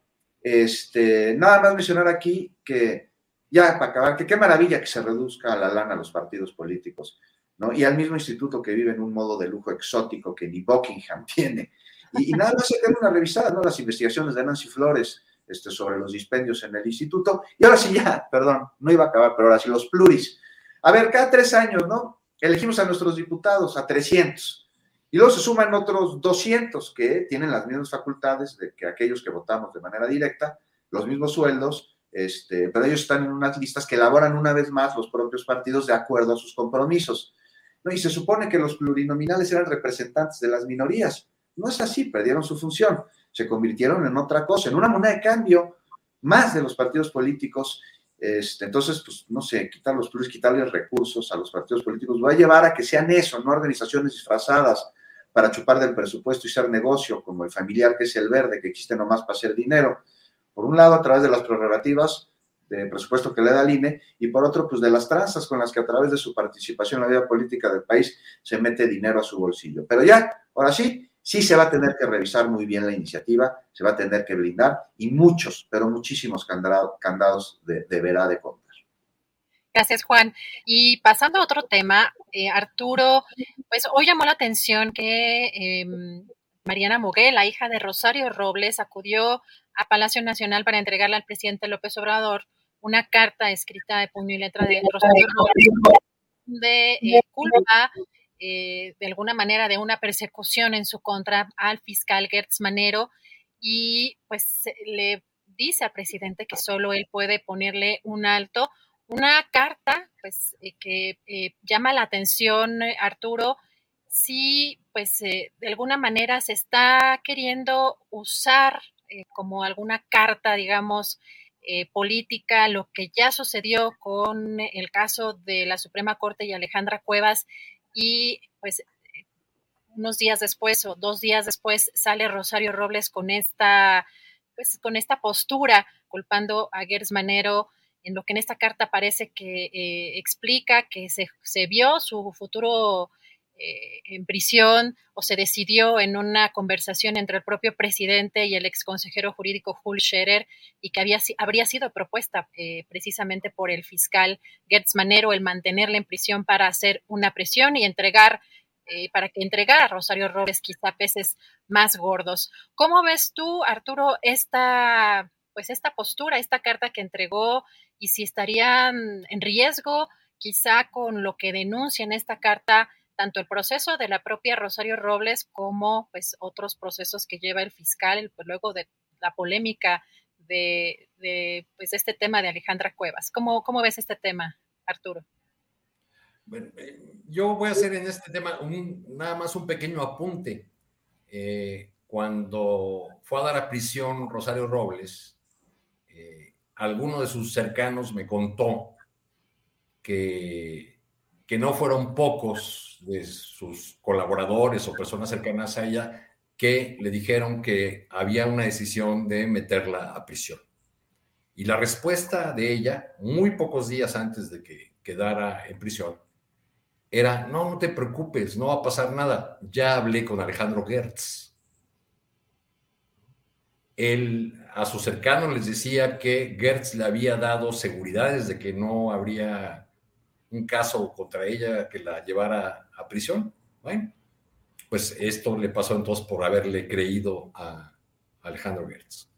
este, nada más mencionar aquí que ya para acabar, que qué maravilla que se reduzca a la lana a los partidos políticos, ¿no? Y al mismo instituto que vive en un modo de lujo exótico que ni Buckingham tiene. Y, y nada más se queda una revisada, ¿no? Las investigaciones de Nancy Flores este, sobre los dispendios en el instituto. Y ahora sí ya, perdón, no iba a acabar, pero ahora sí los pluris. A ver, cada tres años, ¿no? Elegimos a nuestros diputados, a trescientos. Y luego se suman otros doscientos que tienen las mismas facultades de que aquellos que votamos de manera directa, los mismos sueldos, Este, pero ellos están en unas listas que elaboran una vez más los propios partidos de acuerdo a sus compromisos, ¿no? Y se supone que los plurinominales eran representantes de las minorías. No es así, perdieron su función, se convirtieron en otra cosa, en una moneda de cambio más de los partidos políticos. Este, entonces, pues, no sé, quitar los pluris, quitarles recursos a los partidos políticos, va a llevar a que sean eso, no organizaciones disfrazadas para chupar del presupuesto y ser negocio, como el familiar que es el verde, que existe nomás para hacer dinero. Por un lado, a través de las prerrogativas de presupuesto que le da el I N E, y por otro, pues de las tranzas con las que a través de su participación en la vida política del país se mete dinero a su bolsillo. Pero ya, ahora sí, sí se va a tener que revisar muy bien la iniciativa, se va a tener que blindar, y muchos, pero muchísimos candado, candados de, deberá de contar. Gracias, Juan. Y pasando a otro tema, eh, Arturo, pues hoy llamó la atención que eh, Mariana Moguel, la hija de Rosario Robles, acudió a Palacio Nacional para entregarle al presidente López Obrador una carta escrita de puño y letra de Rosario Robles de eh, culpa, eh, de alguna manera, de una persecución en su contra al fiscal Gertz Manero, y pues le dice al presidente que solo él puede ponerle un alto. Una carta, pues, eh, que eh, llama la atención, eh, Arturo, si, pues, eh, de alguna manera se está queriendo usar eh, como alguna carta, digamos, eh, política, lo que ya sucedió con el caso de la Suprema Corte y Alejandra Cuevas, y, pues, unos días después o dos días después sale Rosario Robles con esta, pues, con esta postura, culpando a Gertz Manero, en lo que en esta carta parece que eh, explica que se, se vio su futuro eh, en prisión, o se decidió en una conversación entre el propio presidente y el exconsejero jurídico Jules Scherer, y que había, habría sido propuesta eh, precisamente por el fiscal Gertz Manero el mantenerle en prisión para hacer una presión y entregar, eh, para que entregara a Rosario Robles quizá peces más gordos. ¿Cómo ves tú, Arturo, esta, pues esta postura, esta carta que entregó, y si estarían en riesgo, quizá con lo que denuncia en esta carta, tanto el proceso de la propia Rosario Robles como pues otros procesos que lleva el fiscal, pues, luego de la polémica de, de pues este tema de Alejandra Cuevas? ¿Cómo, cómo ves este tema, Arturo? Bueno, yo voy a hacer en este tema un, nada más un pequeño apunte. Eh, cuando fue a dar a prisión Rosario Robles, eh, alguno de sus cercanos me contó que, que no fueron pocos de sus colaboradores o personas cercanas a ella que le dijeron que había una decisión de meterla a prisión. Y la respuesta de ella, muy pocos días antes de que quedara en prisión, era: no, no te preocupes, no va a pasar nada, ya hablé con Alejandro Gertz. Él a sus cercanos les decía que Gertz le había dado seguridades de que no habría un caso contra ella que la llevara a prisión. Bueno, pues esto le pasó entonces por haberle creído a Alejandro Gertz.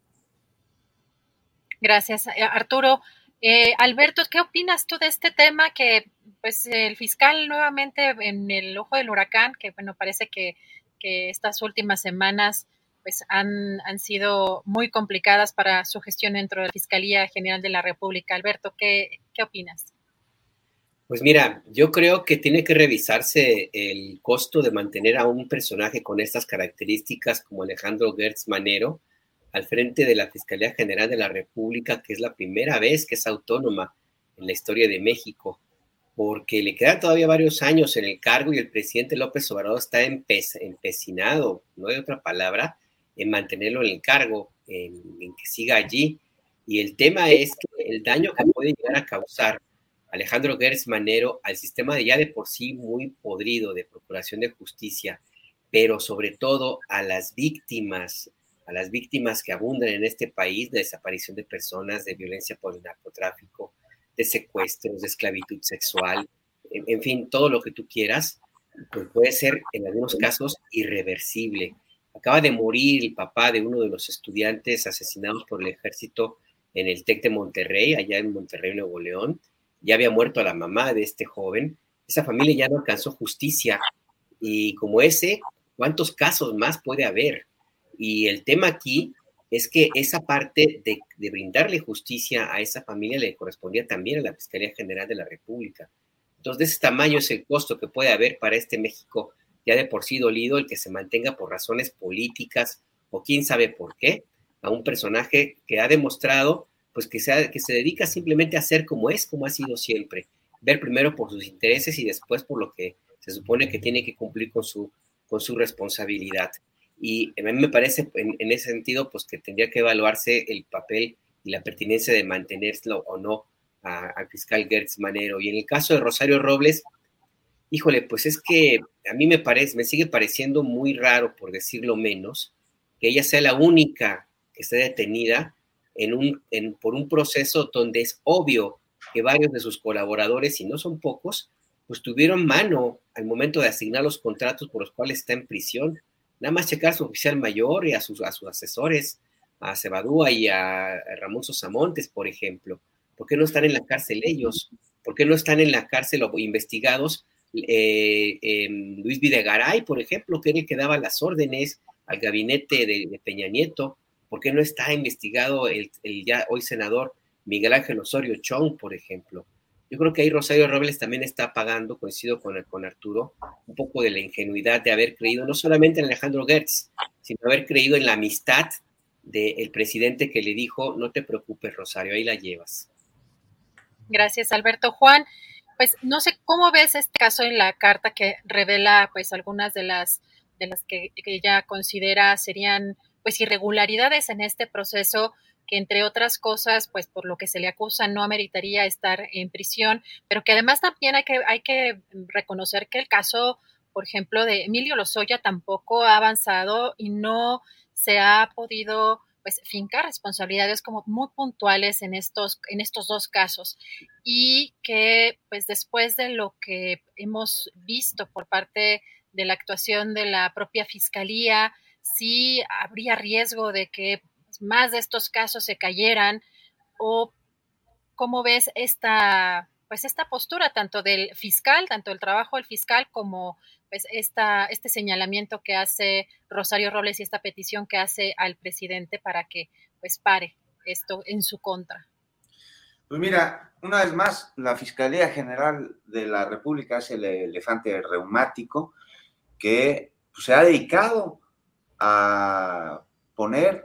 Gracias, Arturo. Eh, Alberto, ¿qué opinas tú de este tema que pues el fiscal nuevamente en el ojo del huracán, que bueno, parece que, que estas últimas semanas pues han, han sido muy complicadas para su gestión dentro de la Fiscalía General de la República? Alberto, ¿qué, qué opinas? Pues mira, yo creo que tiene que revisarse el costo de mantener a un personaje con estas características como Alejandro Gertz Manero al frente de la Fiscalía General de la República, que es la primera vez que es autónoma en la historia de México, porque le quedan todavía varios años en el cargo y el presidente López Obrador está empe- empecinado, no hay otra palabra, en mantenerlo en el cargo, en, en que siga allí. Y el tema es que el daño que puede llegar a causar Alejandro Gertz Manero al sistema de ya de por sí muy podrido de procuración de justicia, pero sobre todo a las víctimas, a las víctimas que abundan en este país de desaparición de personas, de violencia por el narcotráfico, de secuestros, de esclavitud sexual, en, en fin, todo lo que tú quieras, pues puede ser en algunos casos irreversible. Acaba de morir el papá de uno de los estudiantes asesinados por el ejército en el TEC de Monterrey, allá en Monterrey, Nuevo León. Ya había muerto la mamá de este joven. Esa familia ya no alcanzó justicia. Y como ese, ¿cuántos casos más puede haber? Y el tema aquí es que esa parte de, de brindarle justicia a esa familia le correspondía también a la Fiscalía General de la República. Entonces, de ese tamaño es el costo que puede haber para este México ya de por sí dolido, el que se mantenga por razones políticas o quién sabe por qué, a un personaje que ha demostrado pues que, sea, que se dedica simplemente a ser como es, como ha sido siempre, ver primero por sus intereses y después por lo que se supone que tiene que cumplir con su, con su responsabilidad. Y a mí me parece, en, en ese sentido, pues que tendría que evaluarse el papel y la pertinencia de mantenerlo o no al fiscal Gertz Manero. Y en el caso de Rosario Robles, híjole, pues es que a mí me parece, me sigue pareciendo muy raro, por decirlo menos, que ella sea la única que esté detenida en un, en, por un proceso donde es obvio que varios de sus colaboradores, y no son pocos, pues tuvieron mano al momento de asignar los contratos por los cuales está en prisión. Nada más checar a su oficial mayor y a sus, a sus asesores, a Cebadúa y a, a Ramón Sosamontes, por ejemplo. ¿Por qué no están en la cárcel ellos? ¿Por qué no están en la cárcel o investigados eh, eh, Luis Videgaray, por ejemplo, que era el que daba las órdenes al gabinete de, de Peña Nieto? ¿Por qué no está investigado el, el ya hoy senador Miguel Ángel Osorio Chong, por ejemplo? Yo creo que ahí Rosario Robles también está pagando, coincido con, con Arturo, un poco de la ingenuidad de haber creído no solamente en Alejandro Gertz, sino haber creído en la amistad del presidente que le dijo, no te preocupes, Rosario, ahí la llevas. Gracias, Alberto. Juan, pues no sé cómo ves este caso en la carta que revela pues algunas de las, de las que, que ella considera serían pues irregularidades en este proceso, que entre otras cosas, pues por lo que se le acusa no ameritaría estar en prisión, pero que además también hay que, hay que reconocer que el caso, por ejemplo, de Emilio Lozoya tampoco ha avanzado y no se ha podido pues fincar responsabilidades como muy puntuales en estos, en estos dos casos, y que pues después de lo que hemos visto por parte de la actuación de la propia Fiscalía, sí habría riesgo de que más de estos casos se cayeran. ¿O cómo ves esta, pues esta postura tanto del fiscal, tanto el trabajo del fiscal como pues esta, este señalamiento que hace Rosario Robles y esta petición que hace al presidente para que pues pare esto en su contra? Pues mira, una vez más, la Fiscalía General de la República es el elefante reumático que pues, se ha dedicado a poner,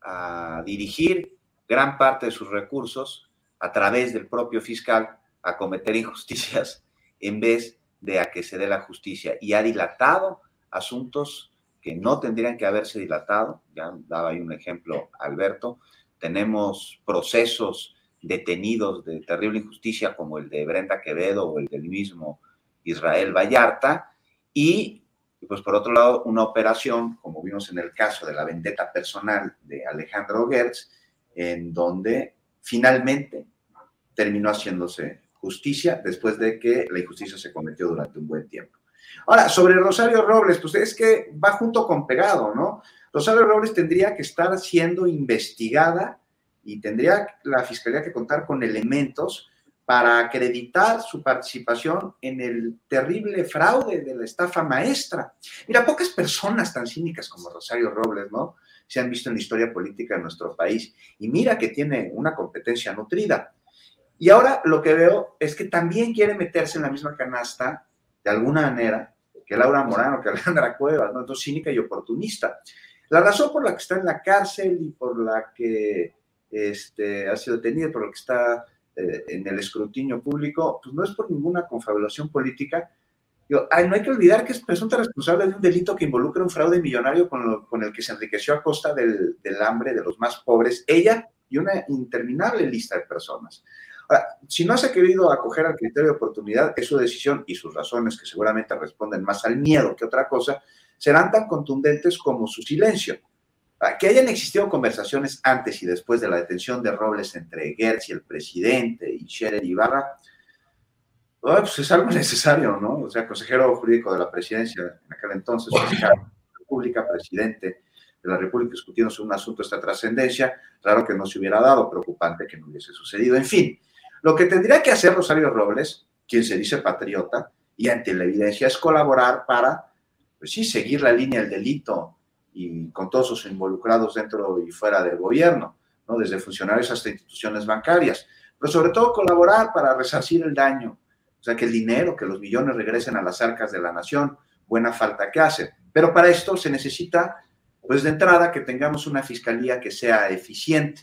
a dirigir gran parte de sus recursos a través del propio fiscal a cometer injusticias en vez de a que se dé la justicia, y ha dilatado asuntos que no tendrían que haberse dilatado. Ya daba ahí un ejemplo Alberto. Tenemos procesos detenidos de terrible injusticia como el de Brenda Quevedo o el del mismo Israel Vallarta, y pues por otro lado una operación, como vimos en el caso de la vendetta personal de Alejandro Gertz, en donde finalmente terminó haciéndose justicia después de que la injusticia se cometió durante un buen tiempo. Ahora, sobre Rosario Robles, pues es que va junto con pegado, ¿no? Rosario Robles tendría que estar siendo investigada y tendría la Fiscalía que contar con elementos para acreditar su participación en el terrible fraude de la estafa maestra. Mira, pocas personas tan cínicas como Rosario Robles, ¿no?, se han visto en la historia política de nuestro país, y mira que tiene una competencia nutrida. Y ahora lo que veo es que también quiere meterse en la misma canasta, de alguna manera, que Laura Morano, que Alejandra Cuevas, ¿no? Entonces, cínica y oportunista. La razón por la que está en la cárcel y por la que este, ha sido detenida, por la que está eh, en el escrutinio público, pues no es por ninguna confabulación política. Digo, ay, no hay que olvidar que es presunta responsable de un delito que involucra un fraude millonario con, lo, con el que se enriqueció a costa del, del hambre de los más pobres, ella y una interminable lista de personas. Ahora, si no se ha querido acoger al criterio de oportunidad, es su decisión, y sus razones, que seguramente responden más al miedo que otra cosa, serán tan contundentes como su silencio. Que hayan existido conversaciones antes y después de la detención de Robles entre Gertz y el presidente y Scherer Ibarra, oh, pues es algo necesario, ¿no? O sea, consejero jurídico de la presidencia en aquel entonces, fiscal de la República, presidente de la República, discutiendo sobre un asunto de esta trascendencia, claro que no se hubiera dado, preocupante que no hubiese sucedido. En fin, lo que tendría que hacer Rosario Robles, quien se dice patriota, y ante la evidencia, es colaborar para, pues sí, seguir la línea del delito y con todos sus involucrados dentro y fuera del gobierno, ¿no? Desde funcionarios hasta instituciones bancarias, pero sobre todo colaborar para resarcir el daño, o sea, que el dinero, que los millones regresen a las arcas de la nación, buena falta que hace. Pero para esto se necesita, pues de entrada, que tengamos una fiscalía que sea eficiente,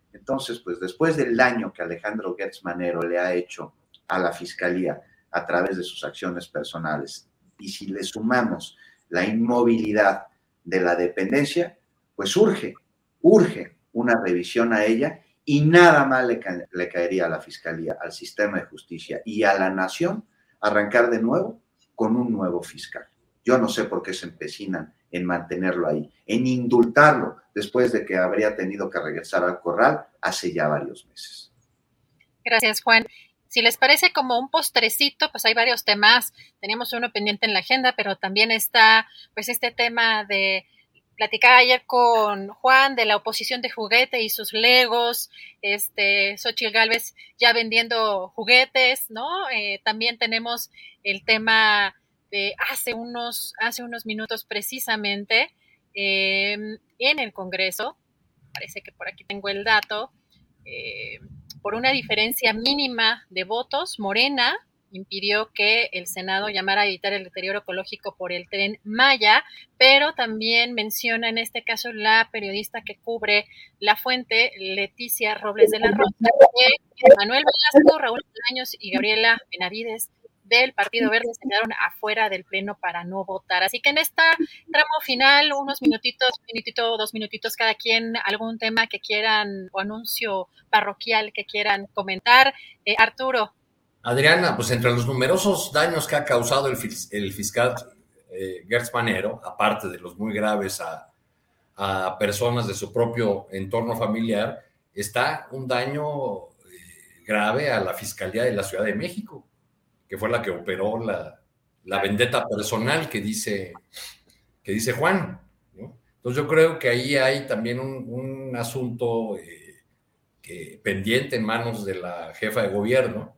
Entonces, pues después del daño que Alejandro Gertz Manero le ha hecho a la Fiscalía a través de sus acciones personales, y si le sumamos la inmovilidad de la dependencia, pues urge, urge una revisión a ella, y nada más le, ca- le caería a la Fiscalía, al sistema de justicia y a la nación arrancar de nuevo con un nuevo fiscal. Yo no sé por qué se empecinan en mantenerlo ahí, en indultarlo después de que habría tenido que regresar al corral hace ya varios meses. Gracias, Juan. Si les parece como un postrecito, pues hay varios temas. Teníamos uno pendiente en la agenda, pero también está pues este tema de platicaba ayer con Juan de la oposición de juguete y sus legos, este, Xóchitl Gálvez ya vendiendo juguetes, ¿no? Eh, también tenemos el tema de hace unos, hace unos minutos precisamente eh, en el Congreso, parece que por aquí tengo el dato, eh, por una diferencia mínima de votos, Morena impidió que el Senado llamara a evitar el deterioro ecológico por el Tren Maya, pero también menciona en este caso la periodista que cubre La Fuente, Leticia Robles de la Rosa, que Manuel Velasco, Raúl Bolaños y Gabriela Benavides del Partido Verde se quedaron afuera del pleno para no votar. Así que en esta tramo final, unos minutitos, minutito, dos minutitos cada quien, algún tema que quieran o anuncio parroquial que quieran comentar. Eh, Arturo. Adriana, pues entre los numerosos daños que ha causado el, fis- el fiscal eh, Gertz Manero, aparte de los muy graves a, a personas de su propio entorno familiar, está un daño eh, grave a la Fiscalía de la Ciudad de México, que fue la que operó la, la vendetta personal que dice, que dice Juan, ¿no? Entonces yo creo que ahí hay también un, un asunto eh, que, pendiente en manos de la jefa de gobierno,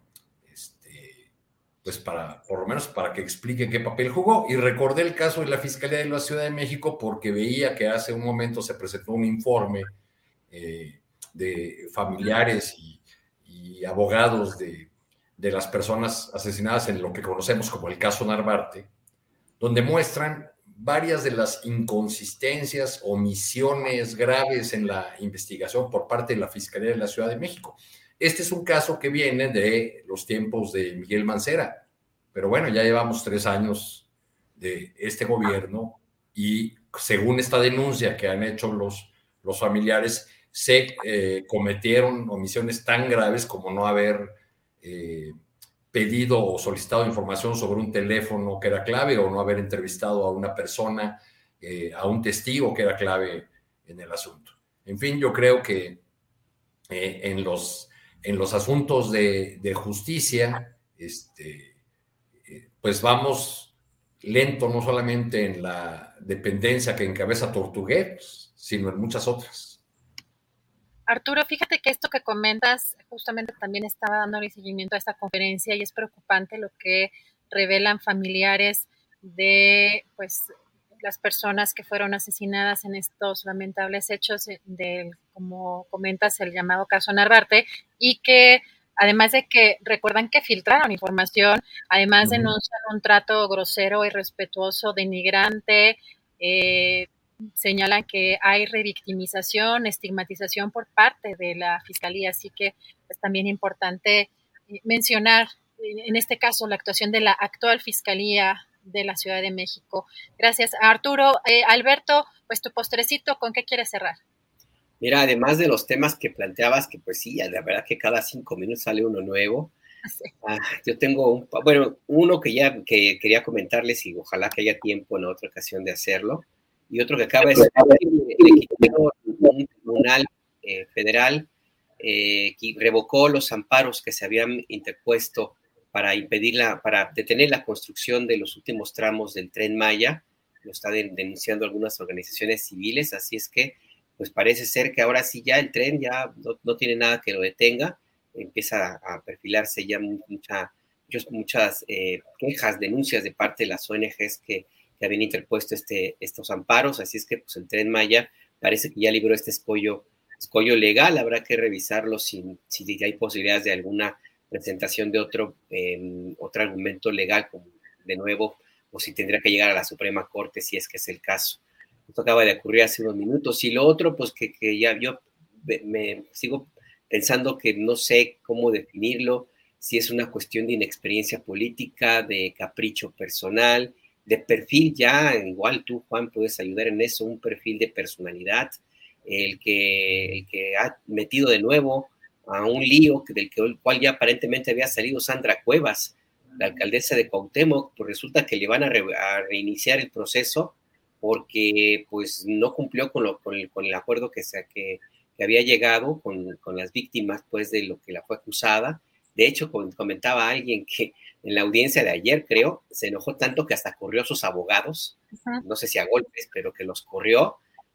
pues para, por lo menos para que explique qué papel jugó. Y recordé el caso de la Fiscalía de la Ciudad de México porque veía que hace un momento se presentó un informe eh, de familiares y, y abogados de, de las personas asesinadas en lo que conocemos como el caso Narvarte, donde muestran varias de las inconsistencias, omisiones graves en la investigación por parte de la Fiscalía de la Ciudad de México. Este es un caso que viene de los tiempos de Miguel Mancera, pero bueno, ya llevamos tres años de este gobierno y según esta denuncia que han hecho los, los familiares, se eh, cometieron omisiones tan graves como no haber eh, pedido o solicitado información sobre un teléfono que era clave o no haber entrevistado a una persona, eh, a un testigo que era clave en el asunto. En fin, yo creo que eh, en los En los asuntos de, de justicia, este, pues vamos lento, no solamente en la dependencia que encabeza Tortugués, sino en muchas otras. Arturo, fíjate que esto que comentas, justamente también estaba dándole seguimiento a esta conferencia y es preocupante lo que revelan familiares de, pues, las personas que fueron asesinadas en estos lamentables hechos del, como comentas, el llamado caso Narvarte, y que además de que recuerdan que filtraron información, además uh-huh. denuncian un trato grosero, irrespetuoso, denigrante, eh, señalan que hay revictimización, estigmatización por parte de la Fiscalía, así que es también importante mencionar en este caso la actuación de la actual Fiscalía de la Ciudad de México. Gracias, Arturo. Eh, Alberto, pues tu postrecito, ¿con qué quieres cerrar? Mira, además de los temas que planteabas, que pues sí, la verdad que cada cinco minutos sale uno nuevo. Sí. Ah, yo tengo un, bueno, uno que ya que quería comentarles y ojalá que haya tiempo en otra ocasión de hacerlo, y otro que acaba de ser un tribunal eh, federal eh, que revocó los amparos que se habían interpuesto para impedir la, para detener la construcción de los últimos tramos del Tren Maya. Lo están denunciando algunas organizaciones civiles, así es que pues parece ser que ahora sí ya el tren ya no, no tiene nada que lo detenga, empieza a, a perfilarse ya mucha, muchas, muchas eh, quejas, denuncias de parte de las O N Ges que, que habían interpuesto este, estos amparos, así es que pues el Tren Maya parece que ya libró este escollo, escollo legal, habrá que revisarlo si, si hay posibilidades de alguna presentación de otro, eh, otro argumento legal, como de nuevo, o si tendría que llegar a la Suprema Corte, si es que es el caso. Esto acaba de ocurrir hace unos minutos. Y lo otro, pues que, que ya yo me sigo pensando que no sé cómo definirlo, si es una cuestión de inexperiencia política, de capricho personal, de perfil ya, igual tú, Juan, puedes ayudar en eso, un perfil de personalidad, el que, el que ha metido de nuevo a un lío del que, el cual ya aparentemente había salido Sandra Cuevas, la alcaldesa de Cuauhtémoc, pues resulta que le van a, re, a reiniciar el proceso porque pues no cumplió con, lo, con, el, con el acuerdo que, se, que, que había llegado con, con las víctimas pues de lo que la fue acusada. De hecho, comentaba alguien que en la audiencia de ayer, creo, se enojó tanto que hasta corrió a sus abogados, uh-huh. no sé si a golpes, pero que los corrió,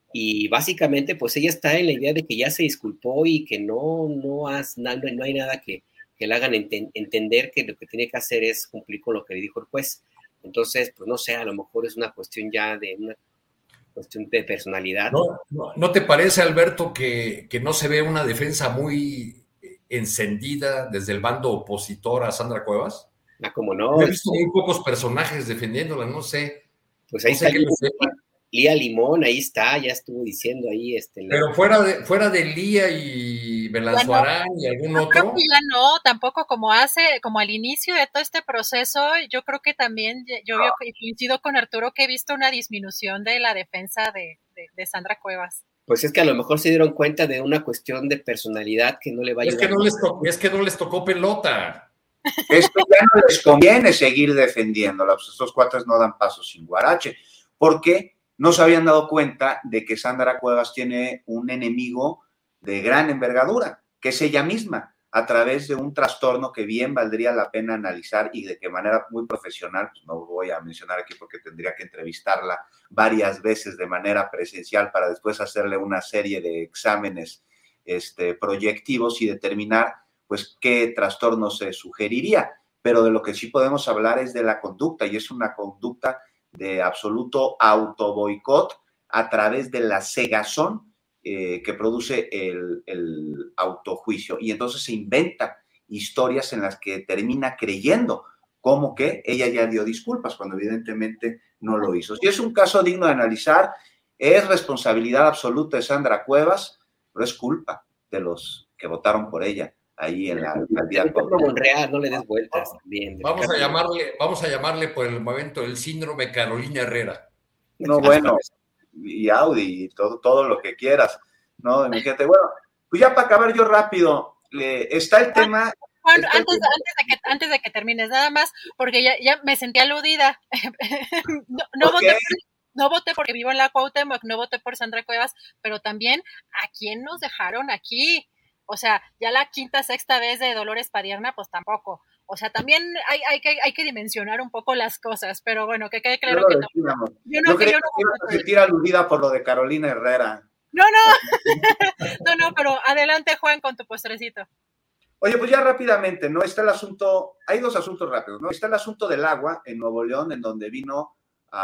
y básicamente pues ella está en la idea de que ya se disculpó y que no, no, has, no, no hay nada que, que le hagan ent- entender que lo que tiene que hacer es cumplir con lo que le dijo el juez. Entonces, pues no sé, a lo mejor es una cuestión ya de una cuestión de personalidad. ¿No, no, ¿no te parece, Alberto, que, que no se ve una defensa muy encendida desde el bando opositor a Sandra Cuevas? Ah, como no. He visto muy pocos personajes defendiéndola, no sé. Pues ahí no sé está Lía, Lía Limón, ahí está, ya estuvo diciendo ahí. Este, Pero la... fuera de fuera de Lía y Belanzuarán no, y algún yo otro. Creo que ya no, tampoco como hace, como al inicio de todo este proceso, yo creo que también, yo, yo coincido con Arturo que he visto una disminución de la defensa de, de, de Sandra Cuevas. Pues es que a lo mejor se dieron cuenta de una cuestión de personalidad que no le va a es ayudar. Que no les tocó, es que no les tocó pelota. Esto ya no les conviene seguir defendiéndola, pues estos cuates no dan paso sin guarache, porque no se habían dado cuenta de que Sandra Cuevas tiene un enemigo de gran envergadura, que es ella misma, a través de un trastorno que bien valdría la pena analizar y de qué manera muy profesional, pues no voy a mencionar aquí porque tendría que entrevistarla varias veces de manera presencial para después hacerle una serie de exámenes este, proyectivos y determinar pues qué trastorno se sugeriría, pero de lo que sí podemos hablar es de la conducta, y es una conducta de absoluto autoboicot a través de la cegazón eh, que produce el, el autojuicio, y entonces se inventa historias en las que termina creyendo como que ella ya dio disculpas, cuando evidentemente no lo hizo. Si es un caso digno de analizar, es responsabilidad absoluta de Sandra Cuevas, pero es culpa de los que votaron por ella ahí en la alcaldía. Monreal, no le des vueltas también. Vamos a llamarle, vamos a llamarle por el momento el síndrome Carolina Herrera. No, bueno, y Audi y todo, todo lo que quieras, ¿no? Imagínate, bueno, pues ya para acabar yo rápido, eh, está el tema. Juan, antes, antes, de que, antes de que termines, nada más, porque ya, ya me sentí aludida. no, no voté por, no voté porque vivo en la Cuauhtémoc, no voté por Sandra Cuevas, pero también, ¿a quién nos dejaron aquí? O sea, ya la quinta, sexta vez de Dolores Padierna, pues tampoco. O sea, también hay, hay, que, hay que dimensionar un poco las cosas, pero bueno, que quede claro que no. Yo no, yo creo que yo no me sentir aludida por lo de Carolina Herrera. No, no, no, no, pero adelante, Juan, con tu postrecito. Oye, pues ya rápidamente, ¿no? Está el asunto, hay dos asuntos rápidos, ¿no? Está el asunto del agua en Nuevo León, en donde vino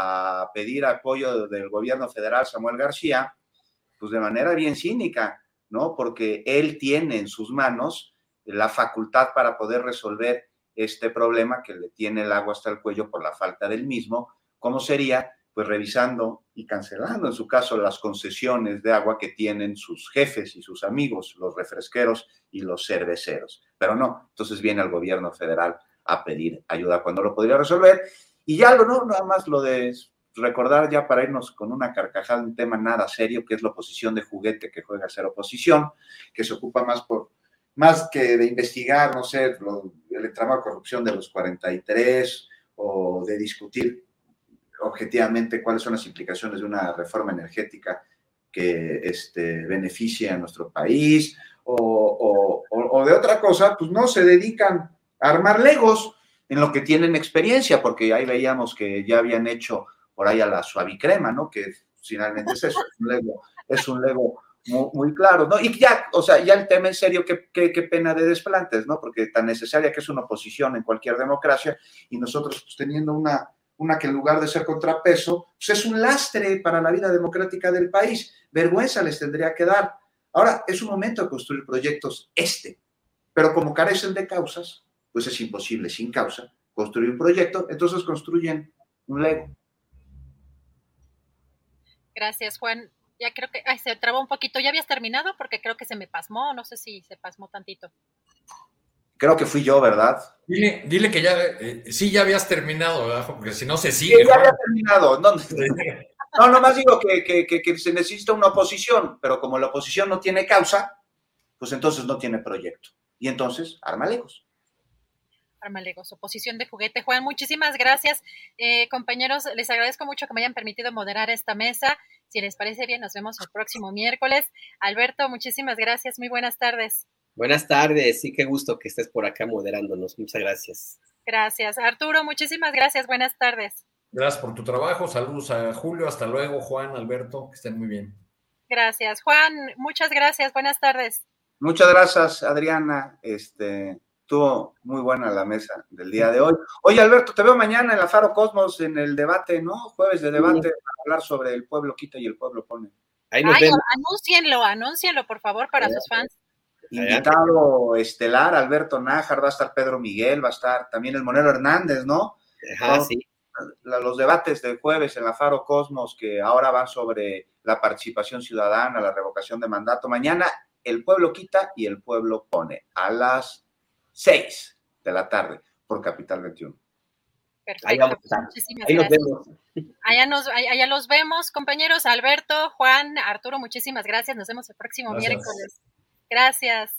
a pedir apoyo del gobierno federal Samuel García, pues de manera bien cínica, ¿no? Porque él tiene en sus manos la facultad para poder resolver este problema que le tiene el agua hasta el cuello por la falta del mismo. ¿Cómo sería? Pues revisando y cancelando, en su caso, las concesiones de agua que tienen sus jefes y sus amigos, los refresqueros y los cerveceros. Pero no, entonces viene el gobierno federal a pedir ayuda cuando lo podría resolver. Y ya lo, no, nada más lo de recordar ya para irnos con una carcajada, un tema nada serio, que es la oposición de juguete que juega a ser oposición, que se ocupa más por, más que de investigar, no sé, lo, el entramado de corrupción de los cuarenta y tres o de discutir objetivamente cuáles son las implicaciones de una reforma energética que este, beneficie a nuestro país o, o, o, o de otra cosa, pues no, se dedican a armar legos en lo que tienen experiencia, porque ahí veíamos que ya habían hecho por ahí a la suavicrema, ¿no? Que finalmente es eso, es un lego, es un lego muy, muy claro, ¿no? Y ya, o sea, ya el tema en serio, qué, qué, qué pena de desplantes, ¿no? Porque tan necesaria que es una oposición en cualquier democracia, y nosotros pues, teniendo una, una que en lugar de ser contrapeso, pues es un lastre para la vida democrática del país. Vergüenza les tendría que dar. Ahora, es un momento de construir proyectos este, pero como carecen de causas, pues es imposible sin causa construir un proyecto, entonces construyen un lego. Gracias, Juan. Ya creo que ay, se trabó un poquito. ¿Ya habías terminado? Porque creo que se me pasmó. No sé si se pasmó tantito. Creo que fui yo, ¿verdad? Dile, dile que ya, eh, sí, ya habías terminado, ¿verdad? Porque si no se sigue. Sí, ya había terminado. No, no nomás digo que, que, que, que se necesita una oposición, pero como la oposición no tiene causa, pues entonces no tiene proyecto. Y entonces, armalegos. Armalegos, oposición de juguete. Juan, muchísimas gracias. Eh, compañeros, les agradezco mucho que me hayan permitido moderar esta mesa. Si les parece bien, nos vemos el próximo miércoles. Alberto, muchísimas gracias. Muy buenas tardes. Buenas tardes, sí, qué gusto que estés por acá moderándonos. Muchas gracias. Gracias. Arturo, muchísimas gracias. Buenas tardes. Gracias por tu trabajo. Saludos a Julio. Hasta luego, Juan, Alberto. Que estén muy bien. Gracias. Juan, muchas gracias. Buenas tardes. Muchas gracias, Adriana. Este, estuvo muy buena la mesa del día de hoy. Oye, Alberto, te veo mañana en la Faro Cosmos en el debate, ¿no? Jueves de debate sí. Para hablar sobre el pueblo quita y el pueblo pone. Ahí nos Ay, vemos. Anúncienlo, anúncienlo, por favor, para Allá. sus fans. Invitado estelar, Alberto Nájar, va a estar Pedro Miguel, va a estar también el Monero Hernández, ¿no? Ajá, ¿no? sí. Los debates del jueves en la Faro Cosmos, que ahora van sobre la participación ciudadana, la revocación de mandato. Mañana el pueblo quita y el pueblo pone, a las seis de la tarde, por Capital veintiuno. Perfecto. Ahí vamos a estar. Muchísimas Ahí nos gracias. vemos. Allá, nos, allá los vemos, compañeros. Alberto, Juan, Arturo, muchísimas gracias. Nos vemos el próximo Gracias. miércoles. Gracias.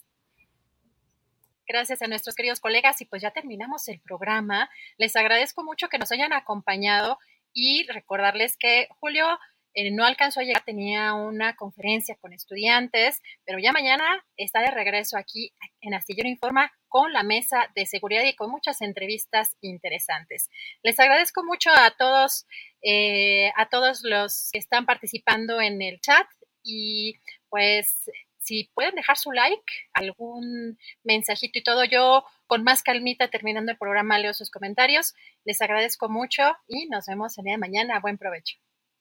Gracias a nuestros queridos colegas y pues ya terminamos el programa. Les agradezco mucho que nos hayan acompañado y recordarles que Julio eh, no alcanzó a llegar, tenía una conferencia con estudiantes, pero ya mañana está de regreso aquí en Astillero Informa con la mesa de seguridad y con muchas entrevistas interesantes. Les agradezco mucho a todos, eh, a todos los que están participando en el chat y pues si pueden dejar su like, algún mensajito y todo, yo con más calmita terminando el programa leo sus comentarios. Les agradezco mucho y nos vemos el día de mañana. Buen provecho.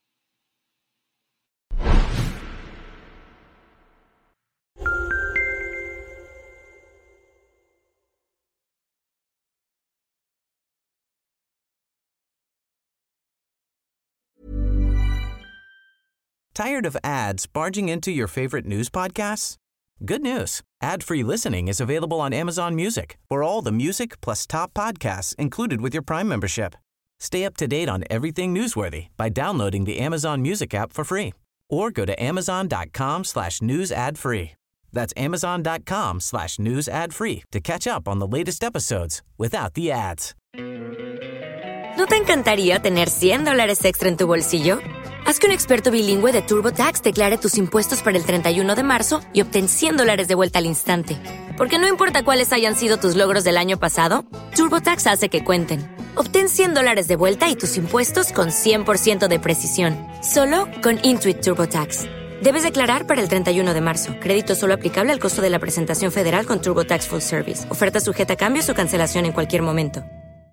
Tired of ads barging into your favorite news podcasts? Good news. Ad-free listening is available on Amazon Music for all the music plus top podcasts included with your Prime membership. Stay up to date on everything newsworthy by downloading the Amazon Music app for free or go to amazon.com slash news ad free. That's amazon.com slash news ad free to catch up on the latest episodes without the ads. ¿No te encantaría tener cien dólares extra en tu bolsillo? Haz que un experto bilingüe de TurboTax declare tus impuestos para el treinta y uno de marzo y obtén cien dólares de vuelta al instante. Porque no importa cuáles hayan sido tus logros del año pasado, TurboTax hace que cuenten. Obtén cien dólares de vuelta y tus impuestos con cien por ciento de precisión. Solo con Intuit TurboTax. Debes declarar para el treinta y uno de marzo. Crédito solo aplicable al costo de la presentación federal con TurboTax Full Service. Oferta sujeta a cambios o cancelación en cualquier momento.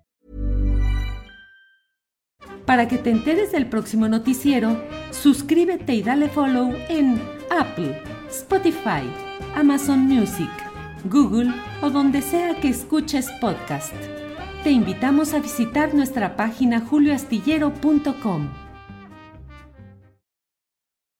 Para que te enteres del próximo noticiero, suscríbete y dale follow en Apple, Spotify, Amazon Music, Google o donde sea que escuches podcast. Te invitamos a visitar nuestra página julio astillero punto com.